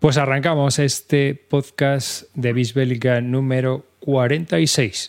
Pues arrancamos este podcast de Vis Bélica número 46.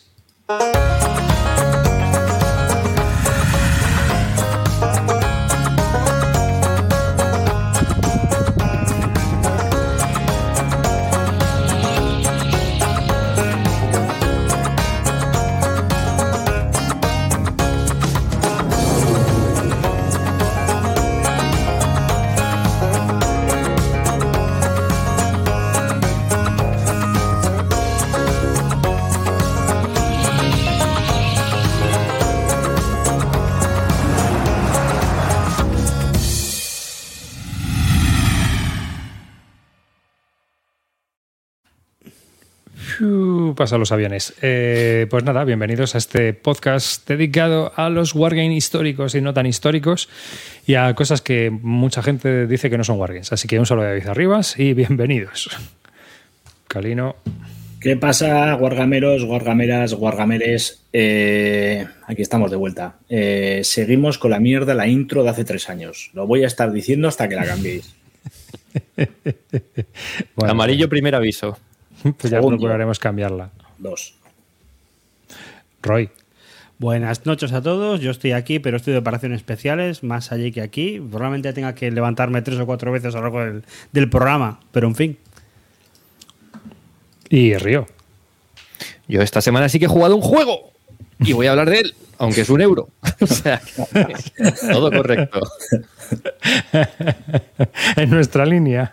Pasa los aviones. Pues nada, bienvenidos a este podcast dedicado a los wargames históricos y no tan históricos y a cosas que mucha gente dice que no son wargames. Así que un saludo de David Arribas y bienvenidos. Calino. ¿Qué pasa, wargameros, wargameras, wargameres? Aquí estamos de vuelta. Seguimos con la mierda, la intro de hace 3 años. Lo voy a estar diciendo hasta que la cambiéis. Bueno, amarillo, primer aviso. Pues ya procuraremos cambiarla. 2. Roy. Buenas noches a todos. Yo estoy aquí, pero estoy de operaciones especiales, más allí que aquí. Probablemente tenga que levantarme 3 o 4 veces a lo largo del programa, pero en fin. Y Río. Yo esta semana sí que he jugado un juego y voy a hablar de él, aunque es €1. O sea, todo correcto. En nuestra línea.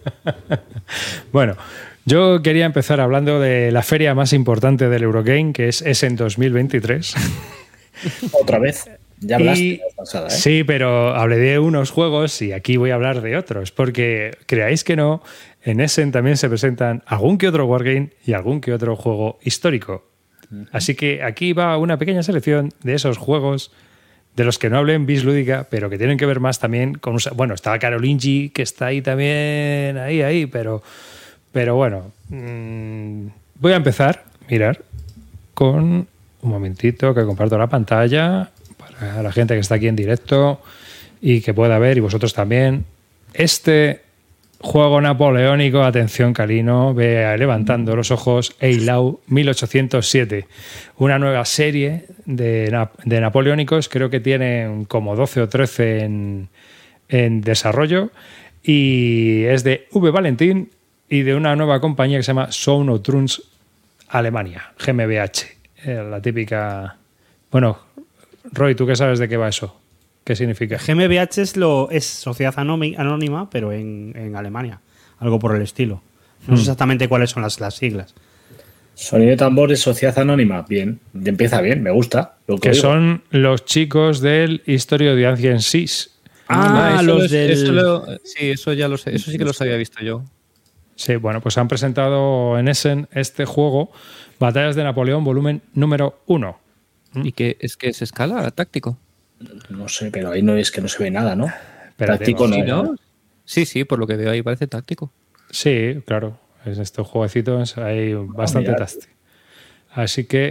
Bueno, yo quería empezar hablando de la feria más importante del Eurogame, que es Essen 2023. ¿Otra vez? Ya hablaste la pasada, ¿eh? Sí, pero hablé de unos juegos y aquí voy a hablar de otros, porque creáis que no, en Essen también se presentan algún que otro wargame y algún que otro juego histórico. Así que aquí va una pequeña selección de esos juegos de los que no hablé en Vis Lúdica, pero que tienen que ver más también con... Bueno, estaba Carolingi, que está ahí también, ahí, pero bueno. Voy a empezar, mirar, con un momentito que comparto la pantalla para la gente que está aquí en directo y que pueda ver, y vosotros también, este juego napoleónico. Atención, Calino, ve levantando los ojos. Eylau 1807, una nueva serie de napoleónicos. Creo que tienen como 12 o 13 en desarrollo y es de V. Valentín y de una nueva compañía que se llama Zone of Thrones Alemania, GmbH, la típica... Bueno, Roy, ¿tú qué sabes de qué va eso? ¿Qué significa? GmbH es Sociedad Anónima, pero en Alemania. Algo por el estilo. No sé exactamente cuáles son las siglas. Sonido de tambores, Sociedad Anónima. Bien. Empieza bien, me gusta. Que son los chicos del Historia de Anciensis. Los del... Sí, eso ya lo sé. Eso sí que los había visto yo. Sí, bueno, pues han presentado en Essen este juego, Batallas de Napoleón, volumen número 1. ¿Y qué es escala táctico? No sé, pero ahí no es que no se ve nada, ¿no? Espérate, Táctico ¿no? Sí, por lo que veo ahí parece táctico. Sí, claro. En estos jueguecitos hay bastante táctico. Así que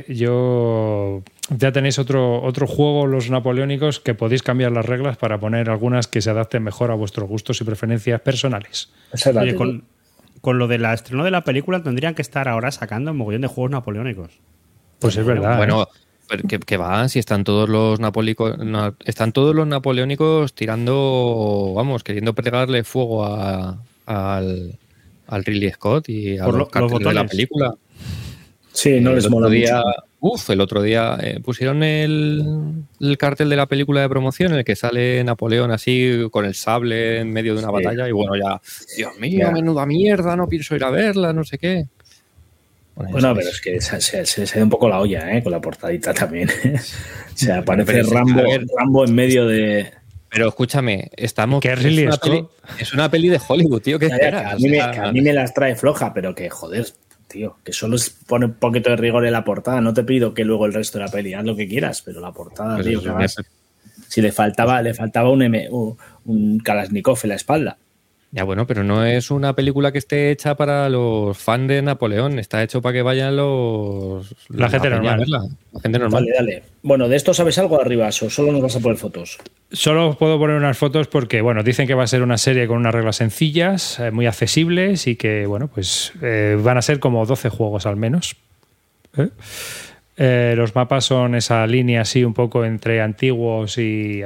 ya tenéis otro juego, los napoleónicos, que podéis cambiar las reglas para poner algunas que se adapten mejor a vuestros gustos y preferencias personales. Oye, con lo del estreno de la película tendrían que estar ahora sacando un mogollón de juegos napoleónicos. Pues es verdad. Bueno, que va, si están todos los napoleónicos tirando, vamos, queriendo pegarle fuego al Ridley Scott y a los carteles de la película. Sí, no les mola mucho. El otro día pusieron el cartel de la película de promoción en el que sale Napoleón así con el sable en medio de una batalla y bueno, ya, Dios mío, menuda mierda, no pienso ir a verla, no sé qué. Bueno, pero es que se da un poco la olla, con la portadita también. O sea, aparece Rambo en medio de... Pero escúchame, es una peli de Hollywood, tío, ¿qué esperas? A mí me las trae floja, pero que joder, tío, que solo pone un poquito de rigor en la portada. No te pido que luego el resto de la peli haz lo que quieras, pero la portada, pues tío, que más, si le faltaba un Kalashnikov en la espalda. Ya bueno, pero no es una película que esté hecha para los fans de Napoleón, está hecho para que vayan la gente peña a normal. verla, la gente normal. Dale. Bueno, ¿de esto sabes algo arriba o solo nos vas a poner fotos? Solo os puedo poner unas fotos porque, bueno, dicen que va a ser una serie con unas reglas sencillas, muy accesibles y que, bueno, pues van a ser como 12 juegos al menos. Los mapas son esa línea así un poco entre antiguos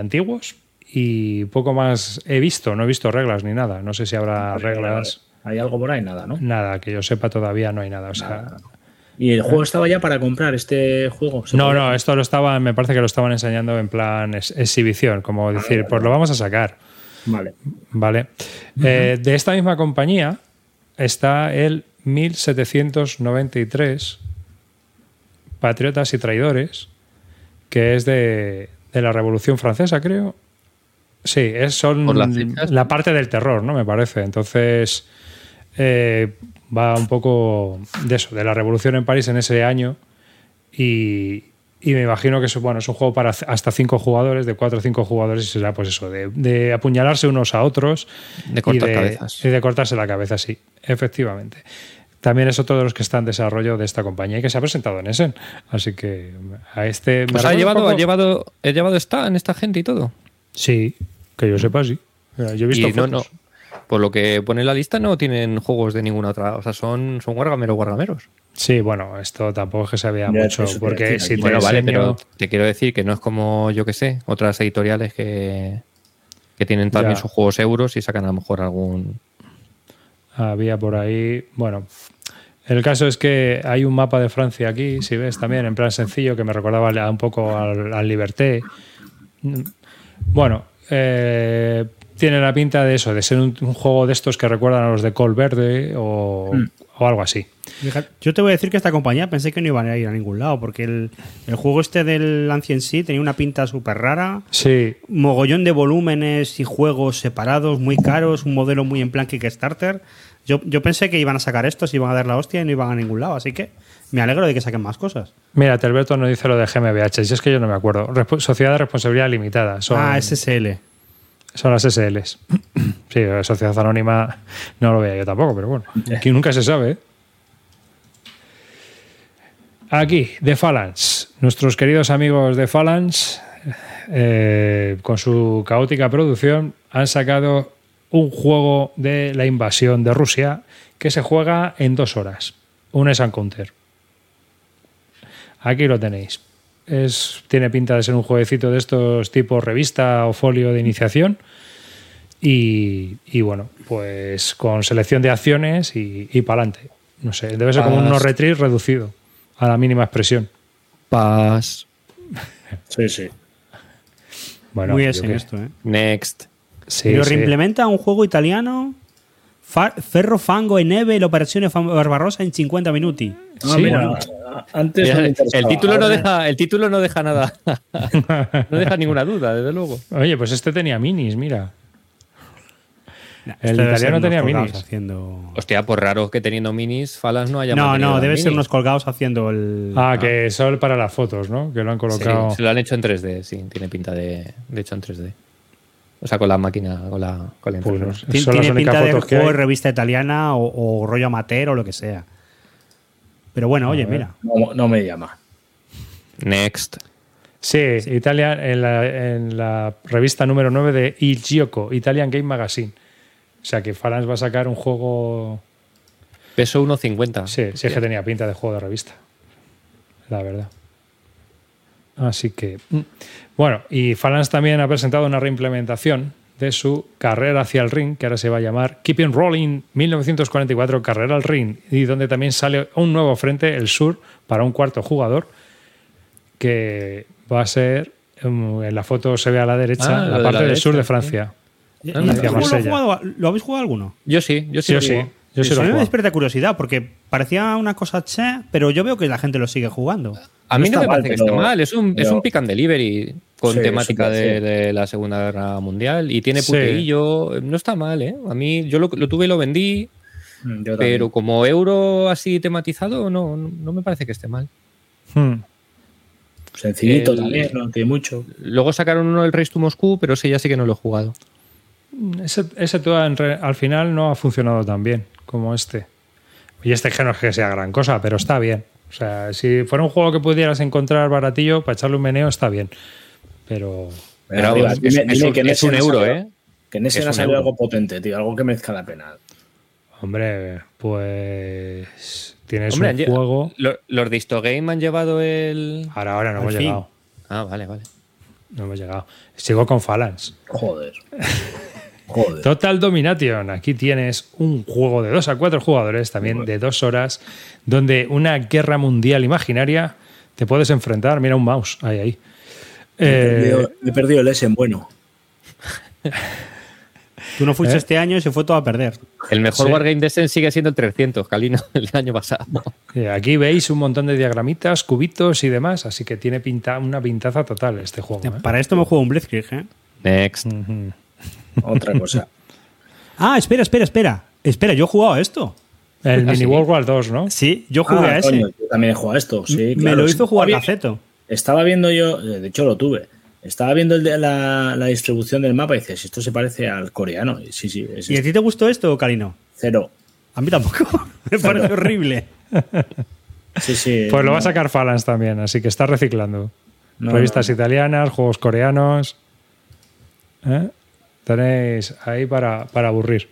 y poco más he visto, no he visto reglas ni nada. No sé si habrá reglas. ¿Hay algo por ahí? Nada, ¿no? Nada, que yo sepa todavía no hay nada. O sea, ¿Y el juego estaba ya para comprar este juego? No, esto me parece que lo estaban enseñando en plan exhibición, como decir, pues lo vamos a sacar. Vale. De esta misma compañía está el 1793, Patriotas y Traidores, que es de la Revolución Francesa, creo. Sí, son la parte del terror, ¿no? Me parece. Entonces, va un poco de eso, de la revolución en París en ese año. Y me imagino que es un juego para hasta 5 jugadores, de 4 o 5 jugadores, y será pues eso, de apuñalarse unos a otros. De cortar cabezas. Y de cortarse la cabeza, sí, efectivamente. También es otro de los que está en desarrollo de esta compañía y que se ha presentado en Essen. Así que a este... Pues ha llevado esta gente y todo. Sí, que yo sepa, sí. Yo he visto fotos. No. Por lo que pone en la lista no tienen juegos de ninguna otra... O sea, son guargameros. Sí, bueno, esto tampoco es que se vea mucho. Porque si te vale, pero te quiero decir que no es como, yo que sé, otras editoriales que tienen también sus juegos euros y sacan a lo mejor algún... Había por ahí... Bueno, el caso es que hay un mapa de Francia aquí, si ves, también en plan sencillo, que me recordaba un poco al Liberté. Bueno, tiene la pinta de eso, de ser un juego de estos que recuerdan a los de Col Verde o algo así. Yo te voy a decir que esta compañía pensé que no iban a ir a ningún lado, porque el juego este del Ancient Sea tenía una pinta súper rara. Sí. Mogollón de volúmenes y juegos separados, muy caros, un modelo muy en plan Kickstarter. Yo pensé que iban a sacar estos, iban a dar la hostia y no iban a ningún lado, así que me alegro de que saquen más cosas. Mira, Telberto nos dice lo de GmbH, si es que yo no me acuerdo. Sociedad de Responsabilidad Limitada. SSL. Son las SLs. Sí, Sociedad Anónima no lo veía yo tampoco, pero bueno, aquí nunca se sabe, ¿eh? Aquí, The Phalanx. Nuestros queridos amigos de Phalanx, con su caótica producción, han sacado un juego de la invasión de Rusia que se juega en 2 horas. Un Encounter. Aquí lo tenéis. Tiene pinta de ser un jueguecito de estos tipo revista o folio de iniciación. Y bueno, pues con selección de acciones y para adelante. No sé, debe ser como un no retreat reducido a la mínima expresión. Pass. Sí. Bueno, muy bien esto, ¿eh? Next. Sí, pero reimplementa un juego italiano, Ferro, Fango e Neve, l'operazione Barbarossa en 50 minuti. Sí, bueno, antes el título no deja nada. No deja ninguna duda, desde luego. Oye, pues este tenía minis, mira. El italiano tenía minis. Hostia, por raro que teniendo minis, Phalanx no haya No, debe ser unos colgados haciendo el... que son para las fotos, ¿no? Que lo han colocado... Sí, se lo han hecho en 3D, sí, tiene pinta de hecho en 3D. O sea, con la máquina, con la pues tiene pinta de juego de revista italiana o rollo amateur o lo que sea. Pero bueno, oye, mira. No me llama. Next. Sí, Italia en la revista número 9 de Il Gioco, Italian Game Magazine. O sea que Phalanx va a sacar un juego... Peso 1,50. Sí, es que tenía pinta de juego de revista. La verdad. Así que... Bueno, y Phalanx también ha presentado una reimplementación de su Carrera hacia el Ring, que ahora se va a llamar Keeping Rolling 1944 Carrera al Ring, y donde también sale un nuevo frente, el Sur, para un 4º jugador, que va a ser... En la foto se ve a la derecha la parte del sur de Francia. ¿Lo habéis jugado alguno? Yo sí. Yo sí a mí me despierta curiosidad porque parecía una cosa pero yo veo que la gente lo sigue jugando. A mí no me parece que esté mal. Es un pick and delivery con temática de la Segunda Guerra Mundial y tiene puteillo. No está mal, ¿eh? A mí yo lo tuve y lo vendí, pero como euro así tematizado no me parece que esté mal. Sencillito también, no tiene mucho. Luego sacaron uno del Race to Moscú, pero ese ya sí que no lo he jugado. Ese al final no ha funcionado tan bien como este. Y este que no es que sea gran cosa, pero está bien. O sea, si fuera un juego que pudieras encontrar baratillo para echarle un meneo, está bien. Pero arriba, dime que es un euro, ¿eh? Que en ese ha salido algo potente, tío, algo que merezca la pena. Hombre, pues tienes un juego. Los de Histogame han llevado el. Ahora no hemos llegado. Ah, vale. No hemos llegado. Sigo con Phalanx. Joder. Total Domination. Aquí tienes un juego de 2 a 4 jugadores, también de 2 horas, donde una guerra mundial imaginaria te puedes enfrentar. Mira un mouse, ahí. He perdido el S en bueno. Tú no fuiste este año y se fue todo a perder. El mejor Wargame de Essen sigue siendo el 300, Calino, el año pasado. Aquí veis un montón de diagramitas, cubitos y demás, así que tiene una pintaza total este juego. Para esto me juego un Blitzkrieg, ¿eh? Next. Otra cosa. Espera. Espera, yo he jugado a esto. El Mini World War 2, ¿no? Sí, yo jugué a ese. Coño, yo también he jugado a esto. Sí, me lo hizo jugar Gaceto. Estaba viendo yo, de hecho lo tuve. Estaba viendo la distribución del mapa y dices, esto se parece al coreano. Sí. ¿Y a ti te gustó esto, Calino? 0. A mí tampoco. Me parece horrible. Sí. Pues lo va a sacar Phalanx también, así que está reciclando. Revistas italianas, juegos coreanos. Tenéis ahí para aburrir.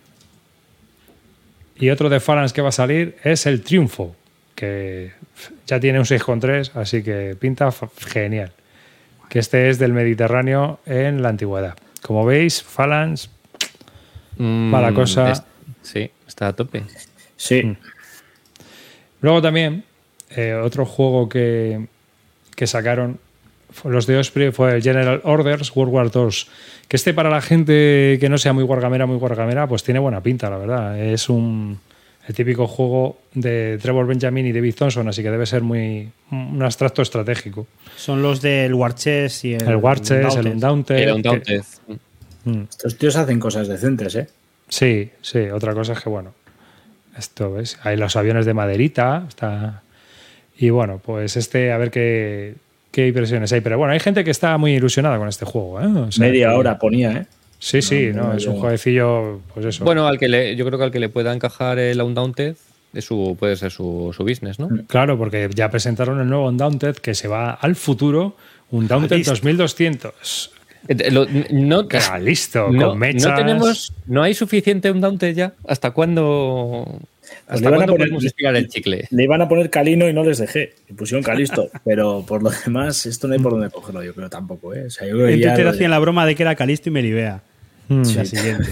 Y otro de Phalanx que va a salir es el Triunfo, que ya tiene un 6,3, así que pinta genial. Que este es del Mediterráneo en la antigüedad. Como veis, Phalanx, mala cosa. Sí, está a tope. Sí. Luego también, otro juego que sacaron los de Osprey fue el General Orders World War 2. Que para la gente que no sea muy wargamera, pues tiene buena pinta, la verdad. Es el típico juego de Trevor Benjamin y David Thompson, así que debe ser un abstracto estratégico. Son los del War Chess y el War Chess, el Undaunted. Estos tíos hacen cosas decentes, ¿eh? Sí. Otra cosa es que, bueno, esto, ¿ves? Hay los aviones de maderita. Y bueno, pues a ver qué impresiones hay. Pero bueno, hay gente que está muy ilusionada con este juego, ¿eh? O sea, media hora ponía, ¿eh? Sí, es un jueguecillo, pues eso. Bueno, yo creo que al que le pueda encajar el Undaunted puede ser su business, ¿no? Claro, porque ya presentaron el nuevo Undaunted que se va al futuro, Undaunted 2200. Listo, con mechas. No hay suficiente Undaunted ya. ¿Hasta cuándo? ¿Hasta cuándo podemos estirar el chicle? Le iban a poner Calino y no les dejé. Le pusieron Calisto. Pero por lo demás, esto no hay por dónde cogerlo, yo creo tampoco, ¿eh? O sea, yo creo que en Twitter hacían la broma de que era Calisto y Melibea. La siguiente.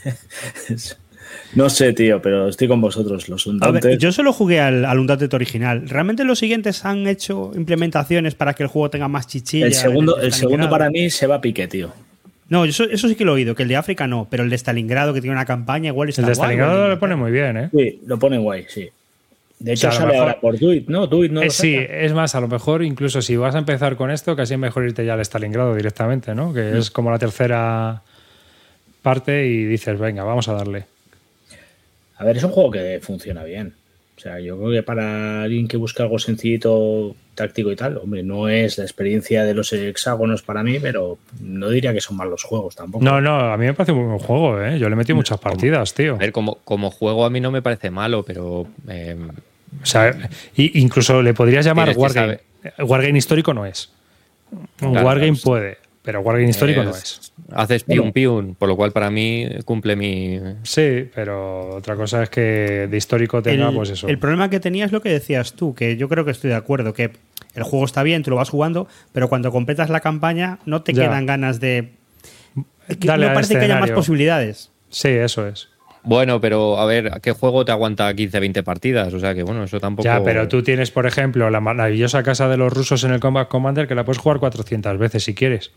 No sé, tío, pero estoy con vosotros. Los Undaunted. Yo solo jugué al Undaunted original. ¿Realmente los siguientes han hecho implementaciones para que el juego tenga más chichilla? El segundo para mí se va a pique, tío. No, eso sí que lo he oído, que el de África no, pero el de Stalingrado, que tiene una campaña, igual está guay. El de Stalingrado lo pone muy bien, ¿eh? Sí, lo pone guay, sí. De hecho, sale ahora por Duit, ¿no? Duit no sí, es más, a lo mejor, incluso si vas a empezar con esto, casi es mejor irte ya al Stalingrado directamente, ¿no? Que es como la tercera parte y dices, venga, vamos a darle. A ver, es un juego que funciona bien. O sea, yo creo que para alguien que busca algo sencillito, táctico y tal, hombre, no es la experiencia de los hexágonos para mí, pero no diría que son malos juegos tampoco. No, a mí me parece un buen juego, ¿eh? Yo le he metido muchas partidas, tío. A ver, como juego a mí no me parece malo, pero... O sea, incluso le podrías llamar Wargame. Wargame histórico no es. Un Wargame puede, pero Wargame histórico no es. Haces piun, por lo cual para mí cumple mi... Sí, pero otra cosa es que de histórico tenga pues eso. El problema que tenía es lo que decías tú, que yo creo que estoy de acuerdo, que el juego está bien, tú lo vas jugando, pero cuando completas la campaña no te quedan ganas de... Dale, no parece que haya más posibilidades. Sí, eso es. Bueno, pero a ver, ¿qué juego te aguanta 15, 20 partidas? O sea que bueno, eso tampoco... Ya, pero tú tienes, por ejemplo, la maravillosa casa de los rusos en el Combat Commander que la puedes jugar 400 veces si quieres.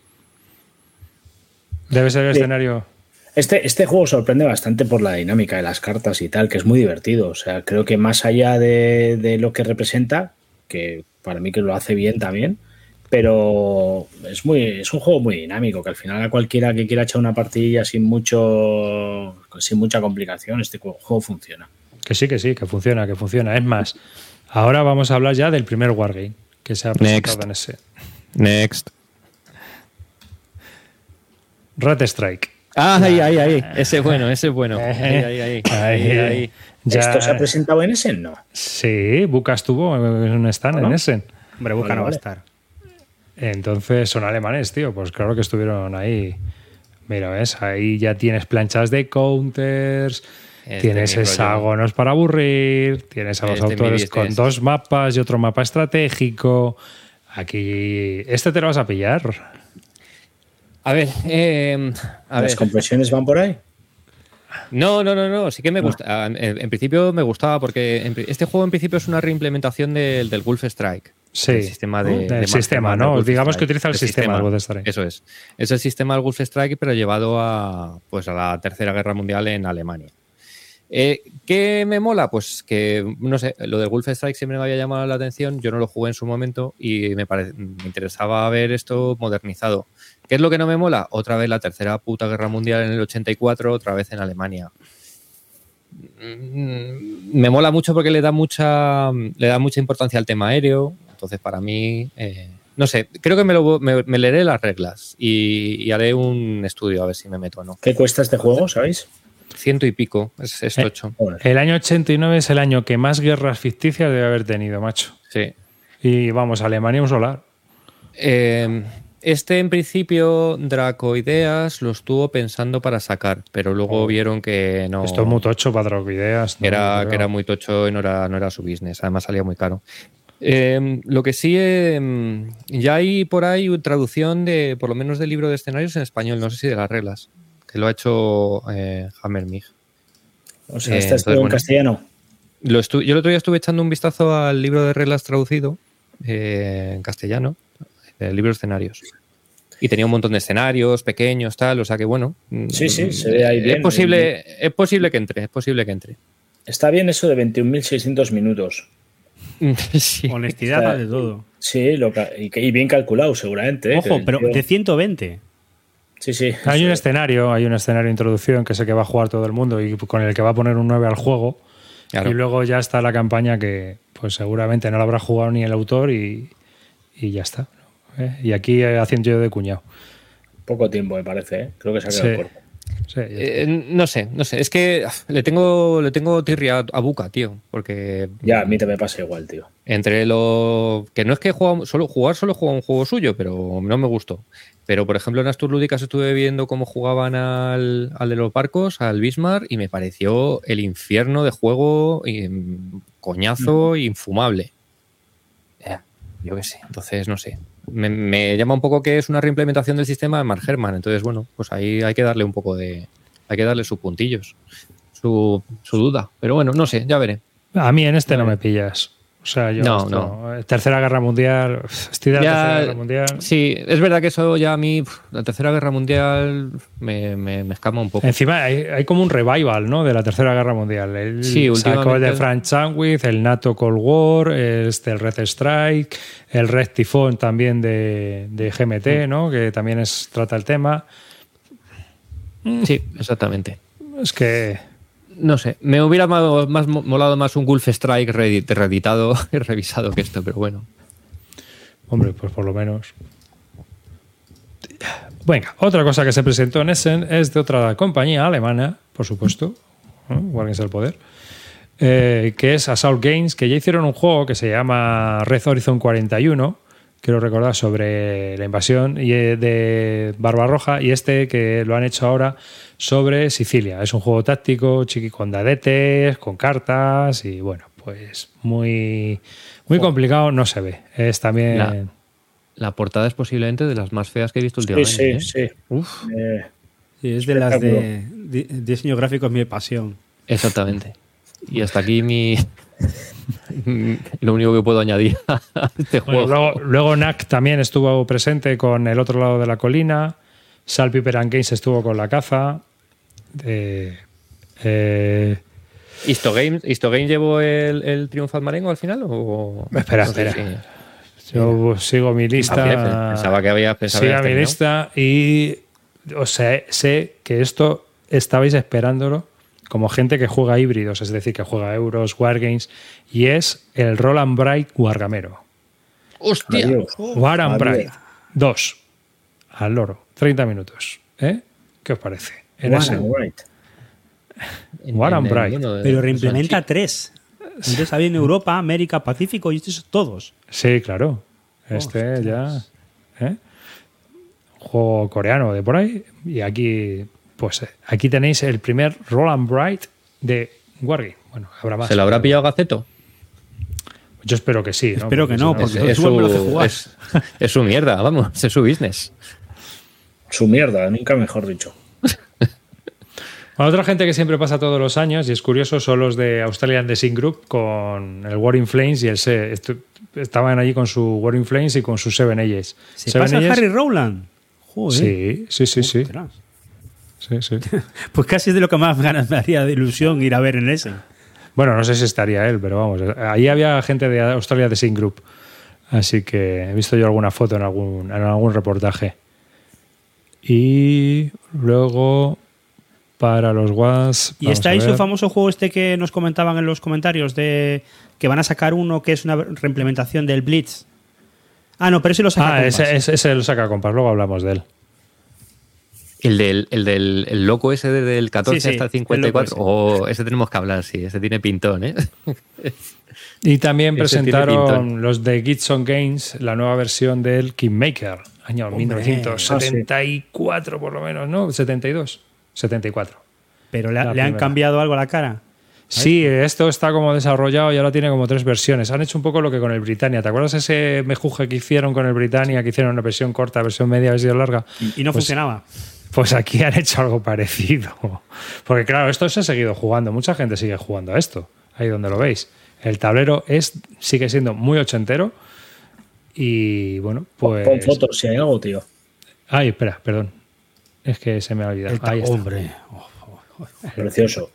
Debe ser el escenario. Este juego sorprende bastante por la dinámica de las cartas y tal, que es muy divertido. O sea, creo que más allá de lo que representa, que para mí que lo hace bien también, pero es un juego muy dinámico, que al final a cualquiera que quiera echar una partidilla sin mucha complicación, este juego funciona. Que sí, que funciona. Es más, ahora vamos a hablar ya del primer Wargame que se ha presentado en ese. Next. Red Strike. Ahí. Ese es bueno, ese es bueno. Ahí. Ya- ¿Esto se ha presentado en Essen? No. Sí, Buca estuvo en un stand en Essen. Hombre, Buca no va a Vale. estar. Entonces son alemanes, tío. Pues claro que estuvieron ahí. Mira, ¿ves? Ahí ya tienes planchas de counters, tienes mi rollo. hexágonos para aburrir, tienes a los Este autores MIDI con es. 2 mapas y otro mapa estratégico. Aquí... ¿Este te lo vas a pillar? A ver, ¿Las compresiones van por ahí? No, sí que me gusta. En principio me gustaba porque este juego en principio es una reimplementación del Wolf Strike. Sí, El sistema del sistema, ¿no? Wolf Digamos Strike. que utiliza el sistema del Wolf Strike. Eso es. Es el sistema del Wolf Strike, pero llevado a la Tercera Guerra Mundial en Alemania. ¿Qué me mola? Pues que, no sé, lo del Wolf Strike siempre me había llamado la atención. Yo no lo jugué en su momento y me interesaba ver esto modernizado. ¿Qué es lo que no me mola? Otra vez la Tercera puta Guerra Mundial en el 84, otra vez en Alemania. Me mola mucho porque le da mucha importancia al tema aéreo. Entonces, para mí, no sé, creo que me leeré las reglas y haré un estudio a ver si me meto o no. ¿Qué cuesta este juego, sabéis? 100 y pico, es tocho. Joder. El año 89 es el año que más guerras ficticias debe haber tenido, macho. Sí. Y vamos, Alemania un solar. Este, en principio, Dracoideas lo estuvo pensando para sacar, pero luego vieron que no. Esto es muy tocho para Drogideas. Que era muy tocho y no era su business. Además, salía muy caro. Lo que sí, ya hay por ahí traducción de, por lo menos, del libro de escenarios en español, no sé si de las reglas, que lo ha hecho Hammermig. O sea, ¿está estuvo en castellano? Yo el otro día estuve echando un vistazo al libro de reglas traducido en castellano, el libro de escenarios. Y tenía un montón de escenarios pequeños, tal, o sea que bueno. Sí, se ve ahí bien. Es posible que entre. Está bien eso de 21.600 minutos. Sí. Honestidad Está- vale todo. Sí, y bien calculado seguramente. ¿eh? Ojo, Que pero el tío- de 120. Sí. Hay un escenario de introducción que sé que va a jugar todo el mundo y con el que va a poner un 9 al juego. Claro. Y luego ya está la campaña que pues seguramente no la habrá jugado ni el autor y ya está. Y aquí haciendo yo de cuñado. Poco tiempo, me parece. ¿eh? Creo que se ha quedado Sí. corto. Sí, ya está. No sé, es que le tengo tirria a Buca, tío, porque Ya, a mí te me pasa igual, tío. entre lo que no es que solo juega un juego suyo, pero no me gustó. Pero por ejemplo en Astur Lúdicas estuve viendo cómo jugaban al de los barcos, al Bismarck, y me pareció el infierno de juego, coñazo, infumable. Yo qué sé, entonces no sé. Me llama un poco que es una reimplementación del sistema de Mark Herman, entonces bueno, pues ahí hay que darle un poco hay que darle sus puntillos, su duda. Pero bueno, no sé, ya veré. A mí en este no me pillas. O sea, yo Tercera Guerra Mundial, estoy de la Tercera Guerra Mundial. Sí, es verdad que eso ya a mí, la Tercera Guerra Mundial me escama un poco. Encima hay como un revival, ¿no? De la Tercera Guerra Mundial. Sí, sacó el de últimamente- Frank Chadwick, el NATO Cold War, el Red Strike, el Red Typhoon también de GMT, ¿no? Que también trata el tema. Sí, exactamente. Es que No sé, me hubiera molado más un Wolf Strike reeditado y revisado que esto, pero bueno. hombre, pues por lo menos. Venga, otra cosa que se presentó en Essen es de otra compañía alemana, por supuesto, ¿no? Guardians del Poder, que es Assault Games, que ya hicieron un juego que se llama Red Horizon 41, quiero recordar, sobre la invasión de Barbarroja, y este que lo han hecho ahora sobre Sicilia. Es un juego táctico, chiqui, con dadetes, con cartas, y bueno, pues muy complicado, no se ve. Es también... La portada es posiblemente de las más feas que he visto últimamente. Sí. Uf, Sí, es de las de diseño gráfico, es mi pasión. exactamente. Y hasta aquí lo único que puedo añadir a este Bueno, juego. luego NAC también estuvo presente con El otro lado de la colina. Saltpeter and Games estuvo con La caza. ¿Histogame llevó el Triunfal Marengo al final? ¿O? Espera. No sé si- Yo sigo mi lista. Pensaba que había Sigo mi terminado. lista y o sea, sé que esto estabais esperándolo como gente que juega híbridos, es decir, que juega euros, wargames, y es el Roll and Bright Wargamero. ¡Hostia! Adiós. War and Adiós. Bright 2 al loro, 30 minutos. ¿Qué os parece? en ese. War and Bright. Pero reimplementa 3. Entonces había en Europa, América, Pacífico y estos todos. Sí, claro. Hostias. Ya. Juego coreano de por ahí. Y aquí, pues aquí tenéis el primer Roll and Bright de Wargame. Bueno, habrá más. ¿Se lo habrá pillado Gaceto? Yo espero que sí. Espero que no, porque Es me lo hace jugar. es su mierda, vamos, es su business. Su mierda, nunca mejor dicho. Bueno, otra gente que siempre pasa todos los años, y es curioso, son los de Australian Design Group con el War in Flames y el estaban allí con su War in Flames y con sus Seven Ages. ¿Se Seven pasa Ages, Harry Rowland? Joder. Sí. Ostras. Sí. Pues casi es de lo que más ganas me haría de ilusión ir a ver en ese. Bueno, no sé si estaría él, pero vamos, ahí había gente de Australia Design Group. Así que he visto yo alguna foto en algún reportaje. Y luego, para los WAS... Y está ahí su famoso juego este que nos comentaban en los comentarios de que van a sacar uno que es una reimplementación del Blitz. Ah, no, pero ese lo saca Compass. Ese lo saca Compass, luego hablamos de él. El loco ese desde el 14 Sí, hasta el 54. Ese tenemos que hablar, sí. Ese tiene pintón, ¿eh? Y también Ese tiene presentaron pintón. los de Gibson Games la nueva versión del Kingmaker, año Hombre. 1974 por lo menos, ¿no? 72, 74. Pero La le han primera. cambiado algo a la cara. Sí, esto está como desarrollado y ahora tiene como 3 versiones. Han hecho un poco lo que con el Britannia. ¿Te acuerdas ese mejuje que hicieron con el Britannia? Que hicieron una versión corta, versión media, versión larga. Y no Pues- funcionaba. Pues aquí han hecho algo parecido. Porque claro, esto se ha seguido jugando. Mucha gente sigue jugando a esto. Ahí donde lo veis. El tablero sigue siendo muy ochentero. Y bueno, pues... Pon fotos si hay algo, tío. Ay, espera, perdón. Es que se me ha olvidado. Ahí está. Hombre. Precioso.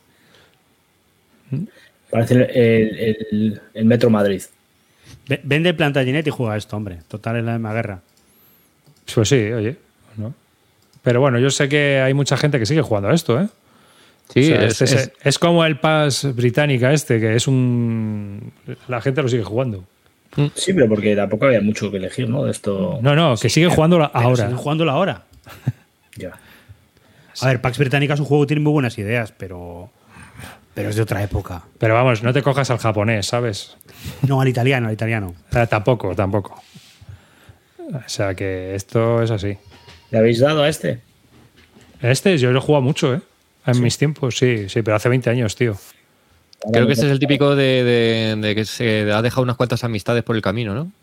Parece el Metro Madrid. Vende Plantagenet y juega esto, hombre. Total, es la misma guerra. Pues sí, oye. ¿no? Pero bueno, yo sé que hay mucha gente que sigue jugando a esto, ¿eh? Sí, O sea, es como el Pass británica que es un... La gente lo sigue jugando. Sí, pero porque tampoco había mucho que elegir, ¿no? De esto. No, que sigue jugándolo ahora. Siguen jugándolo ahora. Ya. A ver, Pax Britannica es un juego que tiene muy buenas ideas, pero es de otra época. Pero vamos, no te cojas al japonés, ¿sabes? No, al italiano. Tampoco. O sea que esto es así. ¿Le habéis dado a este? Yo lo he jugado mucho, ¿eh? En mis tiempos, sí, pero hace 20 años, tío. Creo que ese es el típico de que se ha dejado unas cuantas amistades por el camino, ¿no?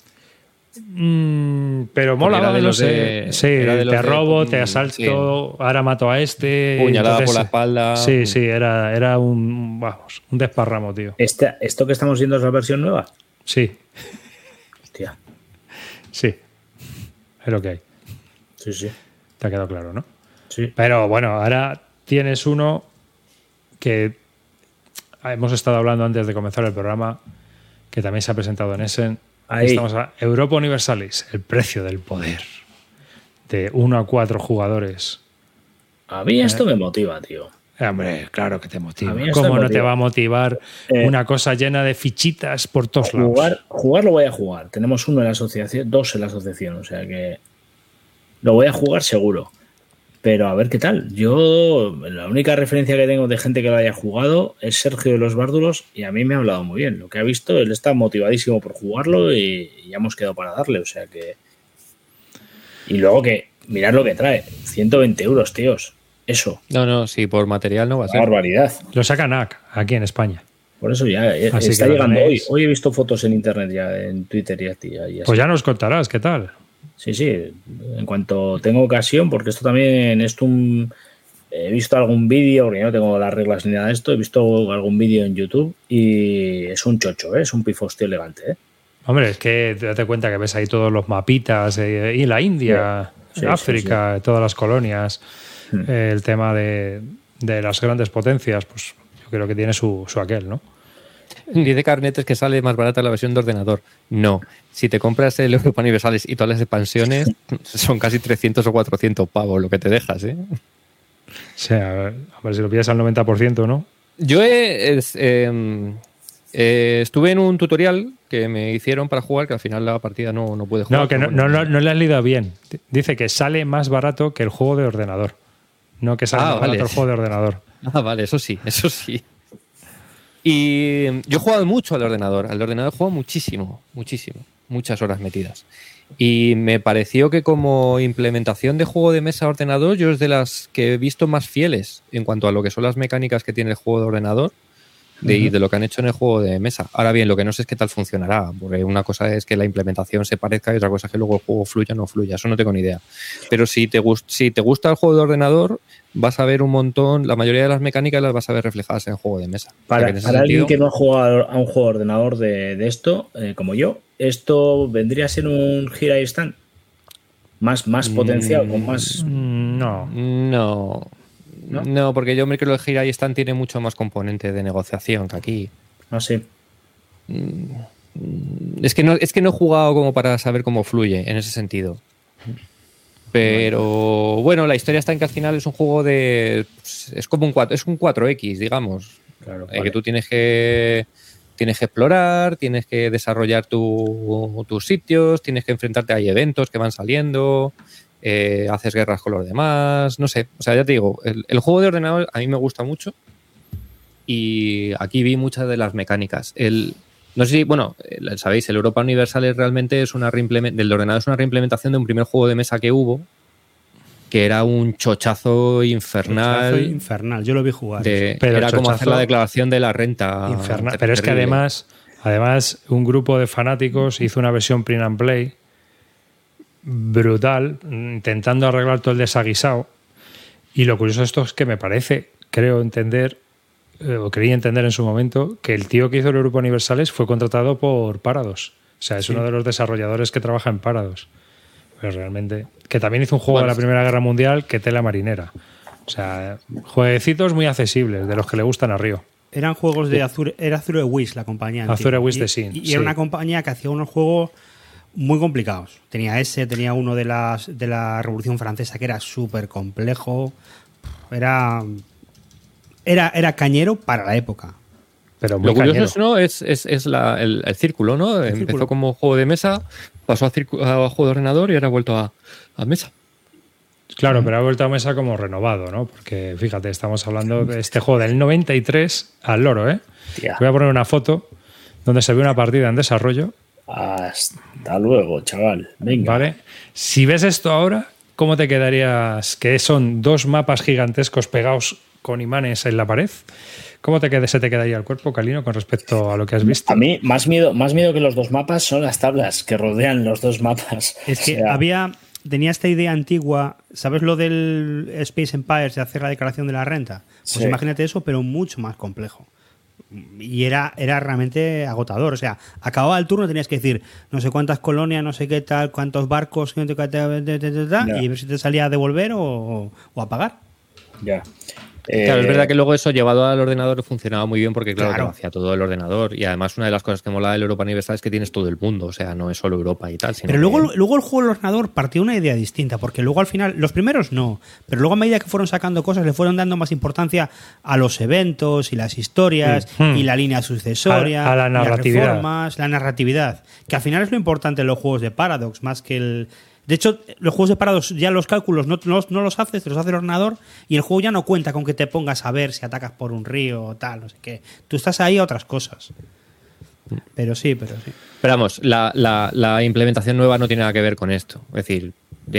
Pero mola, era de no los sé. de- Sí, era de los te de- robo, te asalto, ahora mato a este. Puñalada entonces- por la espalda. Sí, era un desparramo, tío. ¿Esto que estamos viendo es la versión nueva? Sí, Hostia. sí. Es lo que hay. Sí. Te ha quedado claro, ¿no? Sí. Pero bueno, ahora tienes uno que hemos estado hablando antes de comenzar el programa, que también se ha presentado en Essen. Ahí. Estamos a Europa Universalis, el precio del poder. De 1 a 4 jugadores. A mí esto me motiva, tío. Hombre, claro que te A motiva. mí esto ¿Cómo me no te motiva. va a motivar una cosa llena de fichitas por todos lados? Jugar lo voy a jugar. Tenemos uno en la asociación, 2 en la asociación, o sea que lo voy a jugar seguro. Pero a ver qué tal. Yo, la única referencia que tengo de gente que lo haya jugado es Sergio de los Bárdulos y a mí me ha hablado muy bien. Lo que ha visto, él está motivadísimo por jugarlo y ya hemos quedado para darle, o sea que... Y luego que, mirad lo que trae, 120 euros, tíos. Eso, No, sí, por material no va a una ser. barbaridad. Lo saca NAC aquí en España. Por eso ya Así está que lo llegando hoy. tenéis. Hoy he visto fotos en internet ya, en Twitter y así. Pues ya nos contarás, ¿qué tal? Sí, en cuanto tengo ocasión, porque esto también he visto algún vídeo, porque yo no tengo las reglas ni nada de esto, he visto algún vídeo en YouTube y es un chocho, ¿eh? Es un pifostio elegante, ¿eh? Hombre, es que date cuenta que ves ahí todos los mapitas, y la India, Sí, África, todas las colonias, el tema de las grandes potencias, pues yo creo que tiene su aquel, ¿no? Dice Carnetes que sale más barata la versión de ordenador. No. Si te compras el Europa Universalis y todas las expansiones, son casi 300 o 400 pavos lo que te dejas, ¿eh? O sea, a ver si lo pillas al 90%, ¿no? Yo estuve en un tutorial que me hicieron para jugar, que al final la partida no pude jugar. No, que no le has leído bien. Dice que sale más barato que el juego de ordenador. no que salga más barato el juego de ordenador. Ah, vale, eso sí, eso sí. Y yo he jugado mucho al ordenador. Al ordenador he jugado muchísimo, muchas horas metidas. Y me pareció que como implementación de juego de mesa a ordenador, yo es de las que he visto más fieles en cuanto a lo que son las mecánicas que tiene el juego de ordenador y de lo que han hecho en el juego de mesa. Ahora bien, lo que no sé es qué tal funcionará, porque una cosa es que la implementación se parezca y otra cosa es que luego el juego fluya o no fluya. Eso no tengo ni idea. Pero si te gusta el juego de ordenador, vas a ver un montón, la mayoría de las mecánicas las vas a ver reflejadas en el juego de mesa. Para, o sea, que para alguien que no ha jugado a un juego de ordenador de esto, como yo, ¿esto vendría a ser un gira y stand? ¿Más potencial? ¿Con más...? No, porque yo me creo que el Gira y Stand tiene mucho más componente de negociación que aquí. Ah, sí. Es que no he jugado como para saber cómo fluye en ese sentido. Pero bueno, la historia está en que al final es un juego de... Es como un 4X, digamos. Claro, vale. Que tú tienes que explorar, tienes que desarrollar tus sitios, tienes que enfrentarte a eventos que van saliendo, haces guerras con los demás, no sé. O sea, ya te digo, el juego de ordenador a mí me gusta mucho y aquí vi muchas de las mecánicas. No sé si, bueno, sabéis, el Europa Universalis realmente es del ordenador es una reimplementación de un primer juego de mesa que hubo, que era un chochazo infernal. Yo lo vi jugar. Era como hacer la declaración de la renta. Infernal. Pero es que además, un grupo de fanáticos hizo una versión print and play brutal, intentando arreglar todo el desaguisado. Y lo curioso de esto es que me parece, creo entender, o creí entender en su momento, que el tío que hizo el Europa Universalis fue contratado por Paradox. O sea, es uno de los desarrolladores que trabaja en Paradox. Pero realmente, que también hizo un juego de la Primera Guerra Mundial, que tela marinera. O sea, jueguecitos muy accesibles, de los que le gustan a Río. Eran juegos de Azure, era Azure Wish la compañía. Azure Wish de Sin. Y era una compañía que hacía unos juegos muy complicados. Tenía uno de la Revolución Francesa que era súper complejo. Era cañero para la época. Pero muy lo curioso cañero. ¿no? es el círculo, ¿no? Empezó como juego de mesa, pasó a juego de ordenador y ahora ha vuelto a mesa. Claro, pero ha vuelto a mesa como renovado, ¿no? Porque fíjate, estamos hablando de este juego del 93 al loro, ¿eh? Tía. Voy a poner una foto donde se ve una partida en desarrollo. Hasta luego, chaval. Venga. ¿Vale? Si ves esto ahora, ¿cómo te quedarías? Que son 2 mapas gigantescos pegados con imanes en la pared. ¿Cómo se te quedaría el cuerpo, Calino, con respecto a lo que has visto? A mí, más miedo que los 2 mapas son las tablas que rodean los 2 mapas. Es que tenía esta idea antigua, ¿sabes lo del Space Empires de hacer la declaración de la renta? Pues imagínate eso, pero mucho más complejo. Y era realmente agotador. O sea, acababa el turno, tenías que decir no sé cuántas colonias, no sé qué tal, cuántos barcos, y ver si te salía a devolver o a pagar. Ya. Claro, es verdad que luego eso llevado al ordenador funcionaba muy bien porque claro, te lo hacía todo el ordenador y además una de las cosas que mola del Europa Universal es que tienes todo el mundo, o sea, no es solo Europa y tal. Sino pero luego el juego del ordenador partió una idea distinta porque luego al final, los primeros no, pero luego a medida que fueron sacando cosas le fueron dando más importancia a los eventos y las historias y la línea sucesoria, a la narratividad. Las reformas, la narratividad, que al final es lo importante en los juegos de Paradox, más que el... De hecho, los juegos de Paradox ya los cálculos no los haces, te los hace el ordenador y el juego ya no cuenta con que te pongas a ver si atacas por un río o tal, no sé qué. Tú estás ahí a otras cosas. Pero sí. Pero vamos, la implementación nueva no tiene nada que ver con esto. Es decir,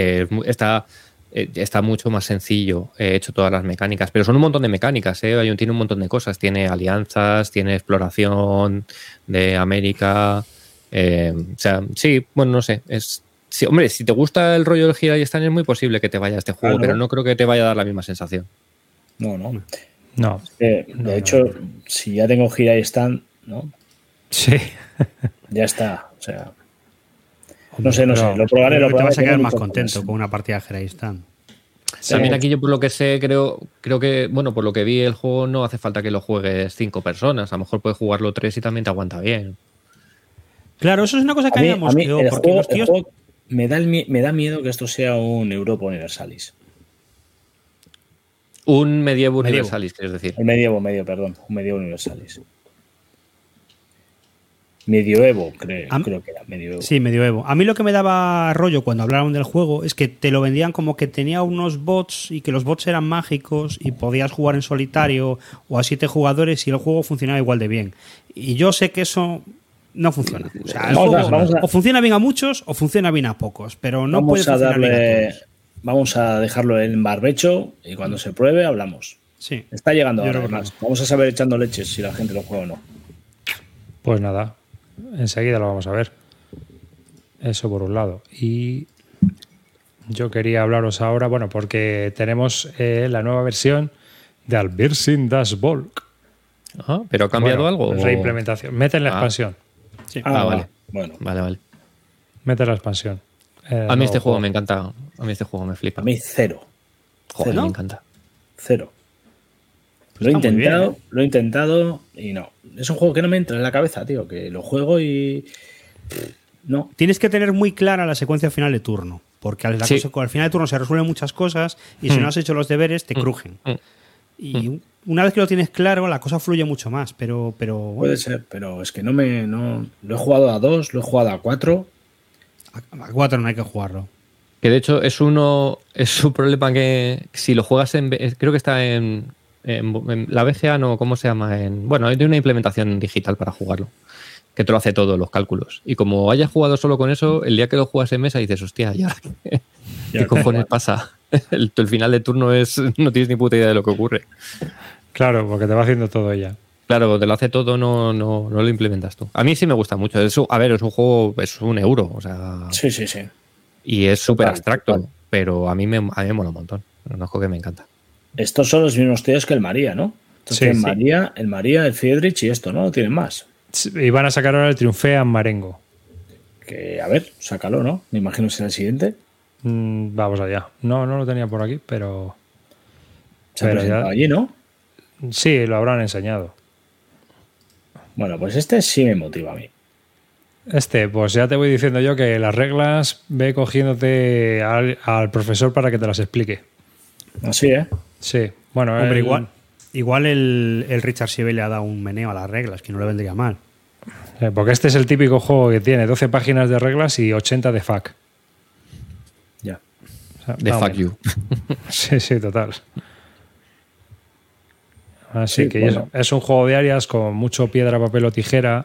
está mucho más sencillo, he hecho todas las mecánicas, pero son un montón de mecánicas, ¿eh? Tiene un montón de cosas, tiene alianzas, tiene exploración de América, o sea, sí, bueno, no sé, sí, hombre, si te gusta el rollo del gira y stand es muy posible que te vaya a este juego, pero no creo que te vaya a dar la misma sensación. No. De hecho, si ya tengo gira y stand, ¿no? Sí. Ya está, o sea... No sé, lo probaré. Te vas a quedar más contento con una partida de gira y stand. También aquí yo por lo que sé, creo que, bueno, por lo que vi el juego no hace falta que lo juegues 5 personas, a lo mejor puedes jugarlo 3 y también te aguanta bien. Claro, eso es una cosa que habíamos mosqueado, porque los tíos... Me da miedo que esto sea un Europa Universalis. Un Medievo Universalis, quieres decir. Un Medievo Universalis. Medioevo, creo que era Medioevo. Sí, Medioevo. A mí lo que me daba rollo cuando hablaron del juego es que te lo vendían como que tenía unos bots y que los bots eran mágicos y podías jugar en solitario o a 7 jugadores y el juego funcionaba igual de bien. Y yo sé que eso no funciona. O sea, el juego o funciona bien a muchos o funciona bien a pocos, pero no puede funcionar bien a todos. Vamos a dejarlo en barbecho y cuando se pruebe hablamos. Sí. Está llegando ahora, además. Vamos a saber echando leches si la gente lo juega o no. Pues nada, enseguida lo vamos a ver. Eso por un lado. Y yo quería hablaros ahora, bueno, porque tenemos la nueva versión de Albirsing Das Volk. Ajá, ¿pero ha cambiado algo? Reimplementación. Meten la expansión. Sí. Vale. Bueno. Vale. Meten la expansión. A mí este juego me encanta. A mí este juego me flipa. A mí cero. Joder, ¿Cero? me encanta. Cero. Lo he intentado y no. Es un juego que no me entra en la cabeza, tío, que lo juego y... No. Tienes que tener muy clara la secuencia final de turno, porque al final de turno se resuelven muchas cosas y si no has hecho los deberes te crujen. Y una vez que lo tienes claro, la cosa fluye mucho más, pero bueno. Puede ser, pero es que no lo he jugado a 2, lo he jugado a 4. A 4 no hay que jugarlo. Que de hecho es un problema que si lo juegas creo que está en la VGA, no, ¿cómo se llama? Bueno, hay una implementación digital para jugarlo, que te lo hace todo, los cálculos. Y como hayas jugado solo con eso, el día que lo juegas en mesa dices, hostia, ¿qué cojones pasa? El final de turno no tienes ni puta idea de lo que ocurre. Claro, porque te va haciendo todo ella. Claro, te lo hace todo, no lo implementas tú. A mí sí me gusta mucho. Es un juego, es €1, o sea... Sí. Y es súper abstracto, pero a mí me mola un montón. Es un juego que me encanta. Estos son los mismos tíos que el María, ¿no? Entonces, el María, el Friedrich y esto, ¿no? No tienen más. Y van a sacar ahora el Triunfean Marengo. Que, a ver, sácalo, ¿no? Me imagino que será el siguiente. Vamos allá. No lo tenía por aquí, pero... Se ha presentado allí, ¿no? Sí, lo habrán enseñado. Bueno, pues este sí me motiva a mí. Pues ya te voy diciendo yo que las reglas ve cogiéndote al profesor para que te las explique. Así, ¿eh? Sí. Bueno, hombre, igual el Richard Siebel le ha dado un meneo a las reglas, que no le vendría mal. Porque este es el típico juego que tiene 12 páginas de reglas y 80 de FAQ. Ya. O sea, de fuck you. Sí, total. Así que bueno. Es un juego de áreas con mucho piedra, papel o tijera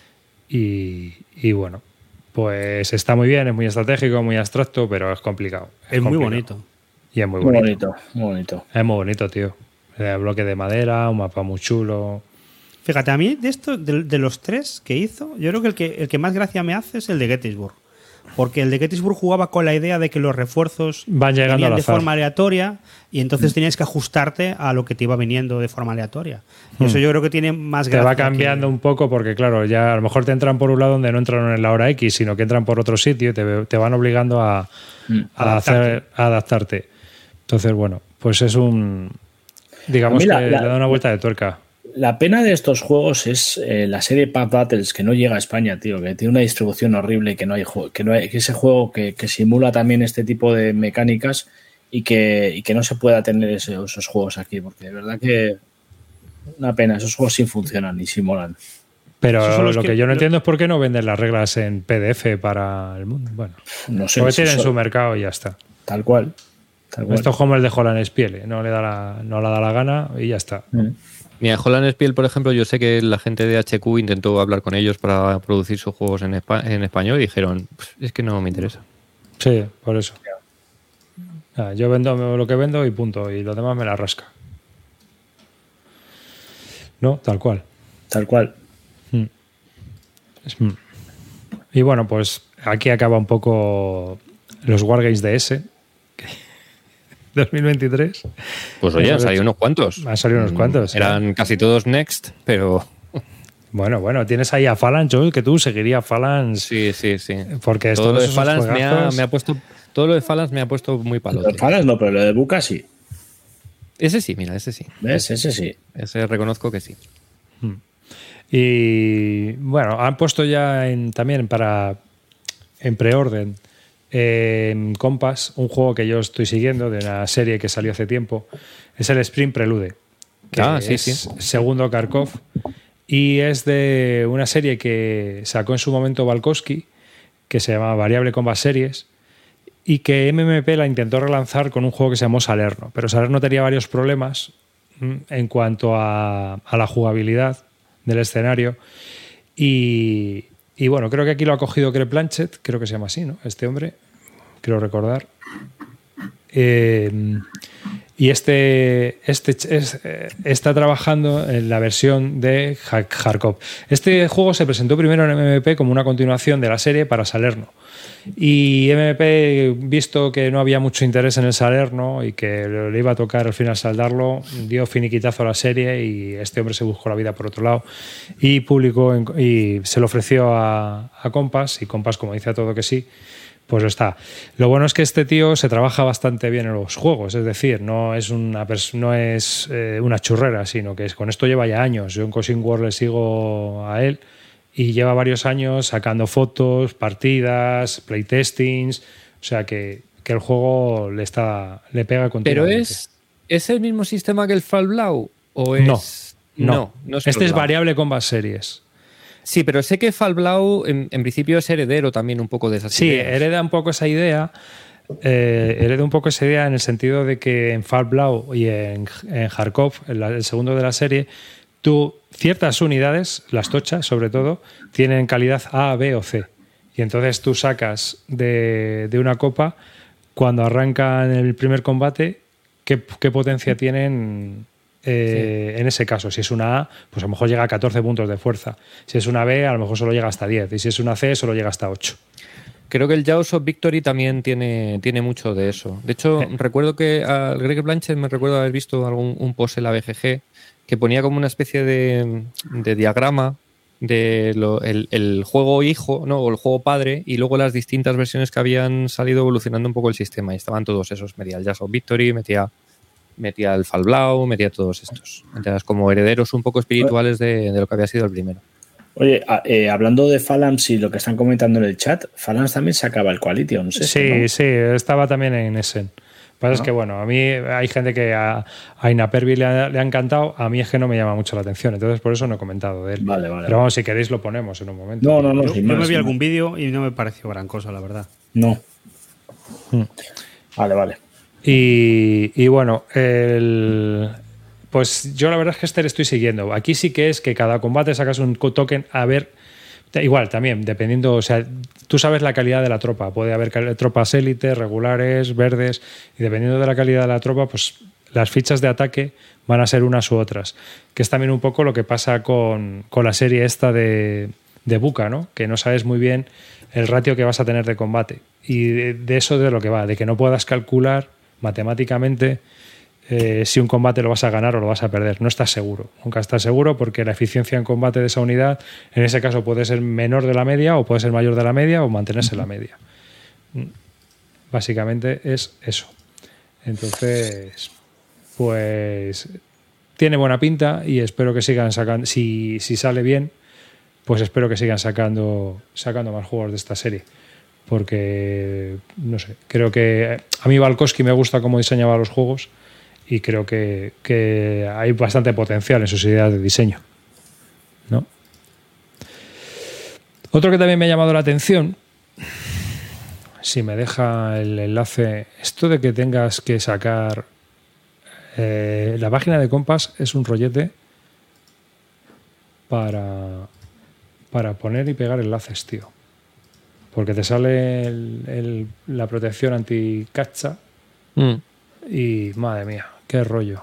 y bueno, pues está muy bien, es muy estratégico, muy abstracto, pero es complicado. Es muy bonito. Y es muy bonito. Es muy bonito, tío. Bloque de madera, un mapa muy chulo. Fíjate, a mí de los 3 que hizo, yo creo que el que más gracia me hace es el de Gettysburg. Porque el de Gettysburg jugaba con la idea de que los refuerzos van llegando de forma aleatoria y entonces tenías que ajustarte a lo que te iba viniendo de forma aleatoria. Y eso yo creo que tiene más gracia. Te va cambiando un poco porque, claro, ya a lo mejor te entran por un lado donde no entraron en la hora X, sino que entran por otro sitio y te van obligando a adaptarte. Entonces, bueno, pues es digamos que le da una vuelta de tuerca. La pena de estos juegos es la serie Path Battles, que no llega a España, tío, que tiene una distribución horrible y que ese juego que simula también este tipo de mecánicas y que no se pueda tener esos juegos aquí, porque de verdad que una pena, esos juegos sí funcionan y sí molan. Pero lo que yo no entiendo es por qué no venden las reglas en PDF para el mundo. Bueno, no sé, porque tienen su mercado y ya está. Tal cual. Esto es como el de Holland Spiele, no le da la gana y ya está. Mira, Holland Spiel, por ejemplo, yo sé que la gente de HQ intentó hablar con ellos para producir sus juegos en español y dijeron, es que no me interesa. Sí, por eso. Yo vendo lo que vendo y punto, y lo demás me la rasca. No, tal cual. Tal cual. Y bueno, pues aquí acaba un poco los Wargames de S. 2023. Pues oye, han salido unos cuantos. Han salido unos cuantos. Eran casi todos Next, pero... Bueno, tienes ahí a Phalanx, yo que tú seguirías Phalanx. Sí. Porque todo lo de Phalanx me ha puesto... Todo lo de Phalanx me ha puesto muy palote. Lo de Phalanx no, pero lo de Buka sí. Ese sí, mira, ese sí. ¿Ves? Ese sí. Ese reconozco que sí. Y bueno, han puesto ya también en preorden Compass, un juego que yo estoy siguiendo de una serie que salió hace tiempo, es el Sprint Prelude, que es segundo Kharkov, y es de una serie que sacó en su momento Balkowski, que se llama Variable Combat Series, y que MMP la intentó relanzar con un juego que se llamó Salerno, pero Salerno tenía varios problemas en cuanto a la jugabilidad del escenario y bueno, creo que aquí lo ha cogido Craig Blanchett, creo que se llama así, ¿no? Este hombre, creo recordar. Y está trabajando en la versión de Kharkov. Este juego se presentó primero en MMP como una continuación de la serie para Salerno. Y MMP, visto que no había mucho interés en el Salerno y que le iba a tocar al final saldarlo, dio finiquitazo a la serie y este hombre se buscó la vida por otro lado y publicó y se lo ofreció a Compass, y Compass, como dice a todo que sí, pues lo está. Lo bueno es que este tío se trabaja bastante bien en los juegos, es decir, no es una churrera, sino que con esto lleva ya años. Yo en Cousin War le sigo a él y lleva varios años sacando fotos, partidas, playtestings, o sea que el juego le pega continuamente. ¿Pero es el mismo sistema que el Fall Blau? ¿O es... No es este es Variable Combat Series. Sí, pero sé que Fall Blau en principio es heredero también un poco de esas ideas. Sí, hereda un poco esa idea. Hereda un poco esa idea en el sentido de que en Fall Blau y en Kharkov, el segundo de la serie, tú ciertas unidades, las tochas sobre todo, tienen calidad A, B o C. Y entonces tú sacas de una copa, cuando arrancan el primer combate, qué potencia tienen. En ese caso, si es una A, pues a lo mejor llega a 14 puntos de fuerza. Si es una B, a lo mejor solo llega hasta 10. Y si es una C, solo llega hasta 8. Creo que el Jaws of Victory también tiene mucho de eso. De hecho, recuerdo que al Greg Blanchett me recuerdo haber visto un post en la BGG que ponía como una especie de diagrama de el juego hijo, ¿no? O el juego padre, y luego las distintas versiones que habían salido evolucionando un poco el sistema. Y estaban todos esos. Metía el Jaws of Victory, metía el Fall Blau, metía todos estos. Entonces, como herederos un poco espirituales de lo que había sido el primero. Oye, hablando de Phalanx y lo que están comentando en el chat, Phalanx también sacaba el Quality, no sé. Sí, ¿no? sí, estaba también en Essen. Lo que pasa es que, bueno, a mí hay gente que a Inapervi le ha encantado, a mí es que no me llama mucho la atención, entonces por eso no he comentado de él. Vale. Pero vamos, si queréis lo ponemos en un momento. No. Yo me vi algún vídeo y no me pareció gran cosa, la verdad. No. Vale. Y bueno, pues yo la verdad es que le estoy siguiendo. Aquí sí que es que cada combate sacas un token a ver. Igual también, dependiendo, o sea, tú sabes la calidad de la tropa. Puede haber tropas élites, regulares, verdes, y dependiendo de la calidad de la tropa, pues las fichas de ataque van a ser unas u otras. Que es también un poco lo que pasa con la serie esta de Buka, ¿no? Que no sabes muy bien el ratio que vas a tener de combate. Y de eso de lo que va, de que no puedas calcular matemáticamente si un combate lo vas a ganar o lo vas a perder. No estás seguro, nunca estás seguro, porque la eficiencia en combate de esa unidad en ese caso puede ser menor de la media o puede ser mayor de la media o mantenerse en la media. Básicamente es eso. Entonces, pues tiene buena pinta y espero que sigan sacando, si sale bien, pues espero que sigan sacando más juegos de esta serie. Porque, no sé, creo que a mí Balkowski me gusta cómo diseñaba los juegos y creo que hay bastante potencial en sus ideas de diseño, ¿no? Otro que también me ha llamado la atención, si me deja el enlace, esto de que tengas que sacar la página de Compass es un rollete para poner y pegar enlaces, tío. Porque te sale la protección anti-cacha y, madre mía, qué rollo.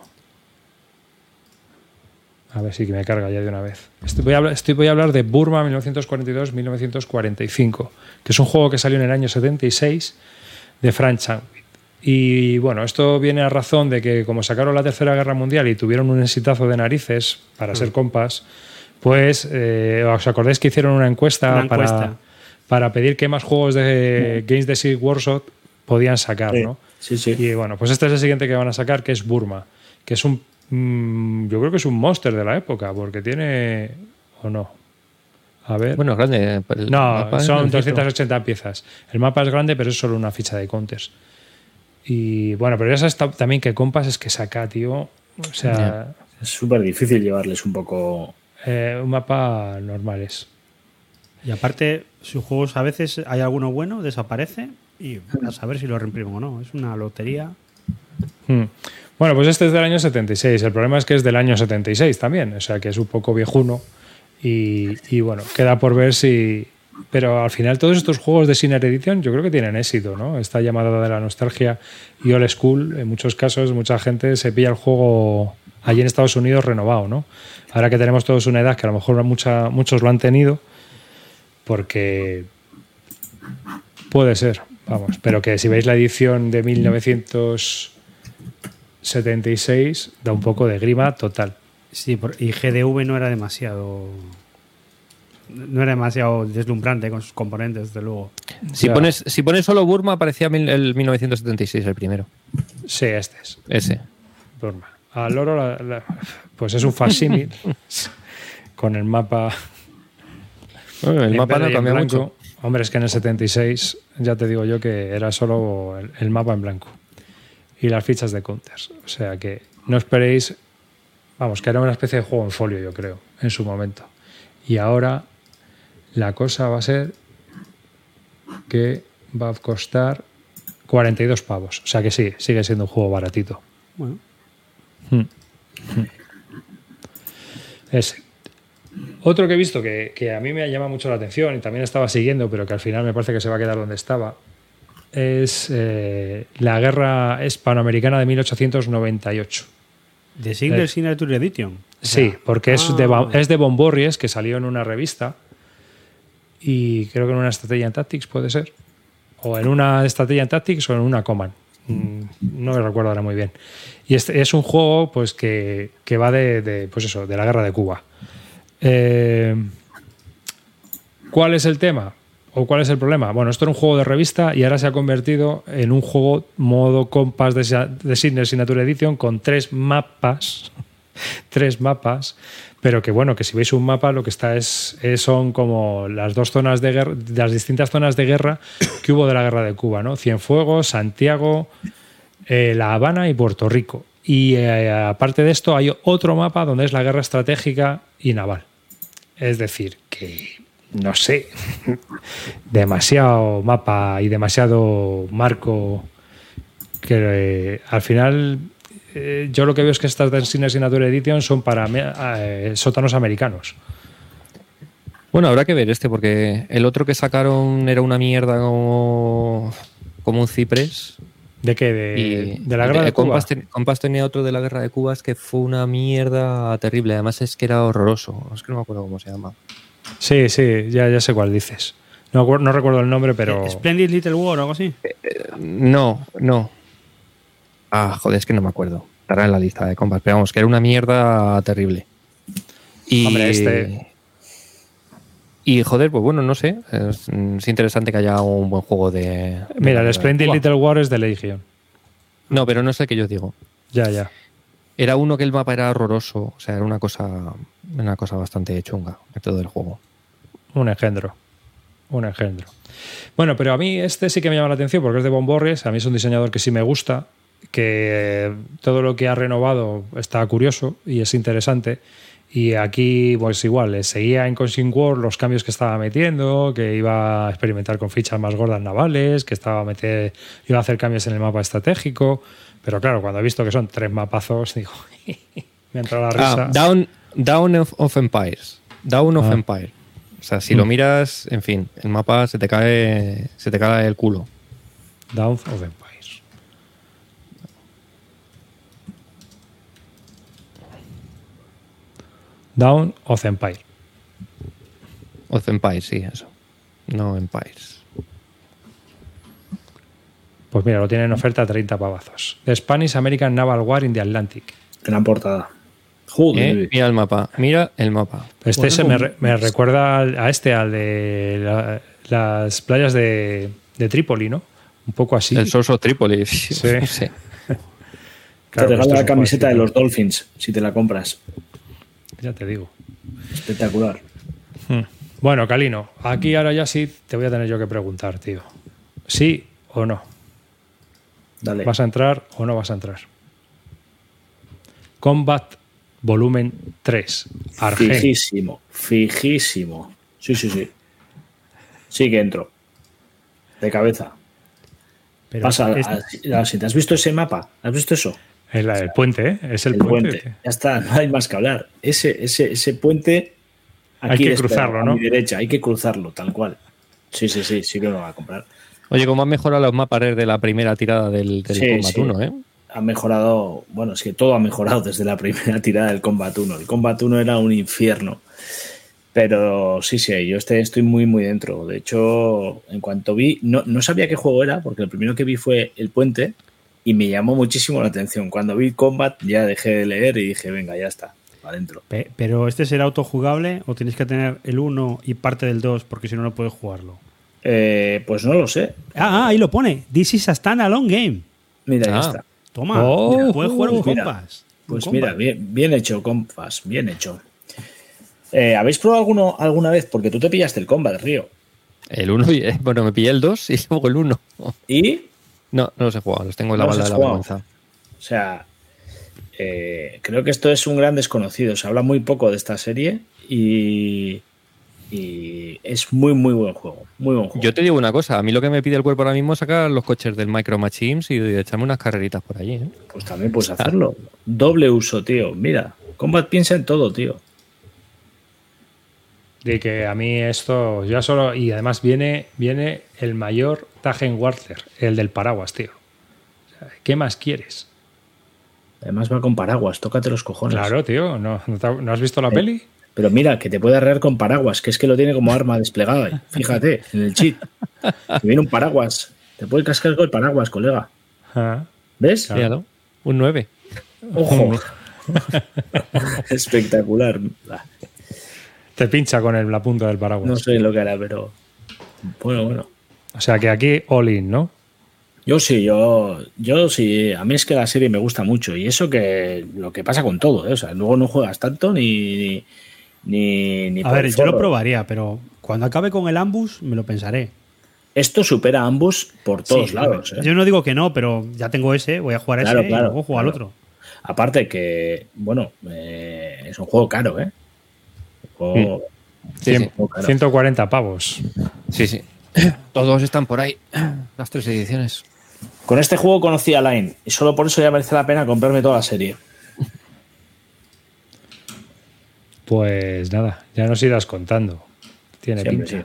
A ver si me carga ya de una vez. Voy a hablar de Burma 1942-1945, que es un juego que salió en el año 76 de Frank Changwit. Y bueno, esto viene a razón de que como sacaron la Tercera Guerra Mundial y tuvieron un exitazo de narices para ser Compass, pues ¿os acordáis que hicieron una encuesta? Para pedir qué más juegos de Games de Silk Workshop podían sacar, ¿no? Sí. Y bueno, pues este es el siguiente que van a sacar, que es Burma, que es yo creo que es un monster de la época, porque tiene... ¿O no? A ver... Bueno, es grande. No, son 280 piezas. El mapa es grande, pero es solo una ficha de counters. Y bueno, pero ya sabes también que Compass es que saca, tío... O sea... Es súper difícil llevarles un poco... Un mapa normal es. Y aparte, sus juegos a veces hay alguno bueno, desaparece y a saber si lo reimprimen o no. Es una lotería. Bueno, pues este es del año 76. El problema es que es del año 76 también, o sea que es un poco viejuno y bueno, queda por ver si... Pero al final todos estos juegos de Sinner Edition yo creo que tienen éxito, ¿no? Esta llamada de la nostalgia y old school, en muchos casos mucha gente se pilla el juego allí en Estados Unidos renovado, ¿no? Ahora que tenemos todos una edad que a lo mejor muchos lo han tenido, porque puede ser, vamos, pero que si veis la edición de 1976 da un poco de grima total. Sí, y GDV no era demasiado deslumbrante con sus componentes, desde luego. Si pones solo Burma, aparecía el 1976 el primero. Sí, este es. Ese. Burma. Al loro, pues es un facsímil con el mapa. El mapa no cambia mucho. Hombre, es que en el 76 ya te digo yo que era solo el mapa en blanco y las fichas de counters. O sea que no esperéis, vamos, que era una especie de juego en folio, yo creo, en su momento. Y ahora la cosa va a ser que va a costar 42 pavos. O sea que sí, sigue siendo un juego baratito. Bueno. Ese. Otro que he visto que a mí me llama mucho la atención y también estaba siguiendo, pero que al final me parece que se va a quedar donde estaba, es la guerra hispanoamericana de 1898. ¿De Single Signature Edition? Sí, porque es de Von Borries, que salió en una revista y creo que en una Strategy and Tactics puede ser, o en una Strategy and Tactics o en una Command. No me recuerdo ahora muy bien. Y este es un juego pues que va pues eso, de la guerra de Cuba. ¿Cuál es el tema? ¿O cuál es el problema? Bueno, esto era un juego de revista y ahora se ha convertido en un juego modo compás de Sinner Signature Edition con 3 mapas. 3 mapas, pero que bueno, que si veis un mapa lo que está son como las dos zonas de guerra, las distintas zonas de guerra que hubo de la guerra de Cuba, ¿no? Cienfuegos, Santiago, La Habana y Puerto Rico. Y aparte de esto hay otro mapa donde es la guerra estratégica y naval. Es decir, que no sé, demasiado mapa y demasiado marco que al final yo lo que veo es que estas de Sinner Signature Edition son para sótanos americanos. Bueno, habrá que ver porque el otro que sacaron era una mierda como un ciprés. ¿De qué? ¿De la guerra de Cuba? Compass tenía otro de la guerra de Cuba, es que fue una mierda terrible. Además es que era horroroso. Es que no me acuerdo cómo se llama. Sí, ya sé cuál dices. No recuerdo el nombre, pero... ¿Splendid Little War o algo así? No. Ah, joder, es que no me acuerdo. Estará en la lista de Compass. Pero vamos, que era una mierda terrible. Hombre, Y joder, pues bueno, no sé. Es interesante que haya un buen juego de... Mira, el Splendid Little War es de Legion. No, pero no es el que yo digo. Ya. Era uno que el mapa era horroroso. O sea, era una cosa bastante chunga de todo el juego. Un engendro. Bueno, pero a mí este sí que me llama la atención porque es de Von Borries. A mí es un diseñador que sí me gusta, que todo lo que ha renovado está curioso y es interesante. Y aquí, pues igual, seguía en Consing War los cambios que estaba metiendo, que iba a experimentar con fichas más gordas navales, que iba a hacer cambios en el mapa estratégico. Pero claro, cuando he visto que son 3 mapazos, digo, me ha entrado la risa. Down of Empires. Down of Empire. O sea, si lo miras, en fin, el mapa se te cae el culo. Down of Empires. Down of Empire. Of Empires, sí, eso. No Empires. Pues mira, lo tienen en oferta a 30 pavazos. The Spanish American Naval War in the Atlantic. Gran portada. Joder. Mira el mapa. Me recuerda al de las playas de Trípoli, ¿no? Un poco así. El Source of Trípoli. Sí. Sí. Claro, te regala la camiseta de los Dolphins si te la compras. Ya te digo. Espectacular. Bueno, Calino, aquí ahora ya sí te voy a tener yo que preguntar, tío. ¿Sí o no? Dale. ¿Vas a entrar o no vas a entrar? Combat volumen 3. Argen. Fijísimo. Sí. Sí que entro. De cabeza. Pero Pasa a la siguiente. ¿Has visto ese mapa? ¿Has visto eso? El puente, ¿eh? Es el puente. Ya está, no hay más que hablar. Ese puente Hay que cruzarlo, ¿no? A mi derecha, hay que cruzarlo, tal cual. Sí que lo va a comprar. Oye, ¿cómo han mejorado los mapas desde la primera tirada del Combat 1, eh? Ha mejorado, bueno, es que todo ha mejorado desde la primera tirada del Combat 1. El Combat 1 era un infierno. Pero sí, yo estoy muy, muy dentro. De hecho, en cuanto vi, no sabía qué juego era, porque el primero que vi fue El Puente y me llamó muchísimo la atención. Cuando vi Combat ya dejé de leer y dije, venga, ya está, adentro. ¿Pero este será autojugable o tienes que tener el 1 y parte del 2 porque si no, no puedes jugarlo? Pues no lo sé. Ahí lo pone. This is a standalone game. Mira, ahí está. Toma, puedes jugar un Compass. Pues mira, bien hecho, Compass, bien hecho. ¿Habéis probado alguna vez? Porque tú te pillaste el Combat, Río. El 1, bueno, me pillé el 2 y luego el 1. ¿Y? No los he jugado, los tengo en la balda de la vergüenza. O sea, creo que esto es un gran desconocido. Se habla muy poco de esta serie y es muy, muy buen juego. Muy buen juego. Yo te digo una cosa, a mí lo que me pide el cuerpo ahora mismo es sacar los coches del Micro Machines y echarme unas carreritas por allí, ¿eh? Pues también puedes hacerlo. Doble uso, tío. Mira, Combat piensa en todo, tío. De que a mí esto ya solo... Y además viene el mayor Tagen Warther, el del paraguas, tío. O sea, ¿qué más quieres? Además va con paraguas, tócate los cojones. Claro, tío. ¿No has visto la peli? Pero mira, que te puede arrear con paraguas, que es que lo tiene como arma desplegada. Fíjate, en el cheat. Que viene un paraguas. Te puede cascar con el paraguas, colega. ¿Ves? Claro. Un 9. Ojo. Espectacular. Te pincha con la punta del paraguas. No sé lo que hará, pero bueno. O sea que aquí all in, ¿no? Yo sí. A mí es que la serie me gusta mucho. Y eso que lo que pasa con todo, ¿eh? O sea, luego no juegas tanto ni a ver, yo lo probaría, pero cuando acabe con el Ambush me lo pensaré. Esto supera a Ambush por todos lados, ¿eh? Yo no digo que no, pero ya tengo ese, voy a jugar ese y luego jugar al otro. Aparte que, bueno, es un juego caro, ¿eh? Sí. 140 pavos. Sí. Todos están por ahí, las 3 ediciones. Con este juego conocí a Line y solo por eso ya merece la pena comprarme toda la serie. Pues nada, ya nos irás contando. Tiene Siempre, pinta. sí.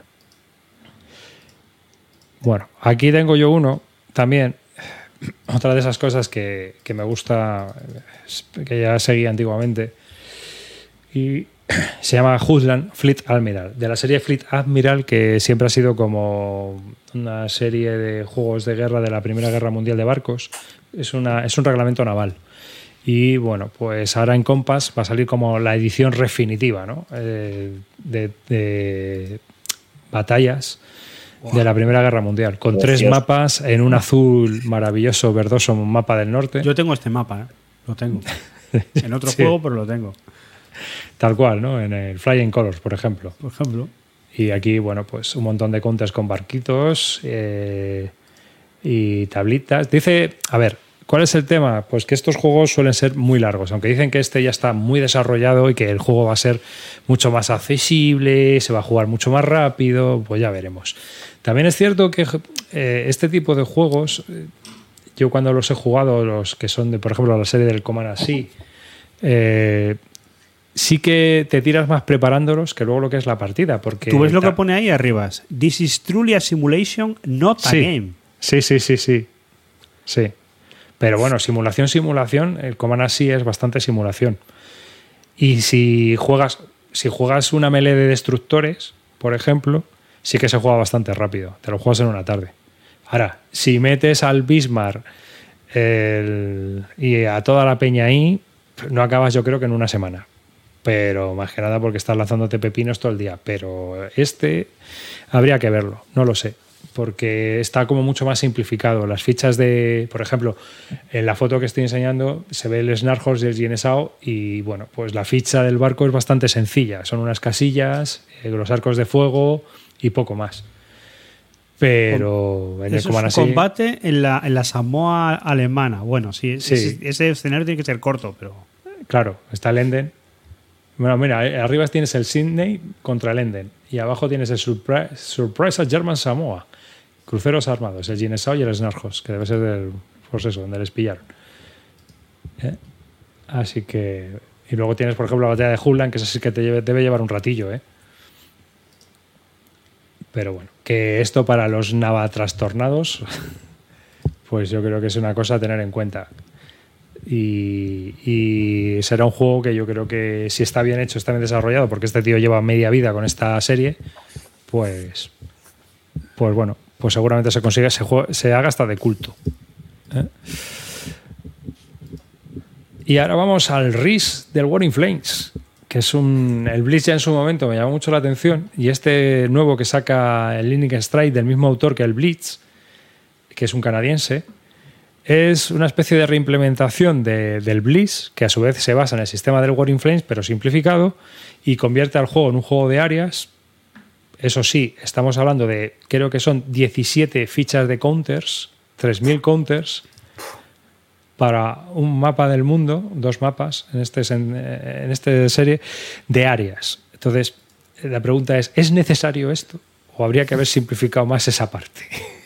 Bueno, aquí tengo yo uno también. Otra de esas cosas que me gusta, que ya seguía antiguamente. Y se llama Husland Fleet Admiral. De la serie Fleet Admiral, que siempre ha sido como una serie de juegos de guerra de la Primera Guerra Mundial de barcos. Es un reglamento naval. Y bueno, pues ahora en Compass va a salir como la edición definitiva, ¿no? De batallas de la Primera Guerra Mundial, con 3 mapas en un azul maravilloso, verdoso, un mapa del norte. Yo tengo este mapa, ¿eh? Lo tengo. En otro juego, pero lo tengo. Tal cual, ¿no? En el Flying Colors, por ejemplo. Y aquí, bueno, pues un montón de counters con barquitos y tablitas. Dice, a ver, ¿cuál es el tema? Pues que estos juegos suelen ser muy largos, aunque dicen que este ya está muy desarrollado y que el juego va a ser mucho más accesible, se va a jugar mucho más rápido, pues ya veremos. También es cierto que este tipo de juegos, yo cuando los he jugado, los que son de, por ejemplo, la serie del Command Así, sí que te tiras más preparándolos que luego lo que es la partida. Porque tú ves lo que pone ahí arriba. This is truly a simulation, not a game. Sí. Pero bueno, simulación, el Command Así es bastante simulación. Y si juegas una melee de destructores, por ejemplo, sí que se juega bastante rápido. Te lo juegas en una tarde. Ahora, si metes al Bismarck y a toda la peña ahí, no acabas yo creo que en una semana. Pero más que nada porque estás lanzándote pepinos todo el día. Pero habría que verlo, no lo sé. Porque está como mucho más simplificado. Las fichas por ejemplo, en la foto que estoy enseñando se ve el Snarkhorse y el Genesao y bueno, pues la ficha del barco es bastante sencilla. Son unas casillas, los arcos de fuego y poco más. Pero en el Command Así... combate en la Samoa alemana. Bueno, sí. Ese escenario tiene que ser corto, pero... Claro, está el Enden. Bueno, mira, arriba tienes el Sydney contra el Enden y abajo tienes el Surprise at German Samoa. Cruceros armados, el Guinness y el Snarhos, que debe ser del, pues eso, donde les pillaron. Así que... Y luego tienes, por ejemplo, la batalla de Hulland, que es así que debe llevar un ratillo, Pero bueno, que esto para los navatrastornados, pues yo creo que es una cosa a tener en cuenta. Y será un juego que yo creo que si está bien hecho, está bien desarrollado, porque este tío lleva media vida con esta serie, pues bueno, pues seguramente se consiga se haga hasta de culto. Y ahora vamos al RIS del War in Flames, que es el Blitz ya en su momento me llamó mucho la atención, y este nuevo que saca el Lightning Strike del mismo autor que el Blitz, que es un canadiense, es una especie de reimplementación del Blitz, que a su vez se basa en el sistema del War in Flames, pero simplificado, y convierte al juego en un juego de áreas. Eso sí, estamos hablando de, creo que son 17 fichas de counters, 3.000 counters, para un mapa del mundo, 2 mapas en esta serie de áreas. Entonces, la pregunta ¿es necesario esto? ¿O habría que haber simplificado más esa parte?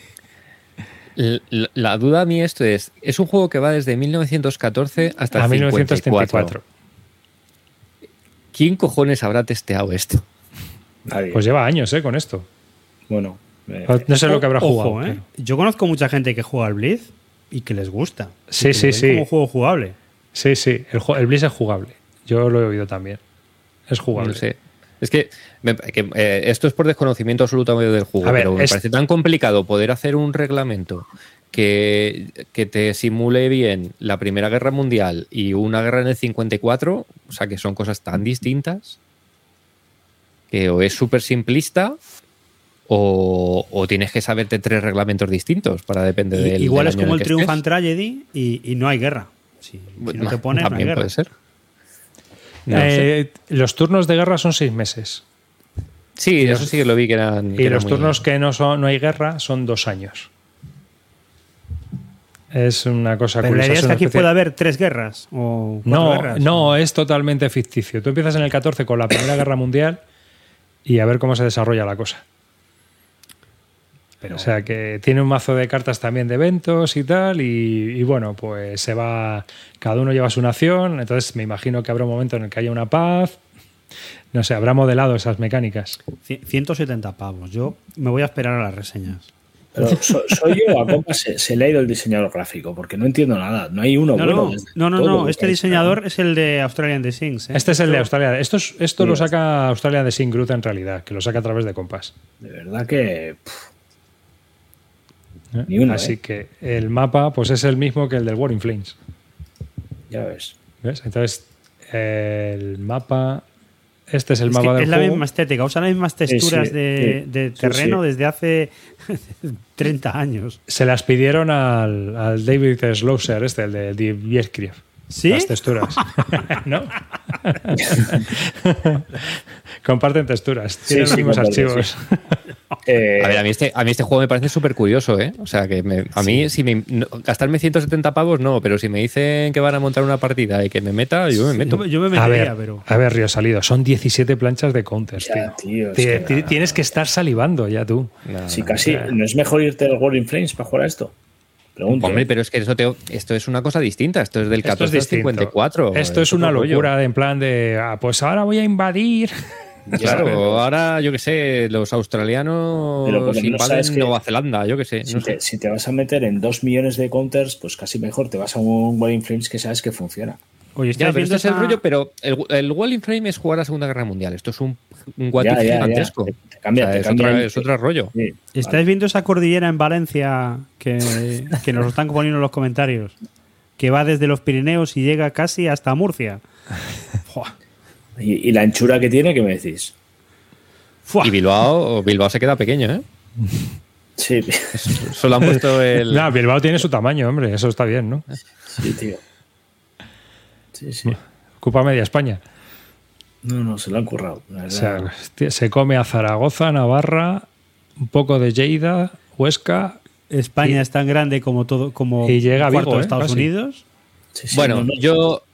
La duda a mí esto es un juego que va desde 1914 hasta 1974. ¿Quién cojones habrá testeado esto? Nadie. Pues lleva años con esto. Bueno. No sé lo que habrá jugado. Pero... Yo conozco mucha gente que juega al Blitz y que les gusta. Sí. Como juego jugable. Sí. El Blitz es jugable. Yo lo he oído también. Es jugable. No sé. Es que esto es por desconocimiento absolutamente del juego, pero me parece tan complicado poder hacer un reglamento que te simule bien la Primera Guerra Mundial y una guerra en el 54, o sea, que son cosas tan distintas, que o es súper simplista o tienes que saberte 3 reglamentos distintos para depender del igual del es año como en el que Triumphant estés. Tragedy y no hay guerra. Si no te pones, no hay guerra. Puede ser. No sé. Los turnos de guerra son 6 meses. Sí, eso sí que lo vi que eran. Y los turnos que no hay guerra son 2 años. Es una cosa Pero curiosa. la idea es que aquí puede haber 3 guerras o 4 guerras. No, es totalmente ficticio. Tú empiezas en el 14 con la Primera Guerra Mundial y a ver cómo se desarrolla la cosa. O sea que tiene un mazo de cartas también de eventos y tal, y bueno, pues se va, cada uno lleva su nación, entonces me imagino que habrá un momento en el que haya una paz, no sé, habrá modelado esas mecánicas. 170 pavos, yo me voy a esperar a las reseñas. Pero soy yo, a compa se le ha ido el diseñador gráfico, porque no entiendo nada, no hay uno bueno. No, este diseñador es el de Australian Design. Este es el de Australia. Esto lo saca Australian Design Group en realidad, que lo saca a través de Compass. De verdad que... Ni uno, Así que el mapa pues es el mismo que el del War in Flames. Ya ves. ¿Ves? Entonces, el mapa... Este es el mapa del juego. Es la misma estética, usa las mismas texturas de terreno desde hace 30 años. Se las pidieron al David Schlosser, el de Bierkrieg. ¿Sí? Las texturas. ¿No? Comparten texturas. Tienen los mismos archivos. A ver, a mí este juego me parece súper curioso, ¿eh? O sea, que a mí, gastarme 170 pavos, no, pero si me dicen que van a montar una partida y que me meta, yo me meto. Yo me metería, pero... A ver, Río Salido, son 17 planchas de counters, ya, tío. Tienes que estar salivando ya tú. Sí, casi. ¿No es mejor irte al War in Flames para jugar a esto? Pregunto. Hombre, pero es que esto es una cosa distinta. Esto es del 14 al 54. Esto es una locura, en plan de, pues ahora voy a invadir... Claro, ahora yo qué sé, los australianos invaden Nueva Zelanda, yo qué sé. Si te vas a meter en 2 millones de counters, pues casi mejor te vas a un War in Flames que sabes que funciona. Oye, ya, pero este es el rollo, pero el War in Frame es jugar a Segunda Guerra Mundial. Esto es un what if gigantesco. Te cambia, es otro rollo. Sí, ¿Estáis viendo esa cordillera en Valencia que nos están poniendo en los comentarios? Que va desde los Pirineos y llega casi hasta Murcia. ¿Y la anchura que tiene, qué me decís? Y Bilbao se queda pequeño, ¿eh? Sí. Solo han puesto el... No, Bilbao tiene su tamaño, hombre. Eso está bien, ¿no? Sí, tío. Sí. Ocupa media España. No, se lo han currado. O sea, se come a Zaragoza, Navarra, un poco de Lleida, Huesca. España es tan grande como todo, como y llega a cuarto Vigo, de Estados casi. Unidos. Sí, bueno, yo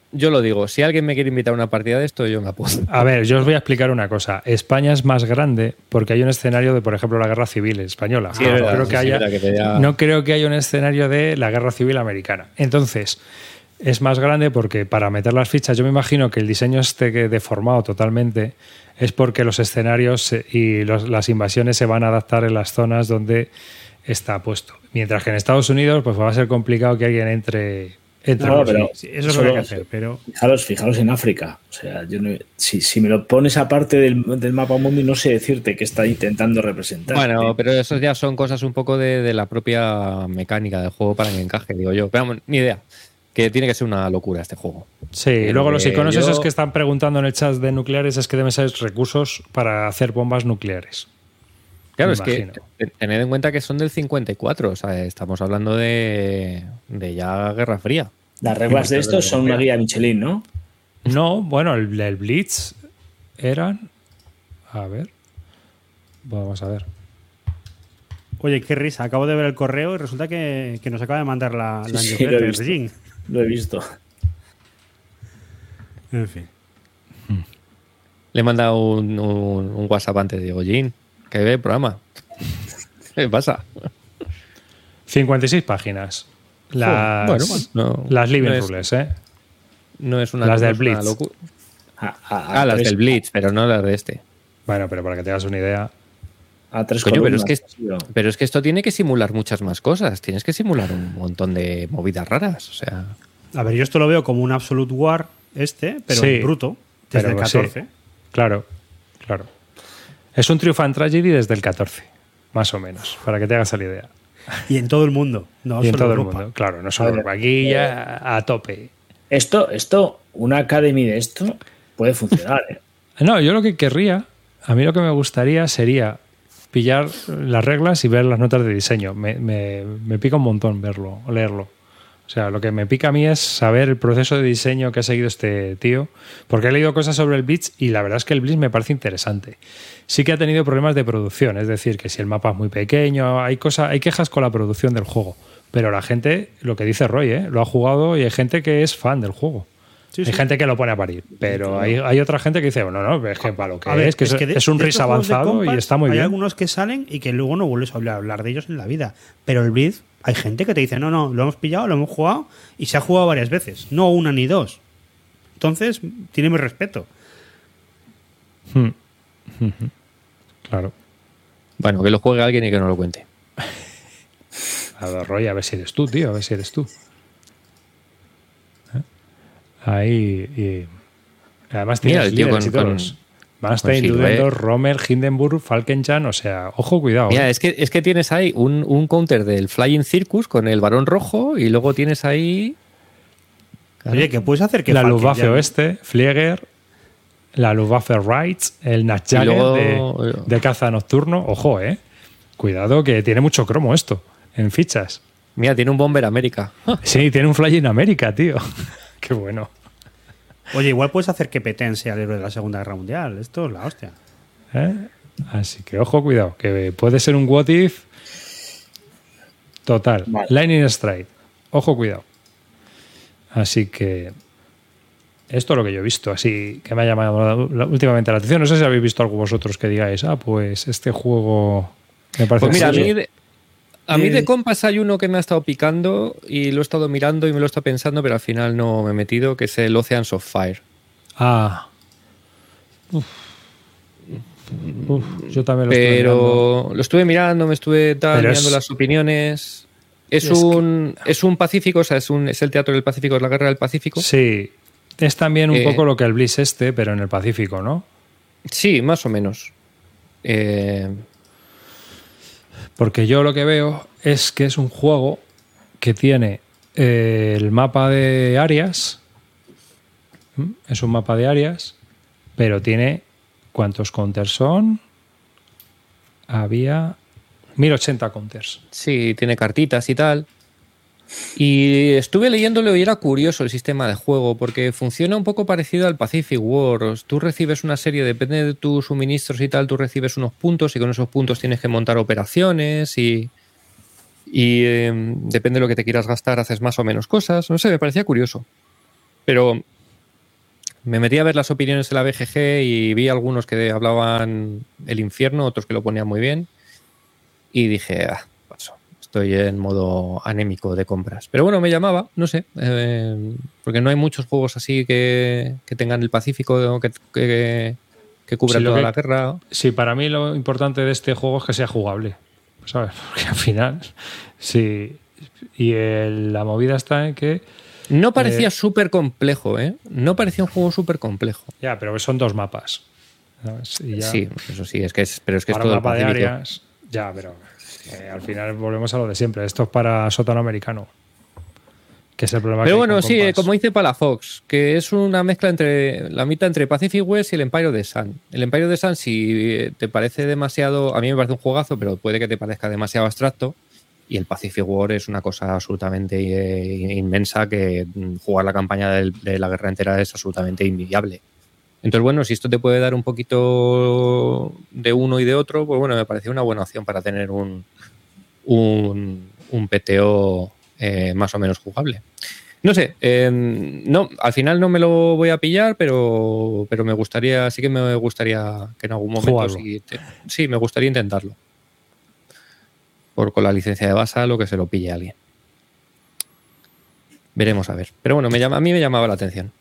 yo lo digo, si alguien me quiere invitar a una partida de esto, yo me apunto. A ver, yo os voy a explicar una cosa. España es más grande porque hay un escenario de, por ejemplo, la Guerra Civil Española. Sí, es verdad, No creo que haya un escenario de la Guerra Civil Americana. Entonces, es más grande porque para meter las fichas, yo me imagino que el diseño esté deformado totalmente, es porque los escenarios y las invasiones se van a adaptar en las zonas donde está puesto. Mientras que en Estados Unidos pues va a ser complicado que alguien entre No, pero Sí, eso es lo que hay que hacer, pero... Fijaros en África. O sea, yo no, si me lo pones aparte del mapa mundi, no sé decirte qué está intentando representar. Bueno, pero eso ya son cosas un poco de la propia mecánica del juego para que encaje, digo yo. Pero vamos, ni idea. Que tiene que ser una locura este juego. Sí, y luego los iconos esos que están preguntando en el chat de nucleares es que deben ser recursos para hacer bombas nucleares. Claro, es que tened en cuenta que son del 54, o sea, estamos hablando de ya Guerra Fría. Las reglas de esto son una guía Michelin, ¿no? No, bueno, el Blitz eran... A ver. Vamos a ver. Oye, qué risa. Acabo de ver el correo y resulta que nos acaba de mandar la Sí, newsletter de Jin. Lo he visto. En fin. Le he mandado un WhatsApp antes, digo, Jin, que ve el programa. ¿Qué pasa? 56 páginas. Las Living Rules, ¿eh? No es una... Las del Blitz. Locura. Las del Blitz, pero no las de este. Bueno, pero para que te hagas una idea... A 3 Coño, columnas. pero es que esto tiene que simular muchas más cosas. Tienes que simular un montón de movidas raras. O sea... A ver, yo esto lo veo como un Absolute War pero sí, bruto, desde pero el 14. Sí, claro. Es un Triumph and Tragedy desde el 14, más o menos, para que te hagas la idea. Y en todo el mundo. No y en solo todo Europa. el mundo, claro, no solo Europa. Aquí ya a tope. Esto, una Academy de esto puede funcionar, ¿eh? No, yo lo que querría, a mí lo que me gustaría sería pillar las reglas y ver las notas de diseño. Me pica un montón verlo, leerlo. O sea, lo que me pica a mí es saber el proceso de diseño que ha seguido este tío, porque he leído cosas sobre el Blitz y la verdad es que el Blitz me parece interesante. Sí que ha tenido problemas de producción, es decir, que si el mapa es muy pequeño, hay quejas con la producción del juego, pero la gente, lo que dice Roy, lo ha jugado y hay gente que es fan del juego. Sí, hay gente que lo pone a parir, pero hay otra gente que dice, bueno, no, es que para lo que es, es un RIS avanzado y está muy bien. Hay algunos que salen y que luego no vuelves a hablar de ellos en la vida, pero el Blitz, hay gente que te dice, no, lo hemos pillado, lo hemos jugado y se ha jugado varias veces, no una ni dos. Entonces, tiene mi respeto. Claro. Bueno, que lo juegue alguien y que no lo cuente. A ver, Roy, a ver si eres tú, tío, a ver si eres tú. Ahí. Y además tienes líderes con Manstein, Ludendorff, Rommel, Hindenburg, Falkenjan, o sea, ojo, cuidado. Mira, es que tienes ahí un counter del Flying Circus con el Barón Rojo y luego tienes ahí... Claro. Oye, ¿qué puedes hacer? Que la Luftwaffe Oeste, Flieger, la Luftwaffe Right, el Nachtjager de caza nocturno. Ojo, cuidado que tiene mucho cromo esto en fichas. Mira, tiene un Bomber América. Sí, tiene un Flying América, tío. Qué bueno. Oye, igual puedes hacer que Petén sea el héroe de la Segunda Guerra Mundial. Esto es la hostia. Así que ojo, cuidado, que puede ser un what if total. Vale. Lightning Strike. Ojo, cuidado. Así que esto es lo que yo he visto, así que me ha llamado últimamente la atención. No sé si habéis visto algo vosotros que digáis, pues este juego me parece... Pues mira, a mí de compas hay uno que me ha estado picando y lo he estado mirando y me lo he estado pensando, pero al final no me he metido, que es el Oceans of Fire. Yo también lo estuve mirando. Pero lo estuve mirando, me estuve mirando las opiniones. Es un Pacífico, o sea, es el Teatro del Pacífico, es la Guerra del Pacífico. Sí, es también un poco lo que el Blitz pero en el Pacífico, ¿no? Sí, más o menos. Porque yo lo que veo es que es un juego que tiene el mapa de áreas. Es un mapa de áreas, pero tiene... ¿Cuántos counters son? Había 1080 counters. Sí, tiene cartitas y tal. Y estuve leyéndolo y era curioso el sistema de juego, porque funciona un poco parecido al Pacific Wars. Tú recibes una serie, depende de tus suministros y tal, tú recibes unos puntos y con esos puntos tienes que montar operaciones y depende de lo que te quieras gastar, haces más o menos cosas. No sé, me parecía curioso. Pero Me metí a ver las opiniones de la BGG y vi algunos que hablaban el infierno, otros que lo ponían muy bien. Y dije, paso, estoy en modo anémico de compras. Pero bueno, me llamaba, no sé, porque no hay muchos juegos así que tengan el Pacífico, que cubran toda la guerra. Sí, para mí lo importante de este juego es que sea jugable, ¿sabes? Porque al final, sí. Y la movida está en que... No parecía súper complejo, ¿eh? No parecía un juego súper complejo. Ya, pero son 2 mapas, ¿sabes? Y ya, sí, eso sí, pero es que es para todo un el mapa de Pacífico. áreas, ya, pero al final volvemos a lo de siempre. Esto es para sótano americano, que es el problema. Pero que bueno, hay con sí, compas. como dice Palafox, que es una mezcla entre la mitad entre Pacific West y el Empire of the Sun. El Empire of the Sun, si te parece demasiado, a mí me parece un juegazo, pero puede que te parezca demasiado abstracto. Y el Pacific War es una cosa absolutamente inmensa, que jugar la campaña de la guerra entera es absolutamente inviable. Entonces, bueno, si esto te puede dar un poquito de uno y de otro, pues bueno, me pareció una buena opción para tener un PTO más o menos jugable. No sé, no, al final no me lo voy a pillar, pero me gustaría, sí que me gustaría que en algún momento sí, me gustaría intentarlo. Con la licencia de Basa, lo que se lo pille a alguien. Veremos a ver. Pero bueno, a mí me llamaba la atención.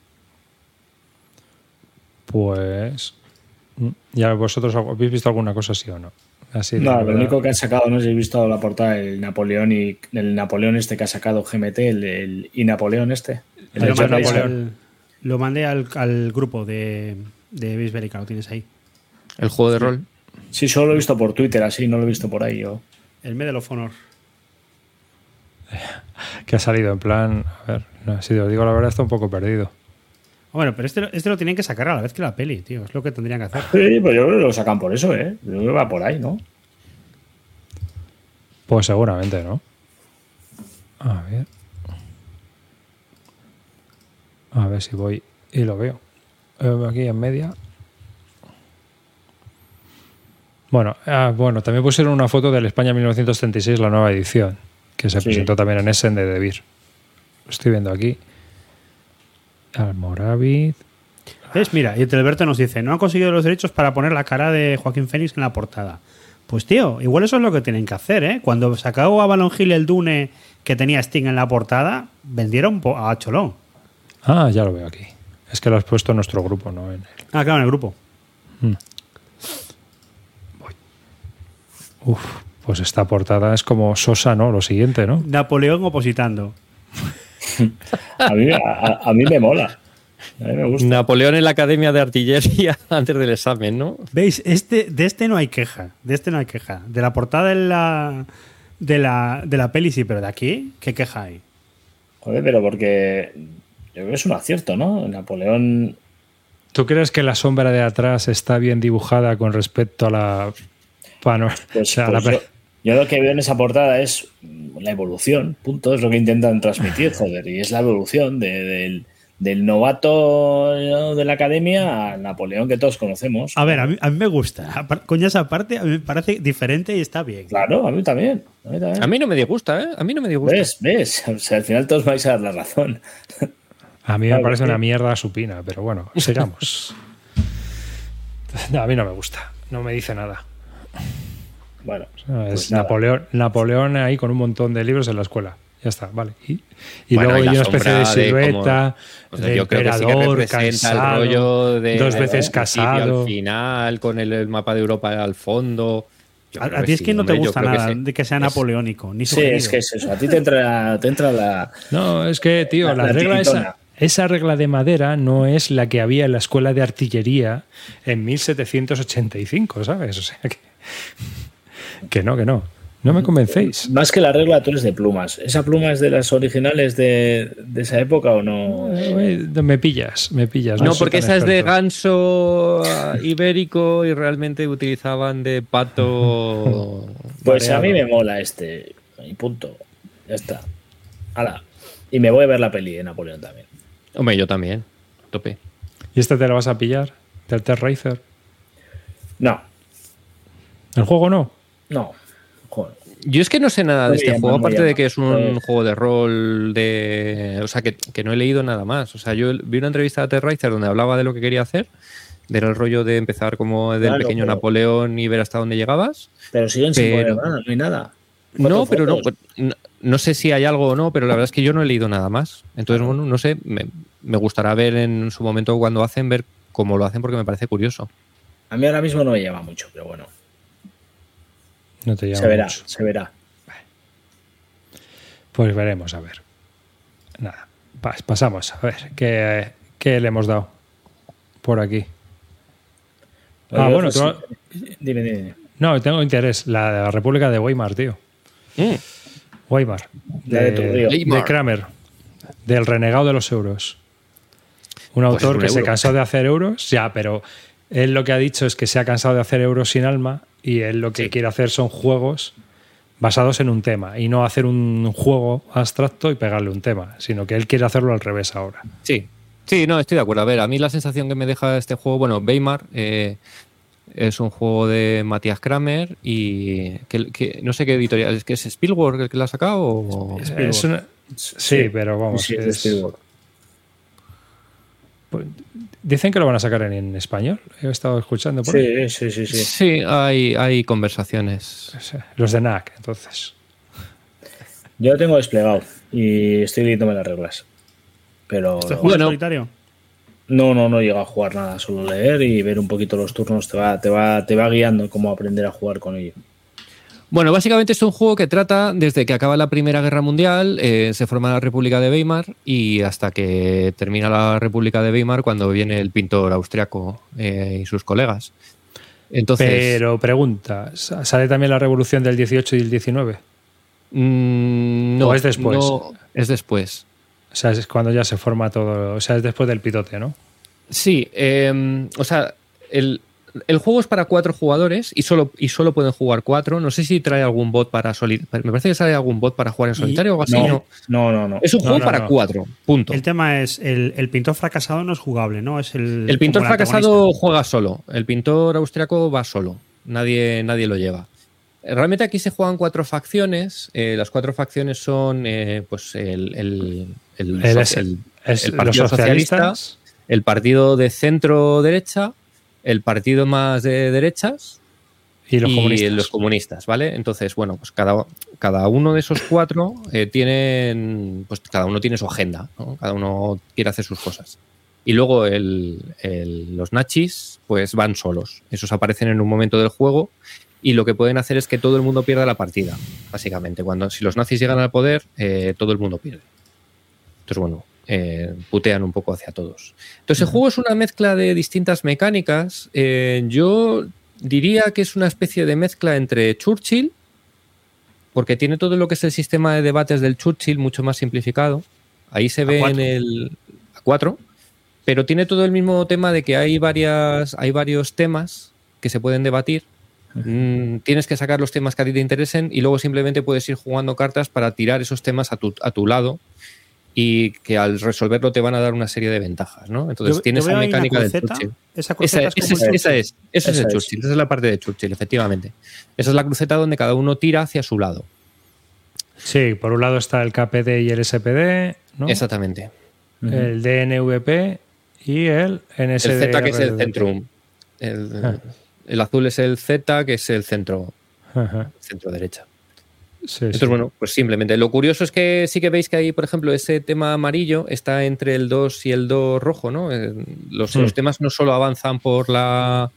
Pues... ¿Ya vosotros habéis visto alguna cosa así o no? Así no, lo único que han sacado, no sé si habéis visto la portada del Napoleón y el Napoleón este que ha sacado GMT, el y Napoleón este. Lo mandé al grupo de Bisbérica, lo tienes ahí. ¿El juego de rol? Sí, solo lo he visto por Twitter, así, no lo he visto por ahí yo. El Medal of Honor. Que ha salido en plan... A ver, no, si os digo la verdad, está un poco perdido. Bueno, pero este lo tienen que sacar a la vez que la peli, tío. Es lo que tendrían que hacer. Sí, pues yo creo que lo sacan por eso, ¿eh? Yo creo que va por ahí, ¿no? Pues seguramente, ¿no? A ver si voy y lo veo. Aquí en media. Bueno, también pusieron una foto del España 1936, la nueva edición, que se presentó también en Essen de De Beer. Lo estoy viendo aquí. Almorávid. ¿Ves? Mira, y Telberto nos dice, no han conseguido los derechos para poner la cara de Joaquín Phoenix en la portada. Pues tío, igual eso es lo que tienen que hacer, ¿eh? Cuando sacó Avalon Hill el Dune que tenía Sting en la portada, vendieron a cholón. Ah, ya lo veo aquí. Es que lo has puesto en nuestro grupo, ¿no? Claro, en el grupo. Uf, pues esta portada es como Sosa, ¿no? Lo siguiente, ¿no? Napoleón opositando. A mí me mola. A mí me gusta. Napoleón en la Academia de Artillería antes del examen, ¿no? ¿Veis? De este no hay queja. De la portada de la peli sí, pero de aquí, ¿qué queja hay? Joder, pero porque yo creo que es un acierto, ¿no? Napoleón... ¿Tú crees que la sombra de atrás está bien dibujada con respecto a la... Yo lo que veo en esa portada es la evolución, punto, es lo que intentan transmitir, joder, y es la evolución del novato de la academia al Napoleón que todos conocemos. A ver, a mí me gusta. Coñas aparte, a mí me parece diferente y está bien. Claro, a mí también. A mí no me disgusta, ¿eh? A mí no me disgusta. ¿Ves? O sea, al final todos vais a dar la razón. A mí me parece una mierda supina, pero bueno, sigamos. No, a mí no me gusta, no me dice nada. Bueno, es Napoleón ahí con un montón de libros en la escuela. Ya está, vale. Y bueno, luego hay una especie de silueta de yo creo emperador, que sí que cansado, el rollo de dos veces casado. Al final, con el mapa de Europa al fondo. A ti es que no te gusta nada de que sea napoleónico. Ni sí, es que es eso. A ti te entra la... No, es que, tío, la regla esa regla de madera no es la que había en la escuela de artillería en 1785, ¿sabes? O sea que no. No me convencéis. Más que la regla, tú eres de plumas. ¿Esa pluma es de las originales de esa época o no? Me pillas. No, porque esa es de ganso ibérico y realmente utilizaban de pato. Pues variado. a mí me mola y punto. Ya está. Hala. Y me voy a ver la peli de Napoleón también. Hombre, yo también. Tope. ¿Y esta te la vas a pillar? ¿Del Terracer? No. ¿El juego no? No. El Joder. Yo es que no sé nada de este juego, aparte de que es un Pues- juego de rol de... O sea, que no he leído nada más. O sea, yo vi una entrevista de Terraizer donde hablaba de lo que quería hacer, del rollo de empezar como del Claro, pequeño pero- Napoleón y ver hasta dónde llegabas. Pero siguen sin Pero- poner nada, no hay nada. No, 4 pero no, fotos. no sé si hay algo o no, pero la verdad es que yo no he leído nada más. Entonces, Claro. bueno, no sé, me gustará ver en su momento cuando hacen, ver cómo lo hacen porque me parece curioso. A mí ahora mismo no me llama mucho, pero bueno, No te llama se verá, mucho. se verá. Pues veremos, a ver. Nada, pasamos. A ver, ¿qué le hemos dado por aquí? Pero Ah, yo, bueno, pues, tú- dime. No, tengo interés. La República de Weimar, tío. Weimar. La de tu río. De Kramer. Del renegado de los euros. Un Pues autor es un que se euro. cansó de hacer euros. Ya, pero él lo que ha dicho es que se ha cansado de hacer euros sin alma y él lo que Sí. quiere hacer son juegos basados en un tema y no hacer un juego abstracto y pegarle un tema, sino que él quiere hacerlo al revés ahora. Sí, no, estoy de acuerdo. A ver, a mí la sensación que me deja este juego, bueno, Weimar es un juego de Matthias Kramer y que no sé qué editorial, ¿es que es Spielberg el que la ha sacado? O... Es una- sí, pero vamos. Sí, es de Spielberg. Pues, dicen que lo van a sacar en español. He estado escuchando por ahí. Sí. Sí, hay conversaciones. Los de NAC, entonces. Yo lo tengo desplegado y estoy leyéndome las reglas. Pero ¿Este juego Bueno. es solitario? no he llegado a jugar nada, solo leer y ver un poquito los turnos te va guiando cómo aprender a jugar con ello. Bueno, básicamente es un juego que trata desde que acaba la Primera Guerra Mundial, se forma la República de Weimar y hasta que termina la República de Weimar cuando viene el pintor austriaco y sus colegas. Entonces, Pero pregunta, ¿sale también la revolución del 18 y el 19? no, ¿O es después? No, es después. O sea, es cuando ya se forma todo. O sea, es después del pitote, ¿no? Sí, o sea, el juego es para 4 jugadores y solo pueden jugar 4. No sé si trae algún bot para solitario. Me parece que sale algún bot para jugar en solitario o algo así. No. Es un juego no, para no. 4, punto. El tema es, el pintor fracasado no es jugable, ¿no? Es El pintor como el fracasado antagonista. juega solo. El pintor austriaco va solo. Nadie lo lleva. Realmente aquí se juegan 4 facciones. Las 4 facciones son pues el Es Partido los Socialista, el partido de centro-derecha, el partido más de derechas y los comunistas. ¿vale? Entonces, bueno, pues cada uno de esos 4 tienen, pues cada uno tiene su agenda, ¿no? Cada uno quiere hacer sus cosas. Y luego los nazis, pues van solos. Esos aparecen en un momento del juego y lo que pueden hacer es que todo el mundo pierda la partida, básicamente. Si los nazis llegan al poder, todo el mundo pierde. Entonces, bueno, putean un poco hacia todos. Entonces, el juego es una mezcla de distintas mecánicas. Yo diría que es una especie de mezcla entre Churchill, porque tiene todo lo que es el sistema de debates del Churchill mucho más simplificado. Ahí se ve en el A4, pero tiene todo el mismo tema de que hay varios temas que se pueden debatir. Tienes que sacar los temas que a ti te interesen y luego simplemente puedes ir jugando cartas para tirar esos temas a tu lado y que al resolverlo te van a dar una serie de ventajas, ¿no? Entonces tienes yo veo esa ahí una mecánica del cruceta. Churchill. Esa cruceta es como Eso es el Churchill, esa es la parte de Churchill, efectivamente. Esa es la cruceta donde cada uno tira hacia su lado. Sí, por un lado está el KPD y el SPD, ¿no? Exactamente. El DNVP y el NSD. El Z, que es el centrum. El azul es el Z, que es el centro derecha. Sí, Entonces, bueno, pues simplemente. Lo curioso es que sí que veis que ahí, por ejemplo, ese tema amarillo está entre el 2 y el 2 rojo, ¿no? Los temas no solo avanzan por la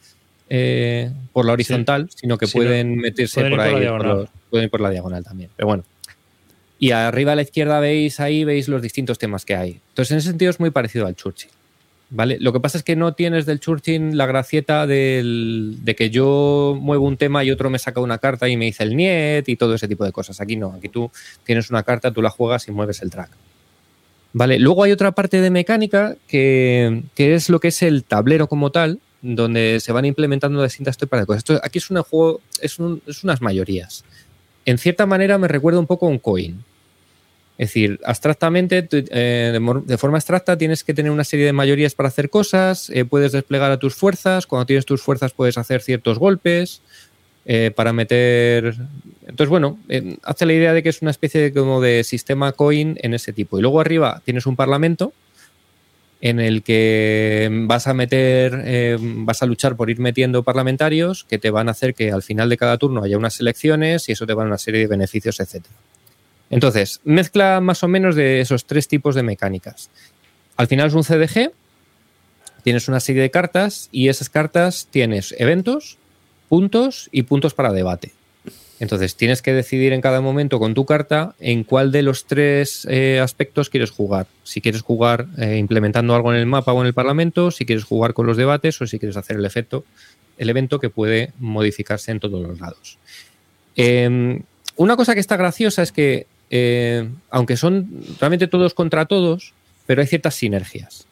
horizontal, sino que pueden meterse por ahí. Pueden ir por la diagonal también. Pero bueno. Y arriba a la izquierda veis los distintos temas que hay. Entonces, en ese sentido es muy parecido al Churchill. ¿Vale? Lo que pasa es que no tienes del Churchill la gracieta de que yo muevo un tema y otro me saca una carta y me dice el niet y todo ese tipo de cosas. Aquí no, aquí tú tienes una carta, tú la juegas y mueves el track. ¿Vale? Luego hay otra parte de mecánica que es lo que es el tablero como tal, donde se van implementando distintas tipos de cosas. Aquí es un juego, es unas mayorías. En cierta manera me recuerda un poco a un coin. Es decir, abstractamente, de forma abstracta, tienes que tener una serie de mayorías para hacer cosas, puedes desplegar a tus fuerzas, cuando tienes tus fuerzas puedes hacer ciertos golpes, para meter... Entonces, bueno, hace la idea de que es una especie de, como de sistema coin en ese tipo. Y luego arriba tienes un parlamento en el que vas a luchar por ir metiendo parlamentarios que te van a hacer que al final de cada turno haya unas elecciones y eso te va a dar una serie de beneficios, etcétera. Entonces, mezcla más o menos de esos 3 tipos de mecánicas. Al final es un CDG, tienes una serie de cartas y esas cartas tienes eventos, puntos y puntos para debate. Entonces, tienes que decidir en cada momento con tu carta en cuál de los 3 aspectos quieres jugar. Si quieres jugar implementando algo en el mapa o en el parlamento, si quieres jugar con los debates o si quieres hacer el evento que puede modificarse en todos los lados. Una cosa que está graciosa es que, aunque son realmente todos contra todos, pero hay ciertas sinergias.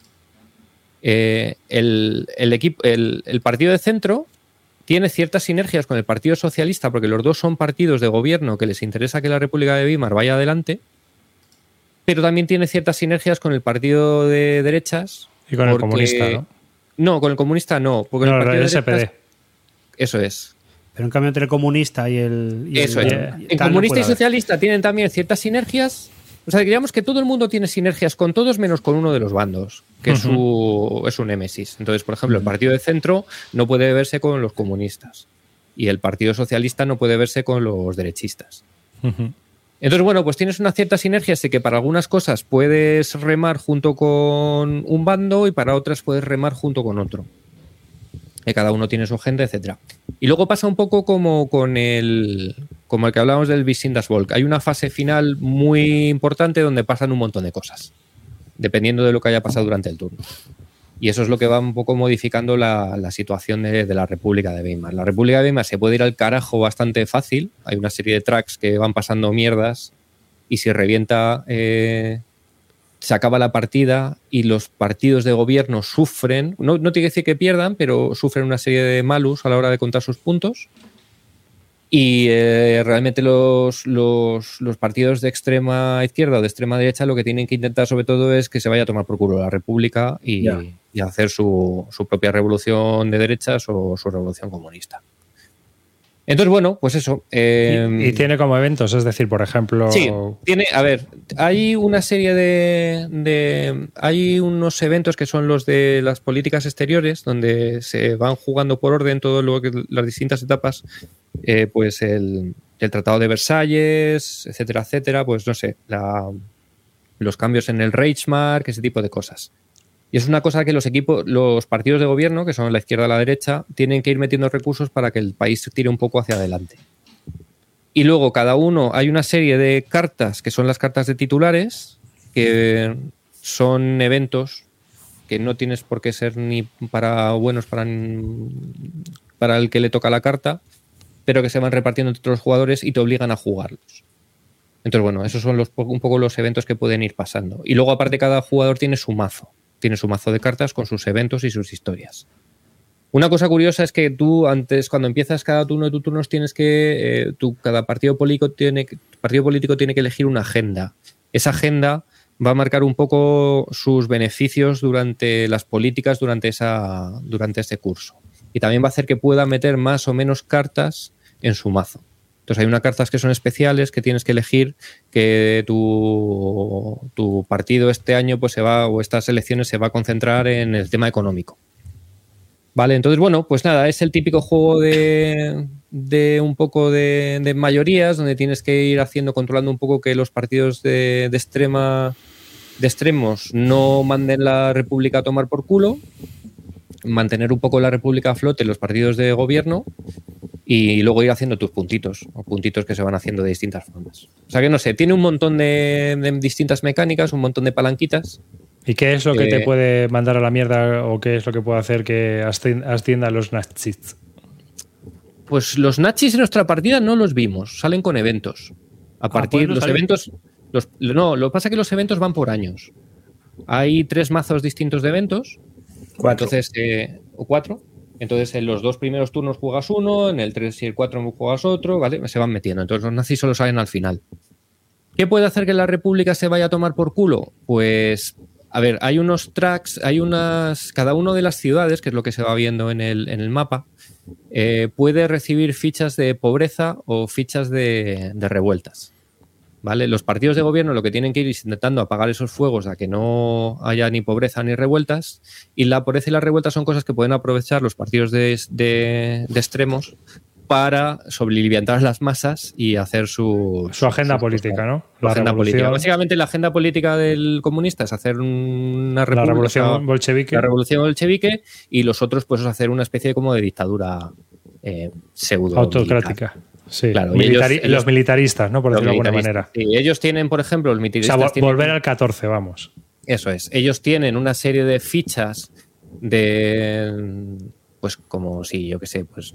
El partido de centro tiene ciertas sinergias con el Partido Socialista porque los dos son partidos de gobierno que les interesa que la República de Weimar vaya adelante, pero también tiene ciertas sinergias con el partido de derechas. Y con el comunista, ¿no? No, con el comunista no. Porque no, el partido el SPD. derechas, eso es. Pero en cambio entre el comunista y el... Eso es. En comunista y socialista tienen también ciertas sinergias. O sea, digamos que todo el mundo tiene sinergias con todos menos con uno de los bandos, que es su némesis. Entonces, por ejemplo, el partido de centro no puede verse con los comunistas y el partido socialista no puede verse con los derechistas. Entonces, bueno, pues tienes una cierta sinergia, así que para algunas cosas puedes remar junto con un bando y para otras puedes remar junto con otro. Que cada uno tiene su agenda, etcétera. Y luego pasa un poco como el que hablábamos del Visindasvolk. Hay una fase final muy importante donde pasan un montón de cosas, dependiendo de lo que haya pasado durante el turno. Y eso es lo que va un poco modificando la situación de la República de Weimar. La República de Weimar se puede ir al carajo bastante fácil. Hay una serie de tracks que van pasando mierdas y si revienta... se acaba la partida y los partidos de gobierno sufren, no tiene que decir que pierdan, pero sufren una serie de malus a la hora de contar sus puntos y realmente los partidos de extrema izquierda o de extrema derecha lo que tienen que intentar sobre todo es que se vaya a tomar por culo la República y hacer su propia revolución de derechas o su revolución comunista. Entonces, bueno, pues eso. Y tiene como eventos, es decir, por ejemplo... Sí, hay una serie hay unos eventos que son los de las políticas exteriores, donde se van jugando por orden todo las distintas etapas, pues el Tratado de Versalles, etcétera, etcétera, pues no sé, los cambios en el Reichsmark, ese tipo de cosas. Y es una cosa que los partidos de gobierno, que son la izquierda y la derecha, tienen que ir metiendo recursos para que el país se tire un poco hacia adelante. Y luego cada uno, hay una serie de cartas, que son las cartas de titulares, que son eventos que no tienes por qué ser ni para buenos para el que le toca la carta, pero que se van repartiendo entre los jugadores y te obligan a jugarlos. Entonces, bueno, esos son un poco los eventos que pueden ir pasando. Y luego, aparte, cada jugador tiene su mazo. Tiene su mazo de cartas con sus eventos y sus historias. Una cosa curiosa es que tú antes, cuando empiezas cada turno de tus turnos, tienes que cada partido político tiene que elegir una agenda. Esa agenda va a marcar un poco sus beneficios durante las políticas durante ese curso. Y también va a hacer que pueda meter más o menos cartas en su mazo. Entonces hay unas cartas que son especiales que tienes que elegir que tu partido este año pues o estas elecciones se va a concentrar en el tema económico. Vale, entonces bueno, pues nada, es el típico juego de un poco de mayorías donde tienes que ir controlando un poco que los partidos de extremos no manden la República a tomar por culo, mantener un poco la República a flote los partidos de gobierno y luego ir haciendo tus puntitos que se van haciendo de distintas formas. O sea que no sé, tiene un montón de distintas mecánicas, un montón de palanquitas. ¿Y qué es lo que te puede mandar a la mierda o qué es lo que puede hacer que ascienda a los nazis? Pues los nazis en nuestra partida no los vimos, salen con eventos. A partir de los eventos... lo que pasa es que los eventos van por años. Hay 3 mazos distintos de eventos. 4. Entonces, o 4. Entonces, en los 2 primeros turnos juegas uno, en el 3 y el 4 juegas otro, ¿vale? Se van metiendo. Entonces, los nazis solo salen al final. ¿Qué puede hacer que la República se vaya a tomar por culo? Pues A ver, hay unos tracks, cada una de las ciudades, que es lo que se va viendo en el mapa, puede recibir fichas de pobreza o fichas de revueltas. ¿Vale? Los partidos de gobierno lo que tienen que ir es intentando apagar esos fuegos a que no haya ni pobreza ni revueltas, y la pobreza y la revuelta son cosas que pueden aprovechar los partidos de extremos para soliviantar las masas y hacer su agenda política, ¿no? La agenda política. Básicamente la agenda política del comunista es hacer una república, la revolución bolchevique. La revolución bolchevique, y los otros pues hacer una especie como de dictadura pseudo autocrática. Sí, claro, los militaristas, ¿no? Por decirlo de alguna manera. Sí, ellos tienen, por ejemplo, los militaristas. O sea, volver al 14, vamos. Eso es. Ellos tienen una serie de fichas de, pues como si, yo qué sé, pues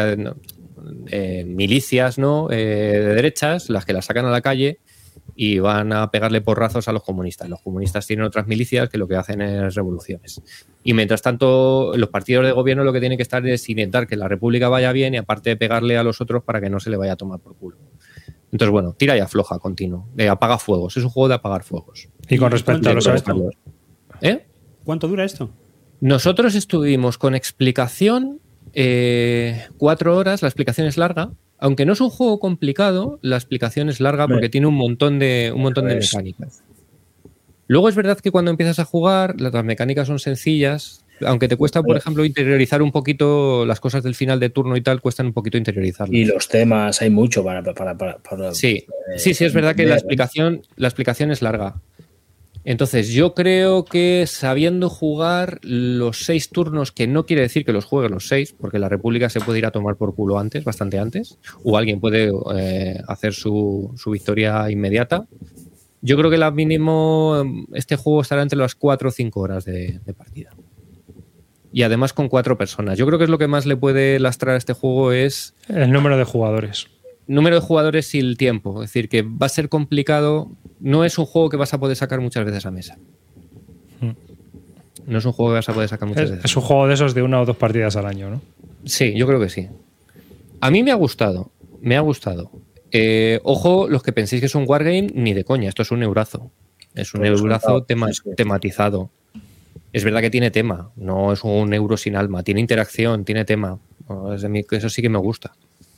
milicias, ¿no? De derechas, las que las sacan a la calle y van a pegarle porrazos a los comunistas. Los comunistas tienen otras milicias que lo que hacen es revoluciones. Y mientras tanto, los partidos de gobierno lo que tienen que estar es intentar que la república vaya bien y aparte de pegarle a los otros para que no se le vaya a tomar por culo. Entonces, bueno, tira y afloja continuo. Apaga fuegos. Es un juego de apagar fuegos. Y con respecto a los eventos. ¿Cuánto dura esto? Nosotros estuvimos con explicación 4 horas. La explicación es larga. Aunque no es un juego complicado, la explicación es larga porque tiene un montón de mecánicas. Luego es verdad que cuando empiezas a jugar, las mecánicas son sencillas, aunque te cuesta, por ejemplo, interiorizar un poquito las cosas del final de turno y tal, cuestan un poquito interiorizarlas. Y los temas, hay mucho para sí, es verdad que la explicación es larga. Entonces, yo creo que sabiendo jugar los 6 turnos, que no quiere decir que los juegues los 6, porque la República se puede ir a tomar por culo antes, bastante antes, o alguien puede hacer su victoria inmediata. Yo creo que la mínimo este juego estará entre las 4 o 5 horas de partida. Y además con 4 personas. Yo creo que es lo que más le puede lastrar a este juego es el número de jugadores. Número de jugadores y el tiempo. Es decir, que va a ser complicado. No es un juego que vas a poder sacar muchas veces a mesa. No es un juego que vas a poder sacar muchas veces. Es un juego de esos de 1 o 2 partidas al año, ¿no? Sí, yo creo que sí. A mí me ha gustado. Ojo, los que penséis que es un wargame, ni de coña. Esto es un eurazo. Es un eurazo tematizado. Es verdad que tiene tema. No es un euro sin alma. Tiene interacción, tiene tema. Eso sí que me gusta.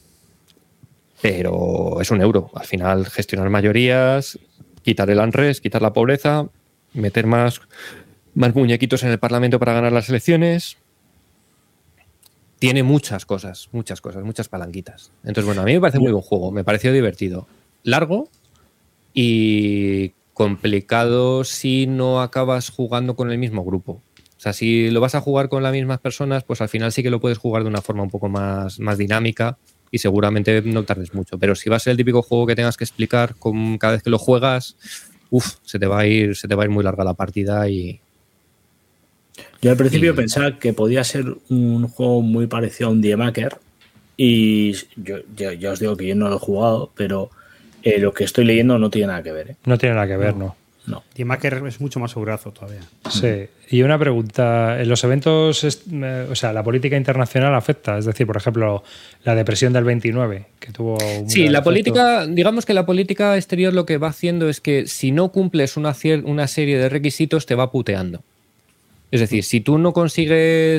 Pero es un euro. Al final, gestionar mayorías, quitar el unrest, quitar la pobreza, meter más muñequitos en el Parlamento para ganar las elecciones. Tiene muchas cosas, muchas palanquitas. Entonces, bueno, a mí me parece muy buen juego. Me pareció divertido. Largo y complicado si no acabas jugando con el mismo grupo. O sea, si lo vas a jugar con las mismas personas, pues al final sí que lo puedes jugar de una forma un poco más dinámica. Y seguramente no tardes mucho. Pero si va a ser el típico juego que tengas que explicar cada vez que lo juegas, se te va a ir muy larga la partida. Y yo al principio pensaba que podía ser un juego muy parecido a un Die Maker. Y yo os digo que yo no lo he jugado, pero lo que estoy leyendo no tiene nada que ver. No tiene nada que ver, no. Die Maker es mucho más eurazo todavía. Sí. Y una pregunta. ¿En los eventos, o sea, la política internacional afecta? Es decir, por ejemplo, la depresión del 29, que tuvo un sí, la política, digamos que la política exterior lo que va haciendo es que si no cumples una serie de requisitos, te va puteando. Es decir, si tú no consigues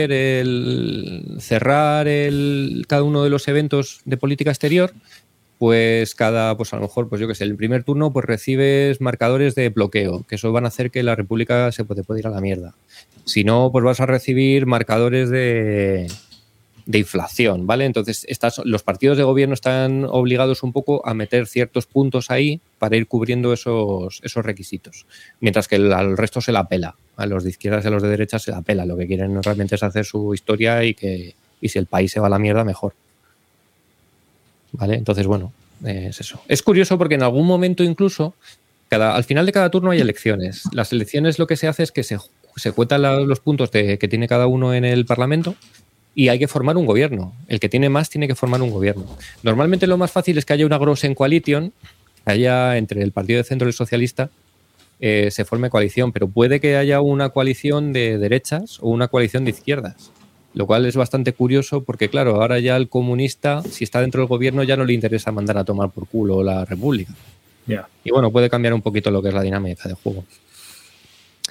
cerrar cada uno de los eventos de política exterior, pues a lo mejor, pues yo qué sé, el primer turno pues recibes marcadores de bloqueo, que eso van a hacer que la República se puede ir a la mierda. Si no, pues vas a recibir marcadores de inflación, ¿vale? Entonces, los partidos de gobierno están obligados un poco a meter ciertos puntos ahí para ir cubriendo esos requisitos. Mientras que al resto se la pela. A los de izquierdas y a los de derechas se la pela. Lo que quieren realmente es hacer su historia y si el país se va a la mierda, mejor. ¿Vale? Entonces, bueno, es eso. Es curioso porque en algún momento incluso, al final de cada turno hay elecciones. Las elecciones lo que se hace es que se cuentan los puntos que tiene cada uno en el Parlamento y hay que formar un gobierno. El que tiene más tiene que formar un gobierno. Normalmente lo más fácil es que haya una Großen Coalition, que haya entre el Partido de Centro y el Socialista, se forme coalición, pero puede que haya una coalición de derechas o una coalición de izquierdas. Lo cual es bastante curioso porque, claro, ahora ya el comunista, si está dentro del gobierno, ya no le interesa mandar a tomar por culo la república. Yeah. Y bueno, puede cambiar un poquito lo que es la dinámica del juego.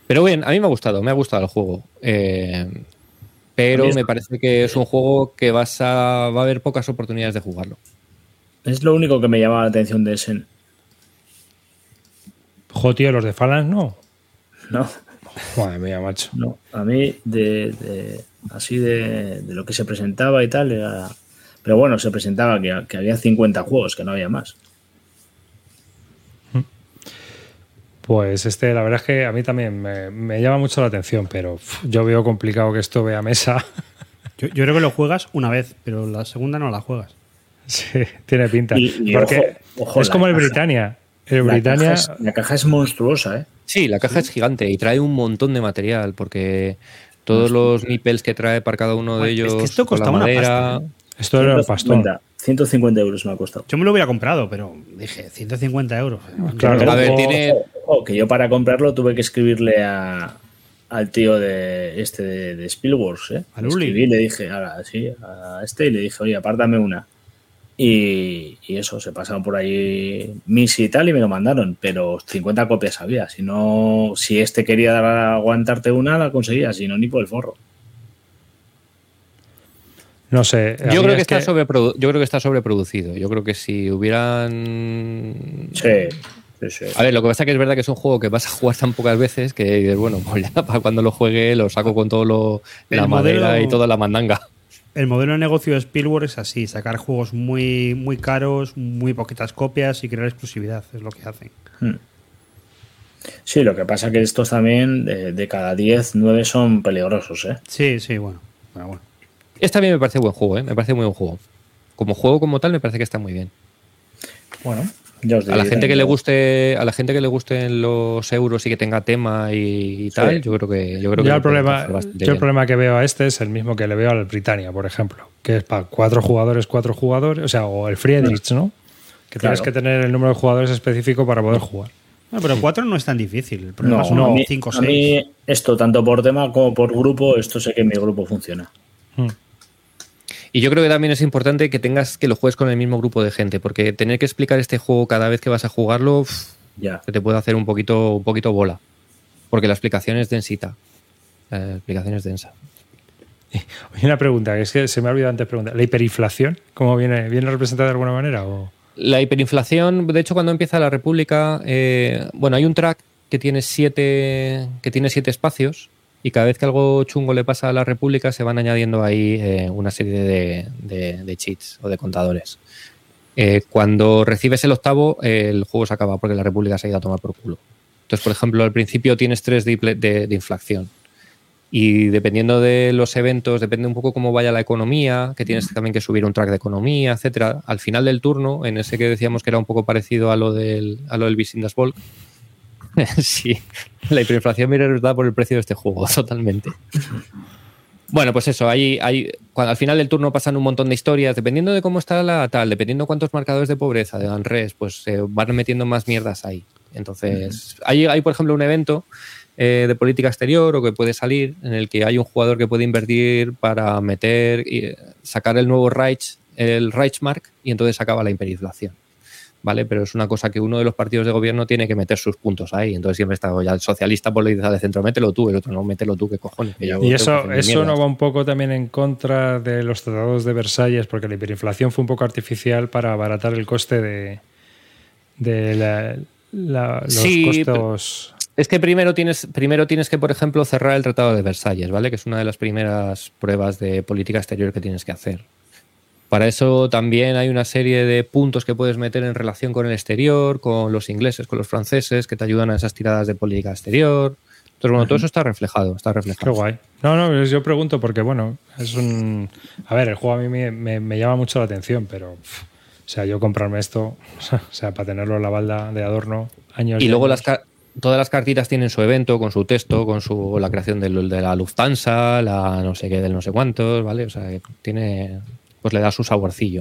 Pero bien, a mí me ha gustado el juego. Pero me parece que es un juego que va a haber pocas oportunidades de jugarlo. Es lo único que me llama la atención de Essen. Jo, tío, los de Phalanx no. No. Madre mía, macho. No, a mí así de lo que se presentaba y tal era... Pero bueno, se presentaba que había 50 juegos, que no había más. Pues la verdad es que a mí también me llama mucho la atención, pero yo veo complicado que esto vea mesa. Yo creo que lo juegas una vez, pero la segunda no la juegas. Sí, tiene pinta. Y porque ojo, es como el Britannia. La caja es monstruosa, ¿eh? Sí, la caja es gigante y trae un montón de material, porque todos los nipples que trae para cada uno de ellos. Es que esto costaba con la una madera, pasta, ¿eh? Esto era el pastón. 150 euros me ha costado. Yo me lo hubiera comprado, pero dije, 150 euros. Claro, a ver, tiene. Que yo para comprarlo tuve que escribirle al tío de Spielberg, ¿eh? ¿A Luli? Escribí, le dije, a y le dije, oye, apártame una. Y eso, se pasaron por ahí Missy y tal y me lo mandaron, pero 50 copias había. Si quería aguantarte una, la conseguía, si no, ni por el forro. No sé. Yo creo que está sobreproducido. Yo creo que si hubieran. Sí. A ver, lo que pasa es que es verdad que es un juego que vas a jugar tan pocas veces que, bueno, pues ya para cuando lo juegue lo saco con todo la madera y toda la mandanga. El modelo de negocio de Spielberg es así, sacar juegos muy, muy caros, muy poquitas copias y crear exclusividad, es lo que hacen. Sí, lo que pasa es que estos también, de cada 10, 9 son peligrosos, ¿eh? Sí, bueno. Este también me parece buen juego, ¿eh? Me parece muy buen juego. Como juego como tal me parece que está muy bien. Bueno, ya os diré. A la gente que le gusten los euros y que tenga tema y tal, sí. yo creo que el problema que veo a este es el mismo que le veo al Britannia, por ejemplo, que es para 4 jugadores, o sea, o el Friedrich, ¿no? Que tienes que tener el número de jugadores específico para poder jugar. No, pero 4 no es tan difícil. El problema son 5 o 6. A mí esto, tanto por tema como por grupo, esto sé que en mi grupo funciona. Y yo creo que también es importante que lo juegues con el mismo grupo de gente, porque tener que explicar este juego cada vez que vas a jugarlo se te puede hacer un poquito bola, porque la explicación es densita. La explicación es densa. Oye, una pregunta, que es que se me ha olvidado antes preguntar. ¿La hiperinflación cómo viene representada de alguna manera? ¿O? La hiperinflación, de hecho, cuando empieza la República, hay un track que tiene 7 espacios. Y cada vez que algo chungo le pasa a la República se van añadiendo ahí una serie de cheats o de contadores. Cuando recibes el 8º, el juego se acaba porque la República se ha ido a tomar por culo. Entonces, por ejemplo, al principio tienes 3 de inflación. Y dependiendo de los eventos, depende un poco cómo vaya la economía, que tienes también que subir un track de economía, etcétera. Al final del turno, en ese que decíamos que era un poco parecido a lo del Bisindas-Volk, sí, la hiperinflación viene resultada por el precio de este juego, totalmente. Bueno, pues eso, cuando al final del turno pasan un montón de historias, dependiendo de cómo está dependiendo cuántos marcadores de pobreza, de unrest, pues se van metiendo más mierdas ahí. Entonces, hay por ejemplo un evento de política exterior o que puede salir en el que hay un jugador que puede invertir para meter y sacar el nuevo el Reichsmark, y entonces acaba la hiperinflación. ¿Vale? Pero es una cosa que uno de los partidos de gobierno tiene que meter sus puntos ahí. Entonces siempre está ya el socialista por la de centro, mételo tú, el otro no, mételo tú, qué cojones. Y eso no va un poco también en contra de los tratados de Versalles, porque la hiperinflación fue un poco artificial para abaratar el coste de los costos. Es que primero tienes que, por ejemplo, cerrar el Tratado de Versalles, ¿vale? Que es una de las primeras pruebas de política exterior que tienes que hacer. Para eso también hay una serie de puntos que puedes meter en relación con el exterior, con los ingleses, con los franceses, que te ayudan a esas tiradas de política exterior. Entonces, bueno, todo eso está reflejado. Qué guay. No, yo pregunto porque, bueno, a ver, el juego a mí me llama mucho la atención, pero, o sea, yo comprarme esto, o sea, para tenerlo en la balda de adorno, años. Y luego todas las cartitas tienen su evento, con su texto, con la creación de la Lufthansa, la no sé qué del no sé cuántos, ¿vale? O sea, tiene... pues le da su saborcillo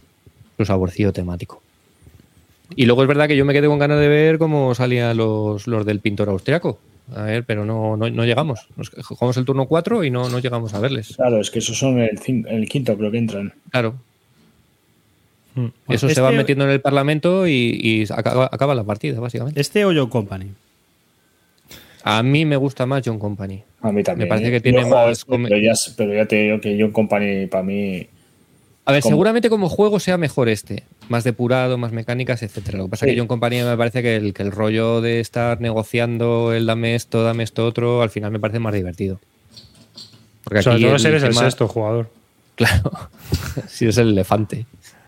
temático. Y luego es verdad que yo me quedé con ganas de ver cómo salían los del pintor austriaco. A ver, pero no llegamos. Jugamos el turno 4 y no llegamos a verles. Claro, es que esos son el quinto, creo que entran. Claro. Eso se va metiendo en el Parlamento y acaba la partida, básicamente. ¿Este o Joe Company? A mí me gusta más John Company. A mí también. Me parece que tiene más... Pero ya te digo que John Company para mí... A ver, seguramente como juego sea mejor este. Más depurado, más mecánicas, etcétera. Lo que pasa es que John Company me parece que el rollo de estar negociando el dame esto otro, al final me parece más divertido. Porque sobre todo si eres el sexto jugador. Claro, si eres el elefante.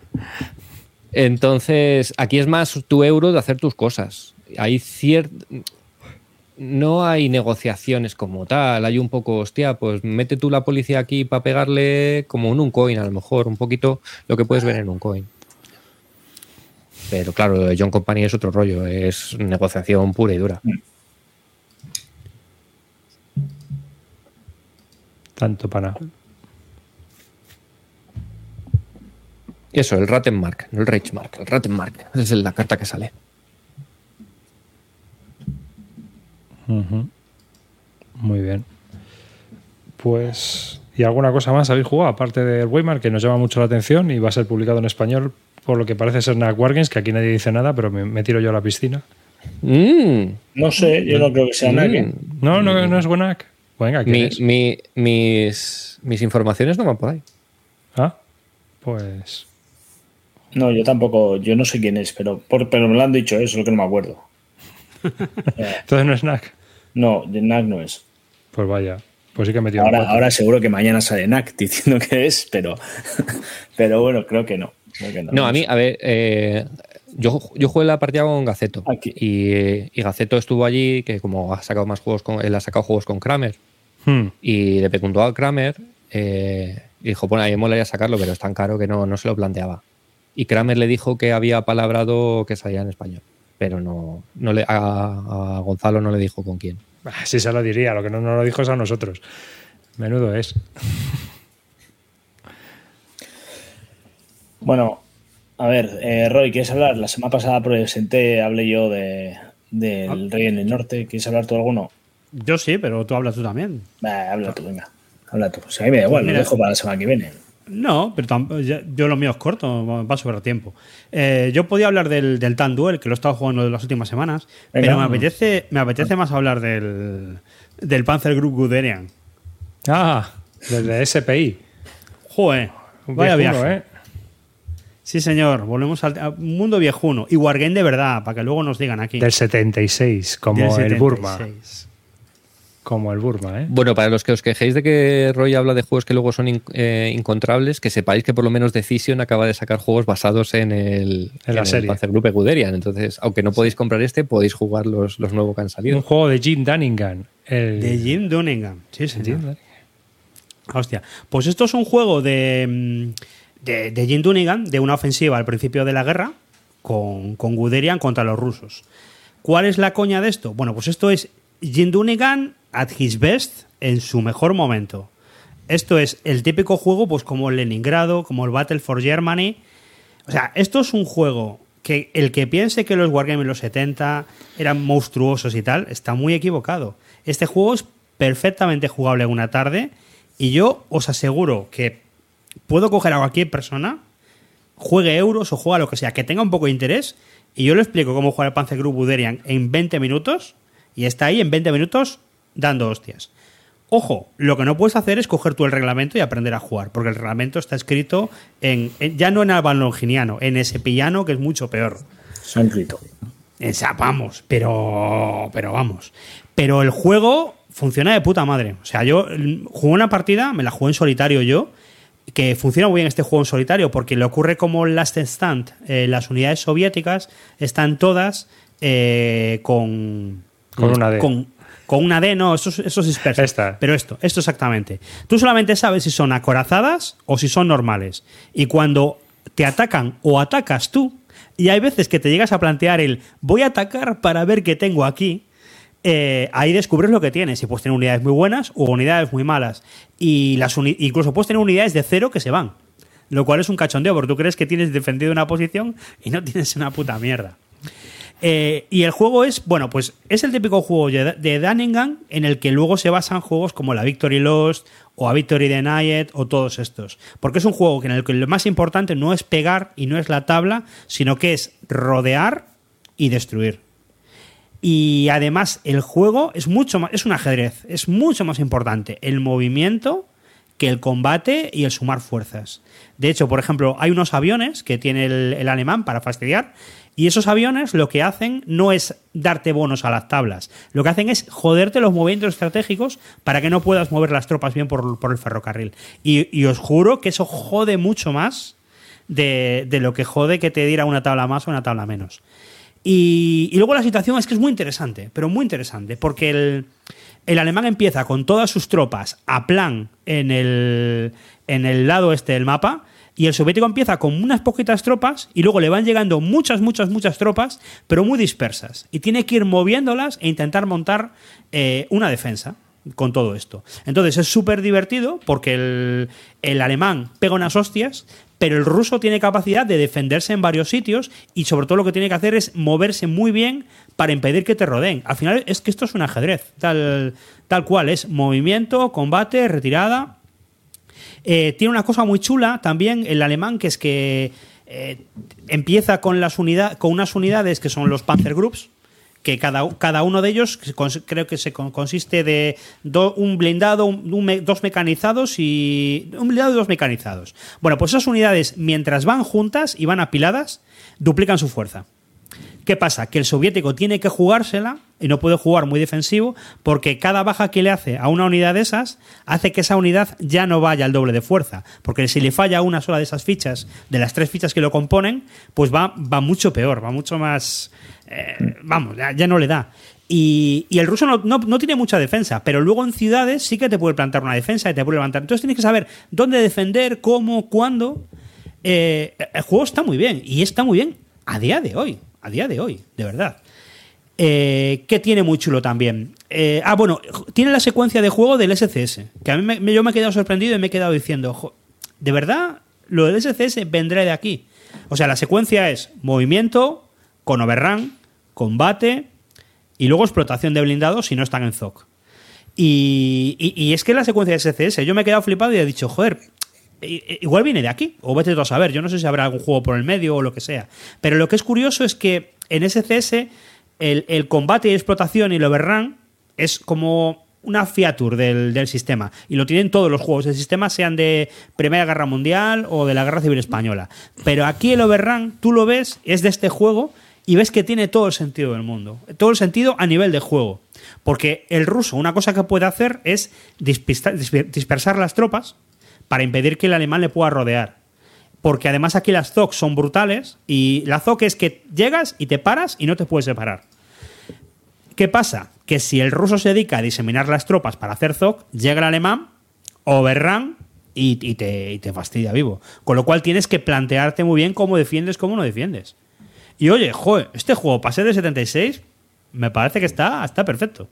Entonces, aquí es más tu euro de hacer tus cosas. No hay negociaciones como tal, hay un poco, hostia, pues mete tú la policía aquí para pegarle como en un coin, a lo mejor, un poquito lo que puedes ver en un coin. Pero claro, lo de John Company es otro rollo, es negociación pura y dura. Tanto para nada. Y eso, el Rattenmark, no el Reichmark, el Rattenmark, esa es la carta que sale. Muy bien. Pues, ¿y alguna cosa más habéis jugado? Aparte del Weimar, que nos llama mucho la atención y va a ser publicado en español, por lo que parece ser Knack Wargames, que aquí nadie dice nada, pero me tiro yo a la piscina. No sé, yo no creo que sea Knack. No es Knack. Venga, mis informaciones no van por ahí. Ah, pues... No, yo tampoco, yo no sé quién es, pero me lo han dicho, eso es lo que no me acuerdo. Entonces no es Knack. No, de Knack no es. Pues vaya, pues sí que he metido. Ahora seguro que mañana sale Knack diciendo que es, pero bueno, creo que no. No, a mí, a ver, yo jugué la partida con Gaceto y Gaceto estuvo allí, que como ha sacado más juegos, él ha sacado juegos con Kramer y le preguntó a Kramer y dijo, bueno, a mí me molaría sacarlo, pero es tan caro que no se lo planteaba. Y Kramer le dijo que había palabrado que salía en español, pero a Gonzalo no le dijo con quién. Sí se lo diría, lo que no lo dijo es a nosotros. Menudo es. Bueno, a ver, Roy, ¿quieres hablar? La semana pasada hablé yo del Rey en el Norte. ¿Quieres hablar tú alguno? Yo sí, pero tú hablas tú también. Habla tú, venga. Habla tú. O sea, a mí me da igual, lo dejo para la semana que viene. No, pero yo lo mío es corto, va a sobrar tiempo. Yo podía hablar del Tan Duel, que lo he estado jugando en las últimas semanas, pero me apetece más hablar del Panzer Group Guderian. Ah, desde SPI. Joder, vaya viaje. Sí, señor, volvemos al mundo viejuno. Y Wargame de verdad, para que luego nos digan aquí. Del 76, como el Burma. Como el Burma, ¿eh? Bueno, para los que os quejéis de que Roy habla de juegos que luego son incontrables, que sepáis que por lo menos Decision acaba de sacar juegos basados en la serie Panzer Group Guderian. Entonces, aunque no podéis comprar podéis jugar los nuevos que han salido. Un juego de Jim Dunningham. De Jim Dunningham, sí, señor. Hostia, pues esto es un juego de Jim Dunningham, de una ofensiva al principio de la guerra con Guderian contra los rusos. ¿Cuál es la coña de esto? Bueno, pues esto es Jim Dunningham at his best, en su mejor momento. Esto es el típico juego, pues como el Leningrado, como el Battle for Germany. O sea, esto es un juego que el que piense que los Wargames en los 70 eran monstruosos y tal, está muy equivocado. Este juego es perfectamente jugable en una tarde y yo os aseguro que puedo coger a cualquier persona, juegue euros o juegue a lo que sea, que tenga un poco de interés, y yo le explico cómo jugar el Panzer Group Guderian en 20 minutos y está ahí en 20 minutos dando hostias. Ojo, lo que no puedes hacer es coger tú el reglamento y aprender a jugar, porque el reglamento está escrito ya no en alban longiniano, en espillano, que es mucho peor. Sánscrito. Vamos, pero vamos. Pero el juego funciona de puta madre. O sea, yo jugué una partida, me la jugué en solitario yo, que funciona muy bien este juego en solitario, porque le ocurre como Last Stand. Las unidades soviéticas están todas con una D. Con una D, no, eso es disperso. Pero esto exactamente. Tú solamente sabes si son acorazadas o si son normales. Y cuando te atacan o atacas tú, y hay veces que te llegas a plantear voy a atacar para ver qué tengo aquí, ahí descubres lo que tienes. Y puedes tener unidades muy buenas o unidades muy malas. Y incluso puedes tener unidades de 0 que se van. Lo cual es un cachondeo, porque tú crees que tienes defendido una posición y no tienes una puta mierda. Y el juego es el típico juego de Dunningham en el que luego se basan juegos como la Victory Lost o a Victory Denied o todos estos. Porque es un juego en el que lo más importante no es pegar y no es la tabla, sino que es rodear y destruir. Y además el juego es mucho más, es un ajedrez, es mucho más importante el movimiento que el combate y el sumar fuerzas. De hecho, por ejemplo, hay unos aviones que tiene el alemán para fastidiar, y esos aviones lo que hacen no es darte bonos a las tablas, lo que hacen es joderte los movimientos estratégicos para que no puedas mover las tropas bien por el ferrocarril. Y os juro que eso jode mucho más de lo que jode que te diera una tabla más o una tabla menos. Y luego la situación es que es muy interesante, pero muy interesante, porque el alemán empieza con todas sus tropas a plan en el lado este del mapa, y el soviético empieza con unas poquitas tropas y luego le van llegando muchas tropas, pero muy dispersas. Y tiene que ir moviéndolas e intentar montar una defensa con todo esto. Entonces es súper divertido porque el alemán pega unas hostias, pero el ruso tiene capacidad de defenderse en varios sitios y sobre todo lo que tiene que hacer es moverse muy bien para impedir que te rodeen. Al final es que esto es un ajedrez, tal cual, es movimiento, combate, retirada. Tiene una cosa muy chula también el alemán, que es que empieza con unas unidades que son los Panzergruppen, que cada uno de ellos creo que consiste de un blindado, dos mecanizados y un blindado y dos mecanizados. Bueno, pues esas unidades, mientras van juntas y van apiladas, duplican su fuerza. ¿Qué pasa? Que el soviético tiene que jugársela y no puede jugar muy defensivo porque cada baja que le hace a una unidad de esas hace que esa unidad ya no vaya al doble de fuerza. Porque si le falla una sola de esas fichas, de las 3 fichas que lo componen, pues va mucho peor, va mucho más... ya no le da. Y el ruso no tiene mucha defensa, pero luego en ciudades sí que te puede plantar una defensa y te puede levantar. Entonces tienes que saber dónde defender, cómo, cuándo. El juego está muy bien y está muy bien a día de hoy, de verdad. Que tiene muy chulo también. Tiene la secuencia de juego del SCS, que a mí yo me he quedado sorprendido y me he quedado diciendo, ¿de verdad lo del SCS vendrá de aquí? O sea, la secuencia es movimiento con overrun, combate y luego explotación de blindados si no están en ZOC. Y es que la secuencia de SCS, yo me he quedado flipado y he dicho, joder, igual viene de aquí, o vete tú a saber, yo no sé si habrá algún juego por el medio o lo que sea. Pero lo que es curioso es que en SCS el combate y explotación y el overrun es como una feature del sistema, y lo tienen todos los juegos del sistema, sean de Primera Guerra Mundial o de la Guerra Civil Española. Pero aquí el overrun, tú lo ves, es de este juego, y ves que tiene todo el sentido del mundo. Todo el sentido a nivel de juego. Porque el ruso, una cosa que puede hacer es dispersar las tropas para impedir que el alemán le pueda rodear. Porque además aquí las ZOC son brutales, y la ZOC es que llegas y te paras y no te puedes separar. ¿Qué pasa? Que si el ruso se dedica a diseminar las tropas para hacer ZOC, llega el alemán, overrun y te fastidia vivo. Con lo cual tienes que plantearte muy bien cómo defiendes, cómo no defiendes. Y oye, este juego, para ser de 76, me parece que está perfecto.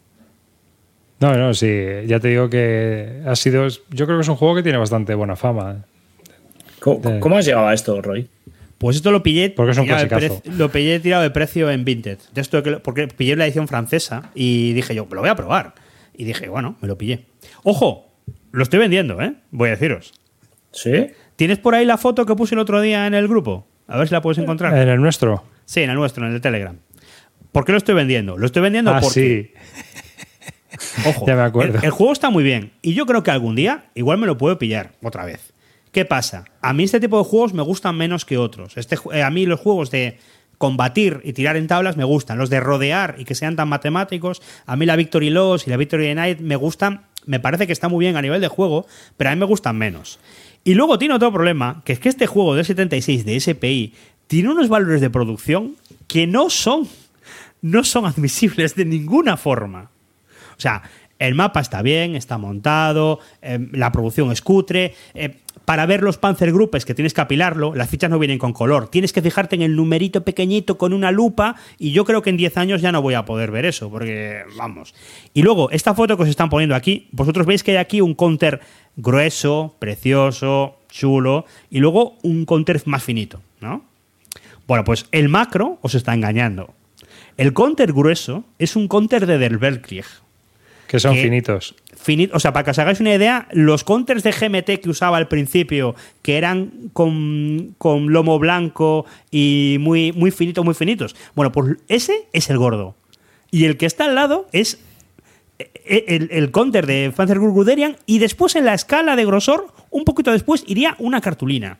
No, sí, ya te digo que ha sido... Yo creo que es un juego que tiene bastante buena fama. ¿Cómo has llegado a esto, Roy? Pues esto lo pillé, porque es un clasicazo. Lo pillé tirado de precio en Vinted. Porque pillé la edición francesa y dije yo, lo voy a probar. Y dije, bueno, me lo pillé. ¡Ojo! Lo estoy vendiendo, voy a deciros. ¿Sí? ¿Tienes por ahí la foto que puse el otro día en el grupo? A ver si la puedes encontrar. ¿En el nuestro? Sí, en el nuestro, en el Telegram. ¿Por qué lo estoy vendiendo? Lo estoy vendiendo porque... sí. Ojo, ya me acuerdo. El juego está muy bien. Y yo creo que algún día igual me lo puedo pillar otra vez. ¿Qué pasa? A mí este tipo de juegos me gustan menos que otros. A mí los juegos de combatir y tirar en tablas me gustan. Los de rodear y que sean tan matemáticos, a mí la Victory Loss y la Victory Night me gustan. Me parece que está muy bien a nivel de juego, pero a mí me gustan menos. Y luego tiene otro problema, que es que este juego del 76 de SPI tiene unos valores de producción que no son admisibles de ninguna forma. O sea, el mapa está bien, está montado, la producción es cutre. Para ver los Panzergruppen, que tienes que apilarlo, las fichas no vienen con color. Tienes que fijarte en el numerito pequeñito con una lupa, y yo creo que en 10 años ya no voy a poder ver eso, porque vamos. Y luego, esta foto que os están poniendo aquí, vosotros veis que hay aquí un counter grueso, precioso, chulo, y luego un counter más finito, ¿no? Bueno, pues el macro os está engañando. El counter grueso es un counter de Der Weltkrieg. Que son finitos. O sea, para que os hagáis una idea, los counters de GMT que usaba al principio, que eran con lomo blanco y muy finitos, muy finitos. Bueno, pues ese es el gordo. y el que está al lado es el counter de Panzer Guderian, y después en la escala de grosor, un poquito después, iría una cartulina.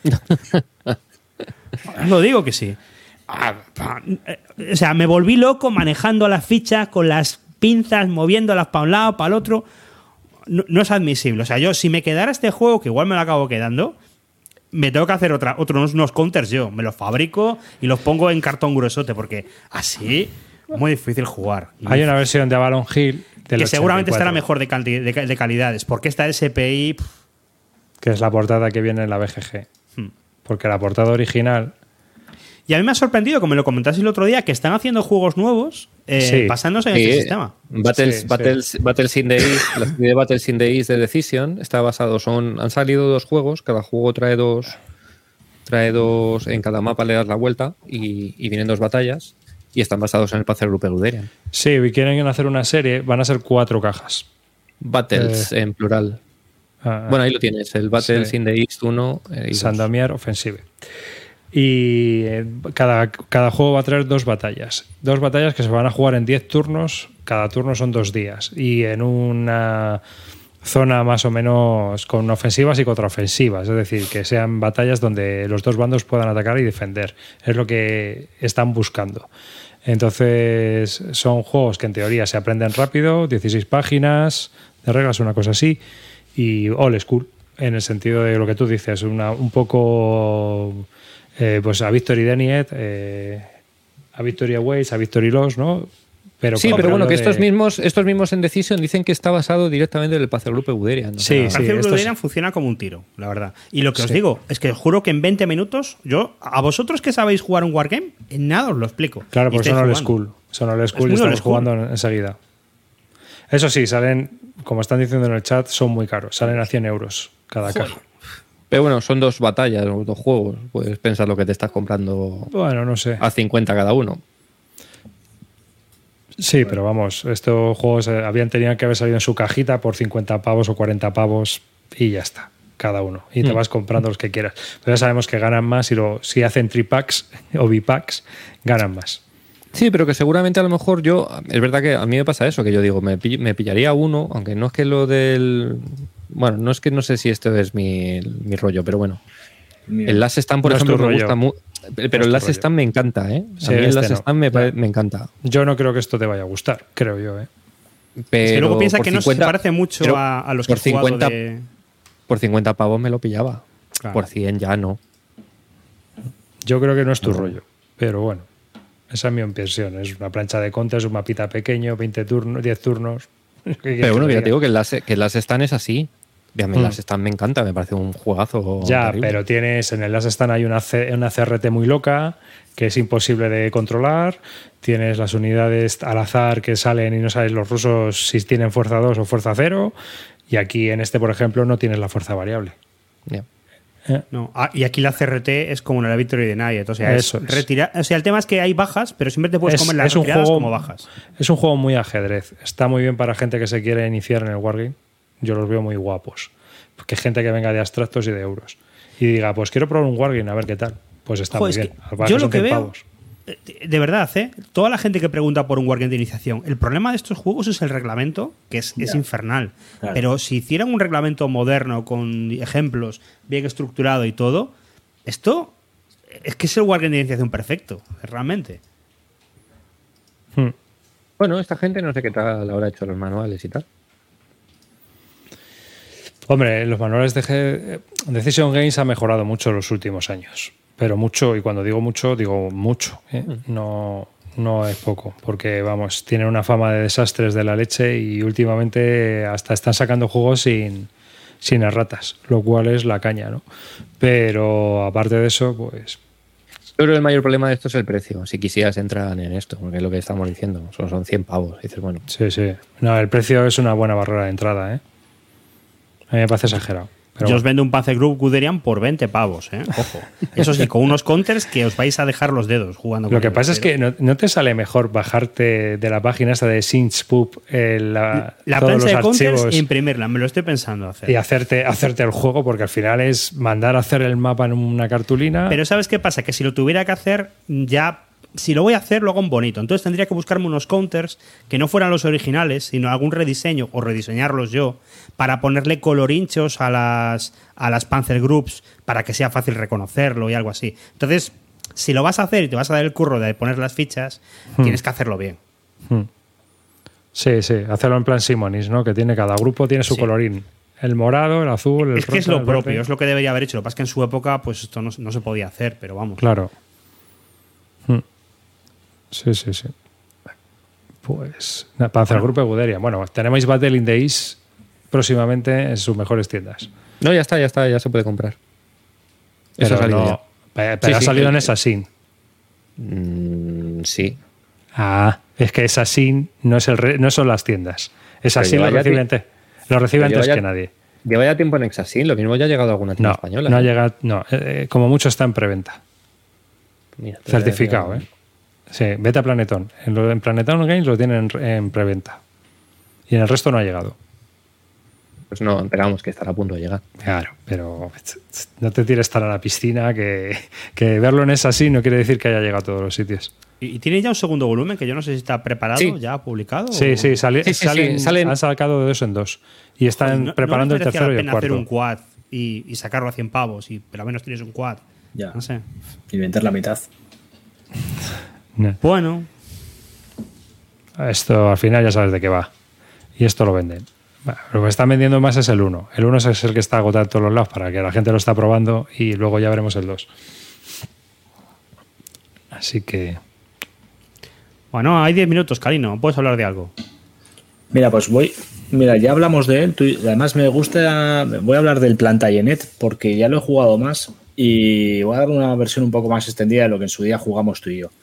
Lo digo que sí. O sea, me volví loco manejando las fichas con las pinzas, moviéndolas para un lado, para el otro. No es admisible. O sea, yo, si me quedara este juego, que igual me lo acabo quedando, me tengo que hacer unos counters yo. Me los fabrico y los pongo en cartón gruesote, porque así muy difícil jugar. Hay una versión de Avalon Hill del que seguramente 84, estará mejor de calidades, porque esta SPI... que es la portada que viene en la BGG. Porque la portada original... Y a mí me ha sorprendido, como me lo comentaste el otro día, que están haciendo juegos nuevos basándose en este sistema. Battles in the East, la serie de Battles in the East de Decision está basado, han salido 2 juegos, cada juego trae dos, en cada mapa le das la vuelta y vienen 2 batallas y están basados en el Panzer Guderian. Sí, y quieren hacer una serie, van a ser 4 cajas. Battles en plural. Bueno, ahí lo tienes, el Battles in the East 1 y Sandomierz Offensive. Y cada juego va a traer 2 batallas. 2 batallas que se van a jugar en 10 turnos. Cada turno son 2 días. Y en una zona más o menos con ofensivas y contraofensivas. Es decir, que sean batallas donde los 2 bandos puedan atacar y defender. Es lo que están buscando. Entonces, son juegos que en teoría se aprenden rápido. 16 páginas de reglas, una cosa así. Y old school, en el sentido de lo que tú dices. Un poco... pues a Victory Denied, a Victory Awaits, a Victory Lost, ¿no? Pero bueno, que estos mismos en Decision dicen que está basado directamente en el Panzer Guderian, ¿no? Sí, el Panzer Guderian funciona como un tiro, la verdad. Y lo que os digo es que os juro que en 20 minutos, a vosotros que sabéis jugar un wargame, en nada os lo explico. Claro, porque son old school. Son old school y estamos jugando enseguida. Eso sí, salen, como están diciendo en el chat, son muy caros. Salen a 100 euros cada caja. Pero bueno, son 2 batallas, 2 juegos. Puedes pensar lo que te estás comprando. Bueno, no sé. A 50 cada uno. Sí, pero vamos, estos juegos tenían que haber salido en su cajita por 50 pavos o 40 pavos y ya está, cada uno. Y te vas comprando los que quieras. Pero ya sabemos que ganan más y si hacen tripacks o bipacks, ganan más. Sí, pero que seguramente a lo mejor es verdad que a mí me pasa eso, que yo digo, me pillaría uno, aunque no es que lo del... Bueno, no sé si esto es mi rollo, pero bueno. El Last Stand, por ejemplo, me gusta mucho. Pero el Last Stand me encanta, ¿eh? Sí, a mí el Last Stand me encanta. Yo no creo que esto te vaya a gustar, creo yo, ¿eh? Pero es que luego piensa que 50, no se parece mucho a los que he jugado 50, por 50 pavos me lo pillaba. Claro. Por 100 ya no. Yo creo que no es tu rollo, pero bueno. Esa es mi impresión. Es una plancha de contra, es un mapita pequeño, 20 turnos, 10 turnos. Pero bueno, ya te digo que el Last Stand es así. A mí el Last Stand me encanta, me parece un juegazo. Ya, terrible. Pero en el Last Stand hay una CRT muy loca que es imposible de controlar. Tienes las unidades al azar que salen y no sabes los rusos si tienen fuerza 2 o fuerza 0. Y aquí en este, por ejemplo, no tienes la fuerza variable. Yeah. No. Y aquí la CRT es como en la Victory Denied, o sea, o sea, el tema es que hay bajas, pero siempre te puedes comer las retiradas como bajas. Es un juego muy ajedrez. Está muy bien para gente que se quiere iniciar en el wargame. Yo los veo muy guapos. Porque gente que venga de abstractos y de euros y diga, pues quiero probar un wargame a ver qué tal. Pues está muy bien. Yo lo que veo, de verdad, toda la gente que pregunta por un wargame de iniciación, el problema de estos juegos es el reglamento, que es infernal. Claro. Pero si hicieran un reglamento moderno con ejemplos, bien estructurado y todo, esto es que es el wargame de iniciación perfecto, realmente. Bueno, esta gente no sé qué tal habrá hecho los manuales y tal. Hombre, los manuales de Decision Games ha mejorado mucho en los últimos años. Pero mucho, y cuando digo mucho, ¿eh? No es poco, porque vamos, tienen una fama de desastres de la leche y últimamente hasta están sacando juegos sin erratas, lo cual es la caña, ¿no? Pero aparte de eso, pues... Yo creo que el mayor problema de esto es el precio. Si quisieras entrar en esto, porque es lo que estamos diciendo, son 100 pavos. Dices, bueno. Sí. No, el precio es una buena barrera de entrada, ¿eh? A mí me parece exagerado. Yo os vendo un Panzer Guderian por 20 pavos, ¿eh? Ojo. Eso sí, con unos counters que os vais a dejar los dedos jugando. Lo que pasa es que no te sale mejor bajarte de la página esta de SynthPub la plancha de counters e imprimirla. Me lo estoy pensando hacer. Y hacerte el juego, porque al final es mandar a hacer el mapa en una cartulina. Pero ¿sabes qué pasa? Que si lo tuviera que hacer ya si lo voy a hacer, lo hago en bonito. Entonces tendría que buscarme unos counters que no fueran los originales, sino algún rediseño o rediseñarlos yo para ponerle colorinchos a las Panzer Groups para que sea fácil reconocerlo y algo así. Entonces, si lo vas a hacer y te vas a dar el curro de poner las fichas, tienes que hacerlo bien. Sí, hacerlo en plan Simonis, ¿no? Que tiene cada grupo tiene su colorín. El morado, el azul, el rosa. Es que es lo propio, verde. es lo que debería haber hecho. Lo que pasa es que en su época, pues esto no se podía hacer, pero vamos. Claro. Sí. Pues Panzer Group Guderian. Bueno, tenemos Battle in the East próximamente en sus mejores tiendas. No, ya está, ya se puede comprar. Eso ha salido ya. Pero ha salido en Assassin. Sí. Es que Assassin no son las tiendas. Assassin lo recibe antes que nadie. Lleva ya tiempo en Assassin, lo mismo ya ha llegado a alguna tienda española. No ha llegado, como mucho está en preventa. Mira, certificado, Sí, vete a Planetón. En Planetón Games lo tienen en preventa. Y en el resto no ha llegado. Pues no, esperamos que estará a punto de llegar. Claro, pero no te tires tan a la piscina que verlo en Assassin no quiere decir que haya llegado a todos los sitios. ¿Y tiene ya un segundo volumen que yo no sé si está preparado, ya publicado? Sí, salen. Han sacado de 2 en 2 y están preparando el tercero y el cuarto. Hacer un quad y sacarlo a 100 pavos, pero al menos tienes un quad. Ya. No sé. Inventar la mitad. Bueno. Esto al final ya sabes de qué va. Y esto lo venden. Bueno, lo que están vendiendo más es el 1. El 1 es el que está agotado en todos los lados para que la gente lo está probando y luego ya veremos el 2. Así que... Bueno, hay 10 minutos, Calino. ¿Puedes hablar de algo? Mira, pues ya hablamos de él. Además me gusta... Voy a hablar del Plantagenet porque ya lo he jugado más y voy a dar una versión un poco más extendida de lo que en su día jugamos tú y yo.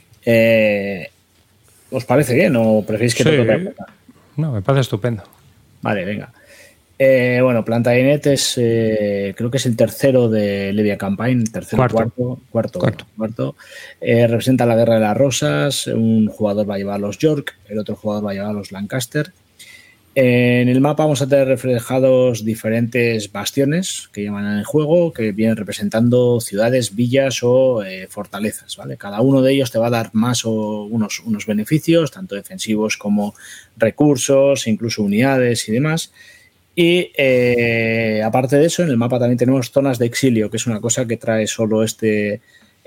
¿Os parece bien o preferís que te toque empezar? No, me parece estupendo. Vale, venga. Bueno, Plantagenet es, creo que es el tercero de Levia Campaign, cuarto. Representa la Guerra de las Rosas. Un jugador va a llevar los York, el otro jugador va a llevar los Lancaster. En el mapa vamos a tener reflejados diferentes bastiones que llaman en el juego, que vienen representando ciudades, villas o fortalezas, ¿vale? Cada uno de ellos te va a dar más o unos beneficios, tanto defensivos como recursos, incluso unidades y demás. Y aparte de eso, en el mapa también tenemos zonas de exilio, que es una cosa que trae solo este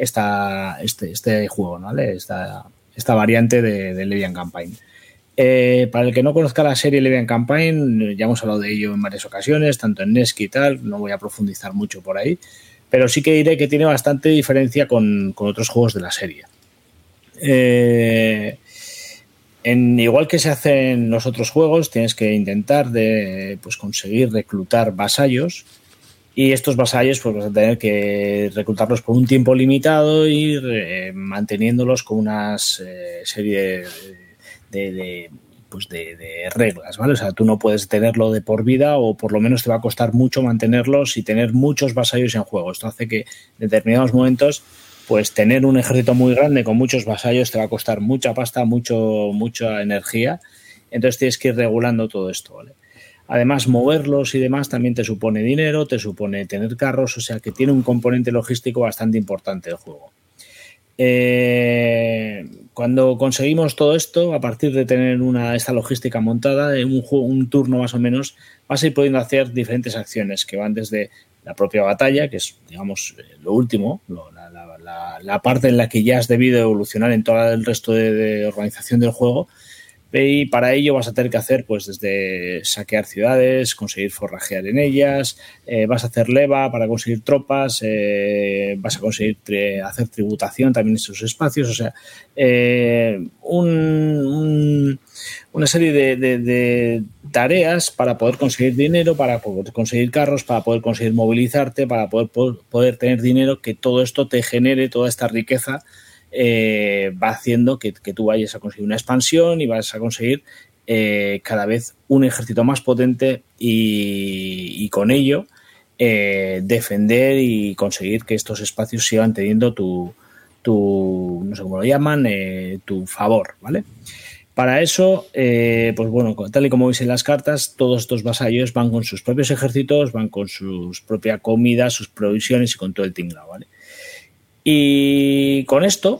juego, ¿vale? Esta variante de Levian Campaign. Para el que no conozca la serie Levian Campaign, ya hemos hablado de ello en varias ocasiones, tanto en Neski y tal, no voy a profundizar mucho por ahí, pero sí que diré que tiene bastante diferencia con otros juegos de la serie. Igual que se hace en los otros juegos, tienes que intentar conseguir reclutar vasallos, y estos vasallos pues vas a tener que reclutarlos por un tiempo limitado y manteniéndolos con una serie de reglas, ¿vale? O sea, tú no puedes tenerlo de por vida, o por lo menos te va a costar mucho mantenerlos y tener muchos vasallos en juego. Esto hace que en determinados momentos pues tener un ejército muy grande con muchos vasallos te va a costar mucha pasta, mucha energía. Entonces tienes que ir regulando todo esto, ¿vale? Además, moverlos y demás también te supone dinero, te supone tener carros, o sea que tiene un componente logístico bastante importante el juego. Cuando conseguimos todo esto, a partir de tener esta logística montada, un turno más o menos, vas a ir pudiendo hacer diferentes acciones que van desde la propia batalla, que es, digamos, lo último, la parte en la que ya has debido evolucionar en todo el resto de organización del juego. Y para ello vas a tener que hacer pues desde saquear ciudades, conseguir forrajear en ellas, vas a hacer leva para conseguir tropas, vas a conseguir hacer tributación también en esos espacios, o sea, una serie de tareas para poder conseguir dinero, para poder conseguir carros, para poder conseguir movilizarte, para poder tener dinero, que todo esto te genere toda esta riqueza. Va haciendo que tú vayas a conseguir una expansión y vas a conseguir cada vez un ejército más potente y con ello defender y conseguir que estos espacios sigan teniendo tu no sé cómo lo llaman, tu favor, ¿vale? Para eso, pues bueno, tal y como veis en las cartas, todos estos vasallos van con sus propios ejércitos, van con su propia comida, sus provisiones y con todo el tinglado, ¿vale? Y con esto,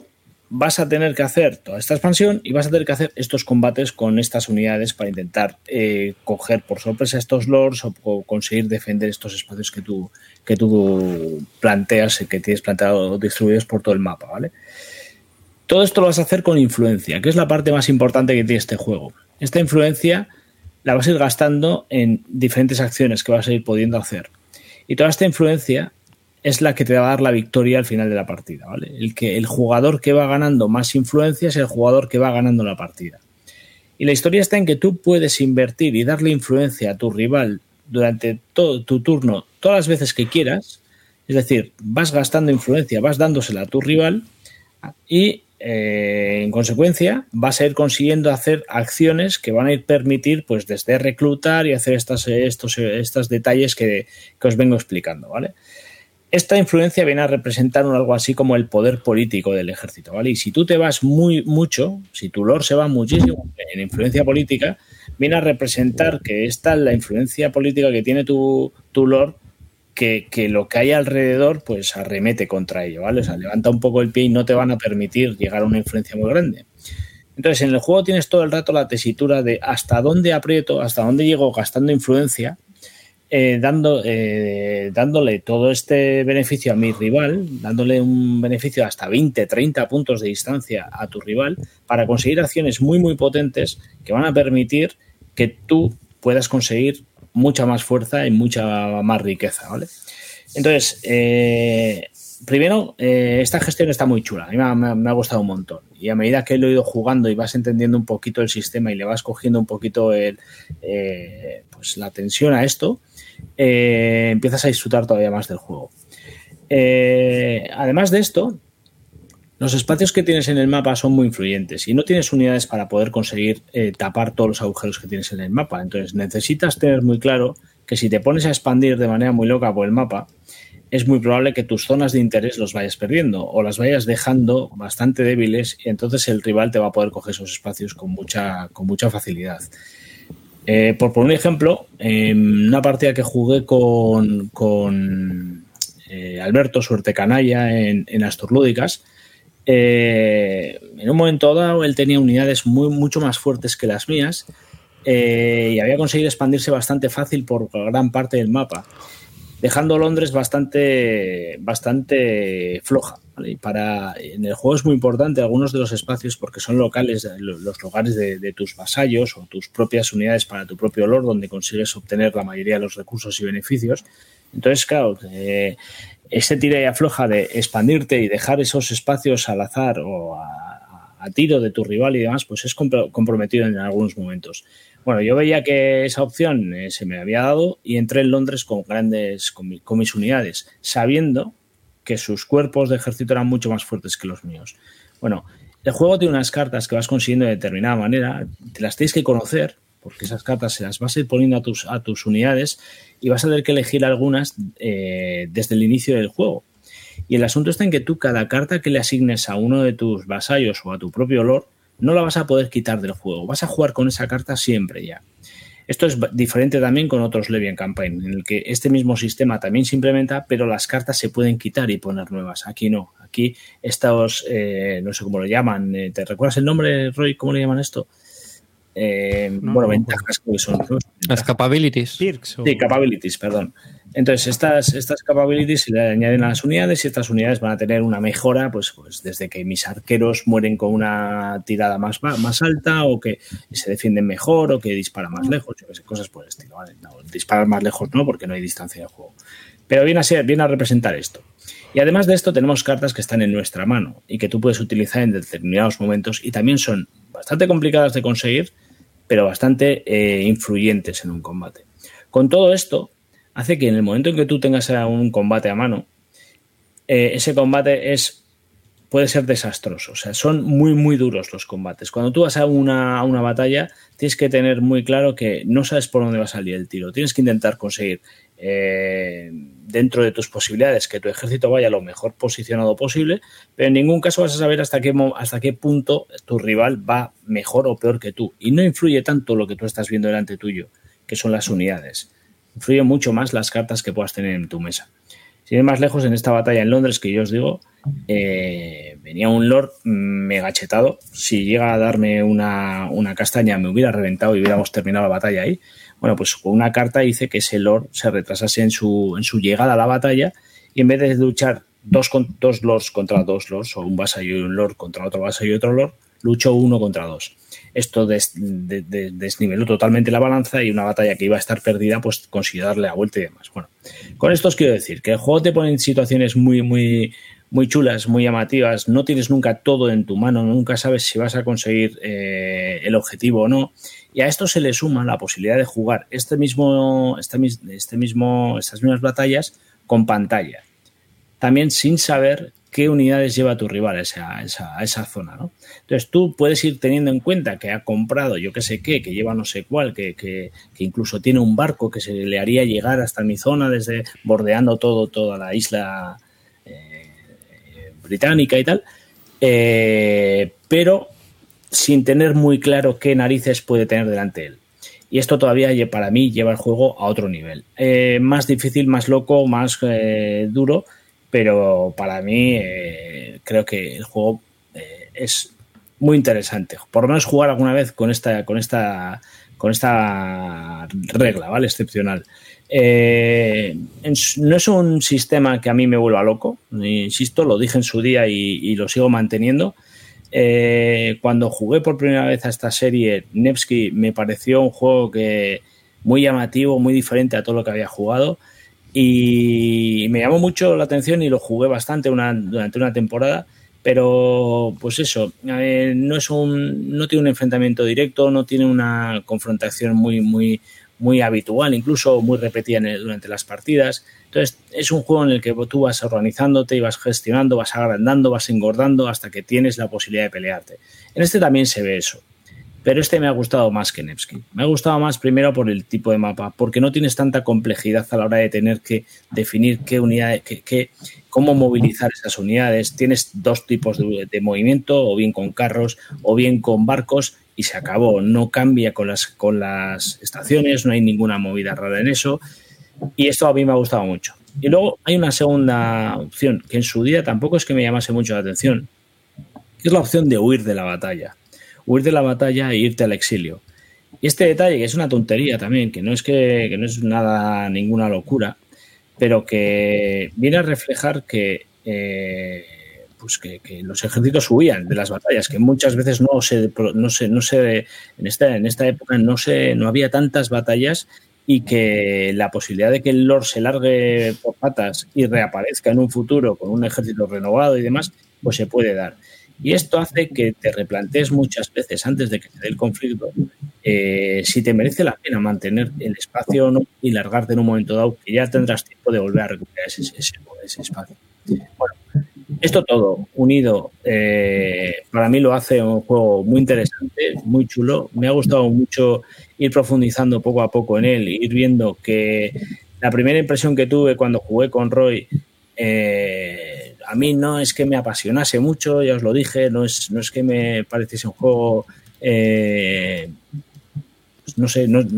vas a tener que hacer toda esta expansión y vas a tener que hacer estos combates con estas unidades para intentar coger por sorpresa estos lords o conseguir defender estos espacios que tú planteas, que tienes planteado distribuidos por todo el mapa, ¿vale? Todo esto lo vas a hacer con influencia, que es la parte más importante que tiene este juego. Esta influencia la vas a ir gastando en diferentes acciones que vas a ir pudiendo hacer. Y toda esta influencia es la que te va a dar la victoria al final de la partida, ¿vale? El jugador que va ganando más influencia es el jugador que va ganando la partida. Y la historia está en que tú puedes invertir y darle influencia a tu rival durante todo tu turno, todas las veces que quieras. Es decir, vas gastando influencia, vas dándosela a tu rival y en consecuencia vas a ir consiguiendo hacer acciones que van a ir permitir, pues, desde reclutar y hacer estos detalles que os vengo explicando, ¿vale? Esta influencia viene a representar algo así como el poder político del ejército, ¿vale? Y si tú te vas mucho, si tu lord se va muchísimo en influencia política, viene a representar que esta es la influencia política que tiene tu lord, que lo que hay alrededor pues arremete contra ello, ¿vale? O sea, levanta un poco el pie y no te van a permitir llegar a una influencia muy grande. Entonces, en el juego tienes todo el rato la tesitura de hasta dónde aprieto, hasta dónde llego gastando influencia, dándole todo este beneficio a mi rival, dándole un beneficio de hasta 20, 30 puntos de distancia a tu rival para conseguir acciones muy, muy potentes que van a permitir que tú puedas conseguir mucha más fuerza y mucha más riqueza, ¿vale? Entonces, primero, esta gestión está muy chula. A mí me ha gustado un montón. Y a medida que lo he ido jugando y vas entendiendo un poquito el sistema y le vas cogiendo un poquito pues la tensión a esto, empiezas a disfrutar todavía más del juego. Además de esto, los espacios que tienes en el mapa son muy influyentes y no tienes unidades para poder conseguir tapar todos los agujeros que tienes en el mapa. Entonces necesitas tener muy claro que si te pones a expandir de manera muy loca por el mapa, es muy probable que tus zonas de interés los vayas perdiendo o las vayas dejando bastante débiles y entonces el rival te va a poder coger esos espacios con mucha facilidad. Por poner un ejemplo, en una partida que jugué con Alberto Suerte Canalla en Asturlúdicas, en un momento dado él tenía unidades mucho más fuertes que las mías y había conseguido expandirse bastante fácil por gran parte del mapa, dejando Londres bastante floja, ¿vale? Y en el juego es muy importante algunos de los espacios porque son locales, los lugares de tus vasallos o tus propias unidades para tu propio lord, donde consigues obtener la mayoría de los recursos y beneficios. Entonces, claro, ese tira y afloja de expandirte y dejar esos espacios al azar o a tiro de tu rival y demás, pues es comprometido en algunos momentos. Bueno, yo veía que esa opción se me había dado y entré en Londres con mis unidades, sabiendo que sus cuerpos de ejército eran mucho más fuertes que los míos. Bueno, el juego tiene unas cartas que vas consiguiendo de determinada manera, te las tienes que conocer, porque esas cartas se las vas a ir poniendo a tus unidades y vas a tener que elegir algunas desde el inicio del juego. Y el asunto está en que tú cada carta que le asignes a uno de tus vasallos o a tu propio lord no la vas a poder quitar del juego. Vas a jugar con esa carta siempre ya. Esto es diferente también con otros Levian Campaign, en el que este mismo sistema también se implementa, pero las cartas se pueden quitar y poner nuevas. Aquí no. Aquí estos, no sé cómo lo llaman. ¿Te recuerdas el nombre, Roy? ¿Cómo le llaman esto? Ventajas que son, ¿no? Las capabilities. Perks, Sí, capabilities, perdón. Entonces, estas capabilities se le añaden a las unidades y estas unidades van a tener una mejora, pues desde que mis arqueros mueren con una tirada más alta o que se defienden mejor o que disparan más lejos, yo qué sé, cosas por el estilo, ¿vale? No, disparar más lejos no, porque no hay distancia de juego. Pero viene a representar esto. Y además de esto tenemos cartas que están en nuestra mano y que tú puedes utilizar en determinados momentos y también son bastante complicadas de conseguir, pero bastante influyentes en un combate. Con todo esto, hace que en el momento en que tú tengas un combate a mano, ese combate puede ser desastroso. O sea, son muy, muy duros los combates. Cuando tú vas a una batalla, tienes que tener muy claro que no sabes por dónde va a salir el tiro. Tienes que intentar conseguir, dentro de tus posibilidades, que tu ejército vaya lo mejor posicionado posible, pero en ningún caso vas a saber hasta qué punto tu rival va mejor o peor que tú. Y no influye tanto lo que tú estás viendo delante tuyo, que son las unidades. Influye mucho más las cartas que puedas tener en tu mesa. Sin ir más lejos, en esta batalla en Londres, que yo os digo, venía un lord mega chetado. Si llega a darme una castaña, me hubiera reventado y hubiéramos terminado la batalla ahí. Bueno, pues con una carta hice que ese lord se retrasase en su llegada a la batalla y en vez de luchar dos lords contra dos lords, o un vasallo y un lord contra otro vasallo y otro lord, luchó 1 contra 2. Esto desniveló totalmente la balanza y una batalla que iba a estar perdida, pues consiguió darle la vuelta y demás. Bueno, con esto os quiero decir que el juego te pone en situaciones muy, muy, muy chulas, muy llamativas. No tienes nunca todo en tu mano, nunca sabes si vas a conseguir el objetivo o no. Y a esto se le suma la posibilidad de jugar estas mismas batallas con pantalla. También sin saber qué unidades lleva tu rival a esa zona, ¿no? Entonces tú puedes ir teniendo en cuenta que ha comprado yo qué sé qué, que lleva no sé cuál, que incluso tiene un barco que se le haría llegar hasta mi zona desde bordeando toda la isla británica y tal, pero sin tener muy claro qué narices puede tener delante de él. Y esto todavía para mí lleva el juego a otro nivel. Más difícil, más loco, más duro, pero para mí creo que el juego es muy interesante. Por lo menos jugar alguna vez con esta regla, ¿vale? Excepcional. No es un sistema que a mí me vuelva loco, insisto, lo dije en su día y lo sigo manteniendo. Cuando jugué por primera vez a esta serie, Nevsky me pareció un juego muy llamativo, muy diferente a todo lo que había jugado y me llamó mucho la atención y lo jugué bastante durante una temporada, pero pues eso, no tiene un enfrentamiento directo, no tiene una confrontación muy habitual, incluso muy repetida durante las partidas. Entonces es un juego en el que tú vas organizándote y vas gestionando, vas agrandando, vas engordando hasta que tienes la posibilidad de pelearte. En este también se ve eso, pero este me ha gustado más que Nevsky. Me ha gustado más primero por el tipo de mapa, porque no tienes tanta complejidad a la hora de tener que definir qué unidades, cómo movilizar esas unidades. Tienes 2 tipos de movimiento, o bien con carros o bien con barcos, y se acabó. No cambia con las estaciones, no hay ninguna movida rara en eso. Y esto a mí me ha gustado mucho. Y luego hay una segunda opción, que en su día tampoco es que me llamase mucho la atención, que es la opción de huir de la batalla. Huir de la batalla e irte al exilio. Y este detalle, que es una tontería también, que no es nada, ninguna locura, pero que viene a reflejar que los ejércitos huían de las batallas, que muchas veces no en esta época no había tantas batallas, y que la posibilidad de que el Lord se largue por patas y reaparezca en un futuro con un ejército renovado y demás, pues se puede dar. Y esto hace que te replantees muchas veces antes de que se dé el conflicto si te merece la pena mantener el espacio o no y largarte en un momento dado, que ya tendrás tiempo de volver a recuperar ese espacio. Bueno, esto todo unido para mí lo hace un juego muy interesante, muy chulo. Me ha gustado mucho ir profundizando poco a poco en él, ir viendo que la primera impresión que tuve cuando jugué con Roy, a mí no es que me apasionase mucho, ya os lo dije, no es que me pareciese un juego, no sé, no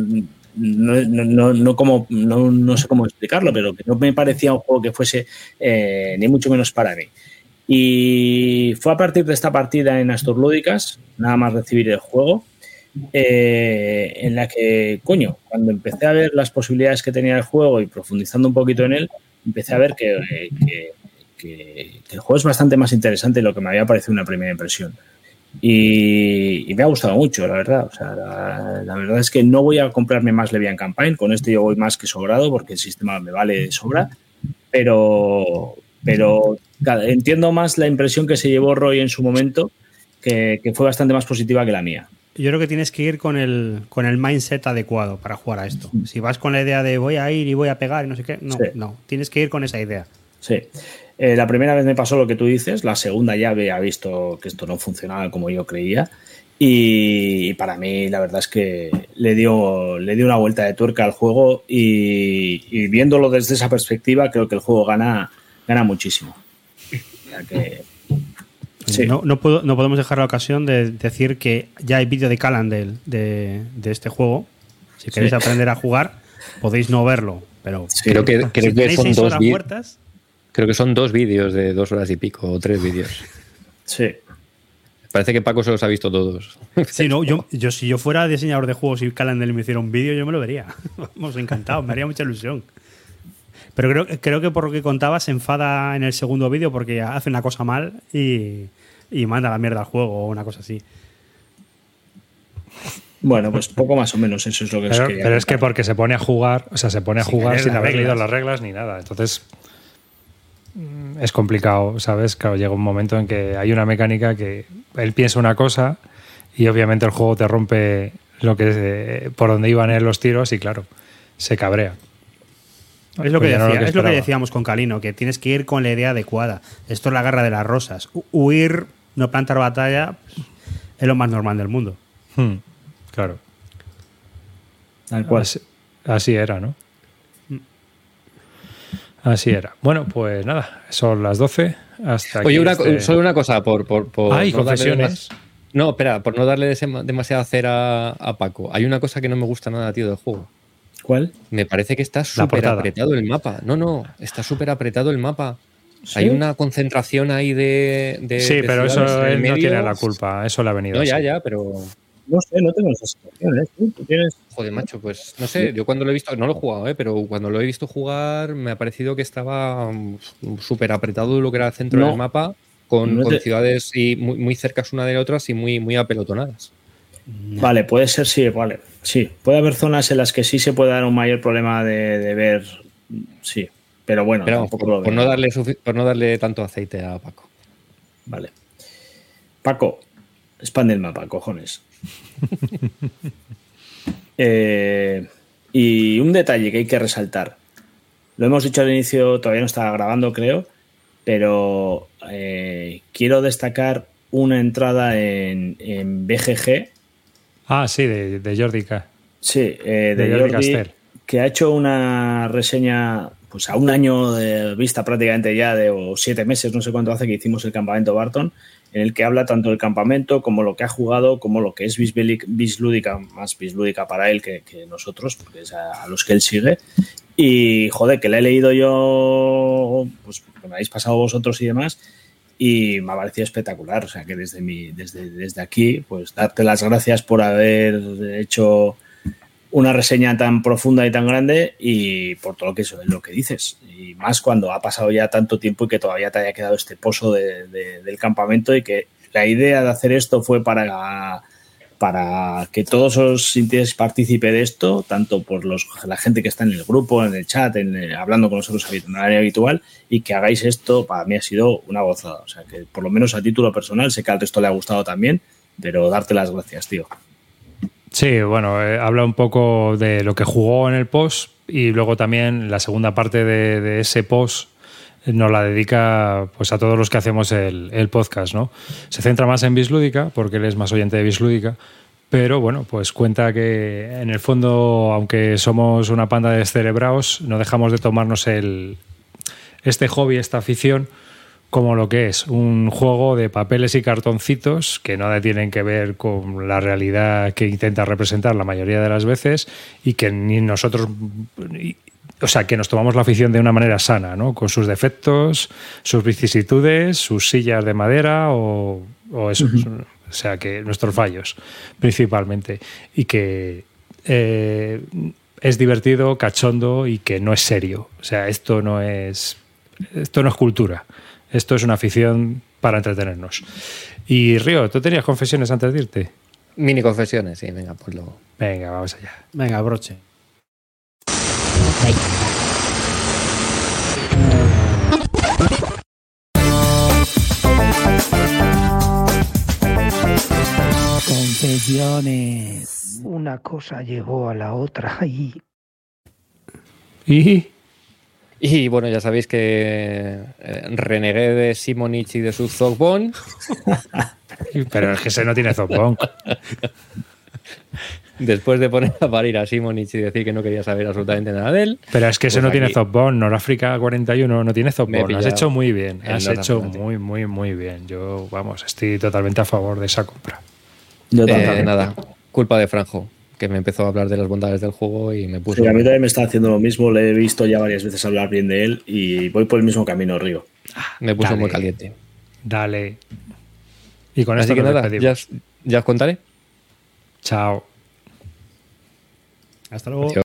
sé cómo explicarlo, pero que no me parecía un juego que fuese ni mucho menos para mí. Y fue a partir de esta partida en Astur Lúdicas, nada más recibir el juego, en la que, cuando empecé a ver las posibilidades que tenía el juego y profundizando un poquito en él, empecé a ver que el juego es bastante más interesante de lo que me había parecido una primera impresión. Y me ha gustado mucho, la verdad. O sea, la verdad es que no voy a comprarme más Levian Campaign. Con este yo voy más que sobrado porque el sistema me vale de sobra. Pero entiendo más la impresión que se llevó Roy en su momento, que fue bastante más positiva que la mía. Yo creo que tienes que ir con el mindset adecuado para jugar a esto. Si vas con la idea de voy a ir y voy a pegar y no sé qué, no. Tienes que ir con esa idea. Sí. La primera vez me pasó lo que tú dices, la segunda ya había visto que esto no funcionaba como yo creía y para mí la verdad es que le dio una vuelta de tuerca al juego y viéndolo desde esa perspectiva creo que el juego gana muchísimo. O sea que, sí. No podemos dejar la ocasión de decir que ya hay vídeo de Calandel de este juego. Si queréis aprender a jugar podéis no verlo, pero creo que si tenéis son 6 2 horas muertas. Creo que son 2 vídeos de 2 horas y pico, o 3 vídeos. Sí. Parece que Paco se los ha visto todos. Sí, no, yo si yo fuera diseñador de juegos y Calendar me hiciera un vídeo, yo me lo vería. Vamos, encantado, me haría mucha ilusión. Pero creo que por lo que contaba se enfada en el segundo vídeo porque hace una cosa mal y manda la mierda al juego o una cosa así. Bueno, pues poco más o menos eso es lo que os quería Pero es contar. que porque se pone a jugar, o sea, se pone a jugar sin haber leído las reglas ni nada. Entonces es complicado, ¿sabes? Claro, llega un momento en que hay una mecánica que él piensa una cosa y obviamente el juego te rompe lo que por donde iban él los tiros y claro, se cabrea. Es lo que, Pues ya no decía, lo que es lo que esperaba. decíamos con Calino, que tienes que ir con la idea adecuada. Esto es la guerra de las rosas. Huir, no plantar batalla, es lo más normal del mundo. Claro. Tal cual. Así era, ¿no? Así era. Bueno, pues nada, son las 12. Hasta Oye, aquí solo una cosa, por ¡Ay, no darle confesiones! No, espera, por no darle demasiada cera a Paco. Hay una cosa que no me gusta nada, tío, del juego. ¿Cuál? Me parece que está súper portada. apretado el mapa. No, está súper apretado el mapa. ¿Sí? Hay una concentración ahí de Sí, de pero ciudades eso en el él no medio. tiene la culpa. Eso le ha venido No, así. ya, pero... No sé, no tengo esa sensación, ¿eh? ¿Tú tienes? Joder, macho, pues no sé, yo cuando lo he visto, no lo he jugado, pero cuando lo he visto jugar me ha parecido que estaba súper apretado lo que era el centro No. del mapa, con No te- ciudades y muy cercas una de otras y muy apelotonadas. Vale, puede ser, sí, vale. Sí, puede haber zonas en las que sí se puede dar un mayor problema de ver. Sí, pero bueno, Pero vamos, tampoco lo por veo. por no darle tanto aceite a Paco. Vale. Paco, expande el mapa, cojones. Y un detalle que hay que resaltar. Lo hemos dicho al inicio, todavía no estaba grabando, creo, pero quiero destacar una entrada en BGG. Ah, sí, de Jordi K. Sí, de Jordi Jordi, Castell. que ha hecho una reseña pues a un año de vista prácticamente ya, o 7 meses, no sé cuánto hace que hicimos el campamento Barton, en el que habla tanto del campamento como lo que ha jugado, como lo que es bislúdica, más bislúdica para él que nosotros, porque es a los que él sigue. Y joder, que la he leído yo, pues que me habéis pasado vosotros y demás, y me ha parecido espectacular. O sea que desde aquí, pues darte las gracias por haber hecho una reseña tan profunda y tan grande y por todo lo que dices. Y más cuando ha pasado ya tanto tiempo y que todavía te haya quedado este pozo del campamento y que la idea de hacer esto fue para que todos os sintierais partícipe de esto, tanto por la gente que está en el grupo, en el chat, hablando con nosotros en la área habitual, y que hagáis esto, para mí ha sido una gozada. O sea, que por lo menos a título personal, sé que al resto le ha gustado también, pero darte las gracias, tío. Sí, bueno, habla un poco de lo que jugó en el post y luego también la segunda parte de ese post nos la dedica pues a todos los que hacemos el podcast, ¿no? Se centra más en Bislúdica porque él es más oyente de Bislúdica, pero bueno, pues cuenta que en el fondo, aunque somos una panda de descerebraos, no dejamos de tomarnos este hobby, esta afición, como lo que es un juego de papeles y cartoncitos que nada tienen que ver con la realidad que intenta representar la mayoría de las veces y que ni nosotros, o sea, que nos tomamos la afición de una manera sana, ¿no? Con sus defectos, sus vicisitudes, sus sillas de madera o eso, o sea, que nuestros fallos principalmente y que es divertido, cachondo y que no es serio, o sea, esto no es cultura. Esto es una afición para entretenernos. Y Río, ¿tú tenías confesiones antes de irte? Mini confesiones, sí, venga, pues luego. Venga, vamos allá. Venga, broche. Confesiones. Una cosa llegó a la otra y Y bueno, ya sabéis que renegué de Simonich y de su Zogbone. Pero es que ese no tiene Zopbonk. Después de poner a parir a Simonich y decir que no quería saber absolutamente nada de él. Pero es que ese pues no tiene aquí Zopbonk. Noráfrica 41 no tiene Zopbonk. Has hecho muy bien. el Has North hecho Atlantic. muy bien. Yo, vamos, estoy totalmente a favor de esa compra. Yo también. Nada, culpa de Franjo. que me empezó a hablar de las bondades del juego y me puso... Sí, a mí también me está haciendo lo mismo, le he visto ya varias veces hablar bien de él y voy por el mismo camino, Río. Me puso Dale. muy caliente. Dale. Y con Así esto que nos nada, despedimos. ya os contaré. Chao. Hasta luego. Adiós.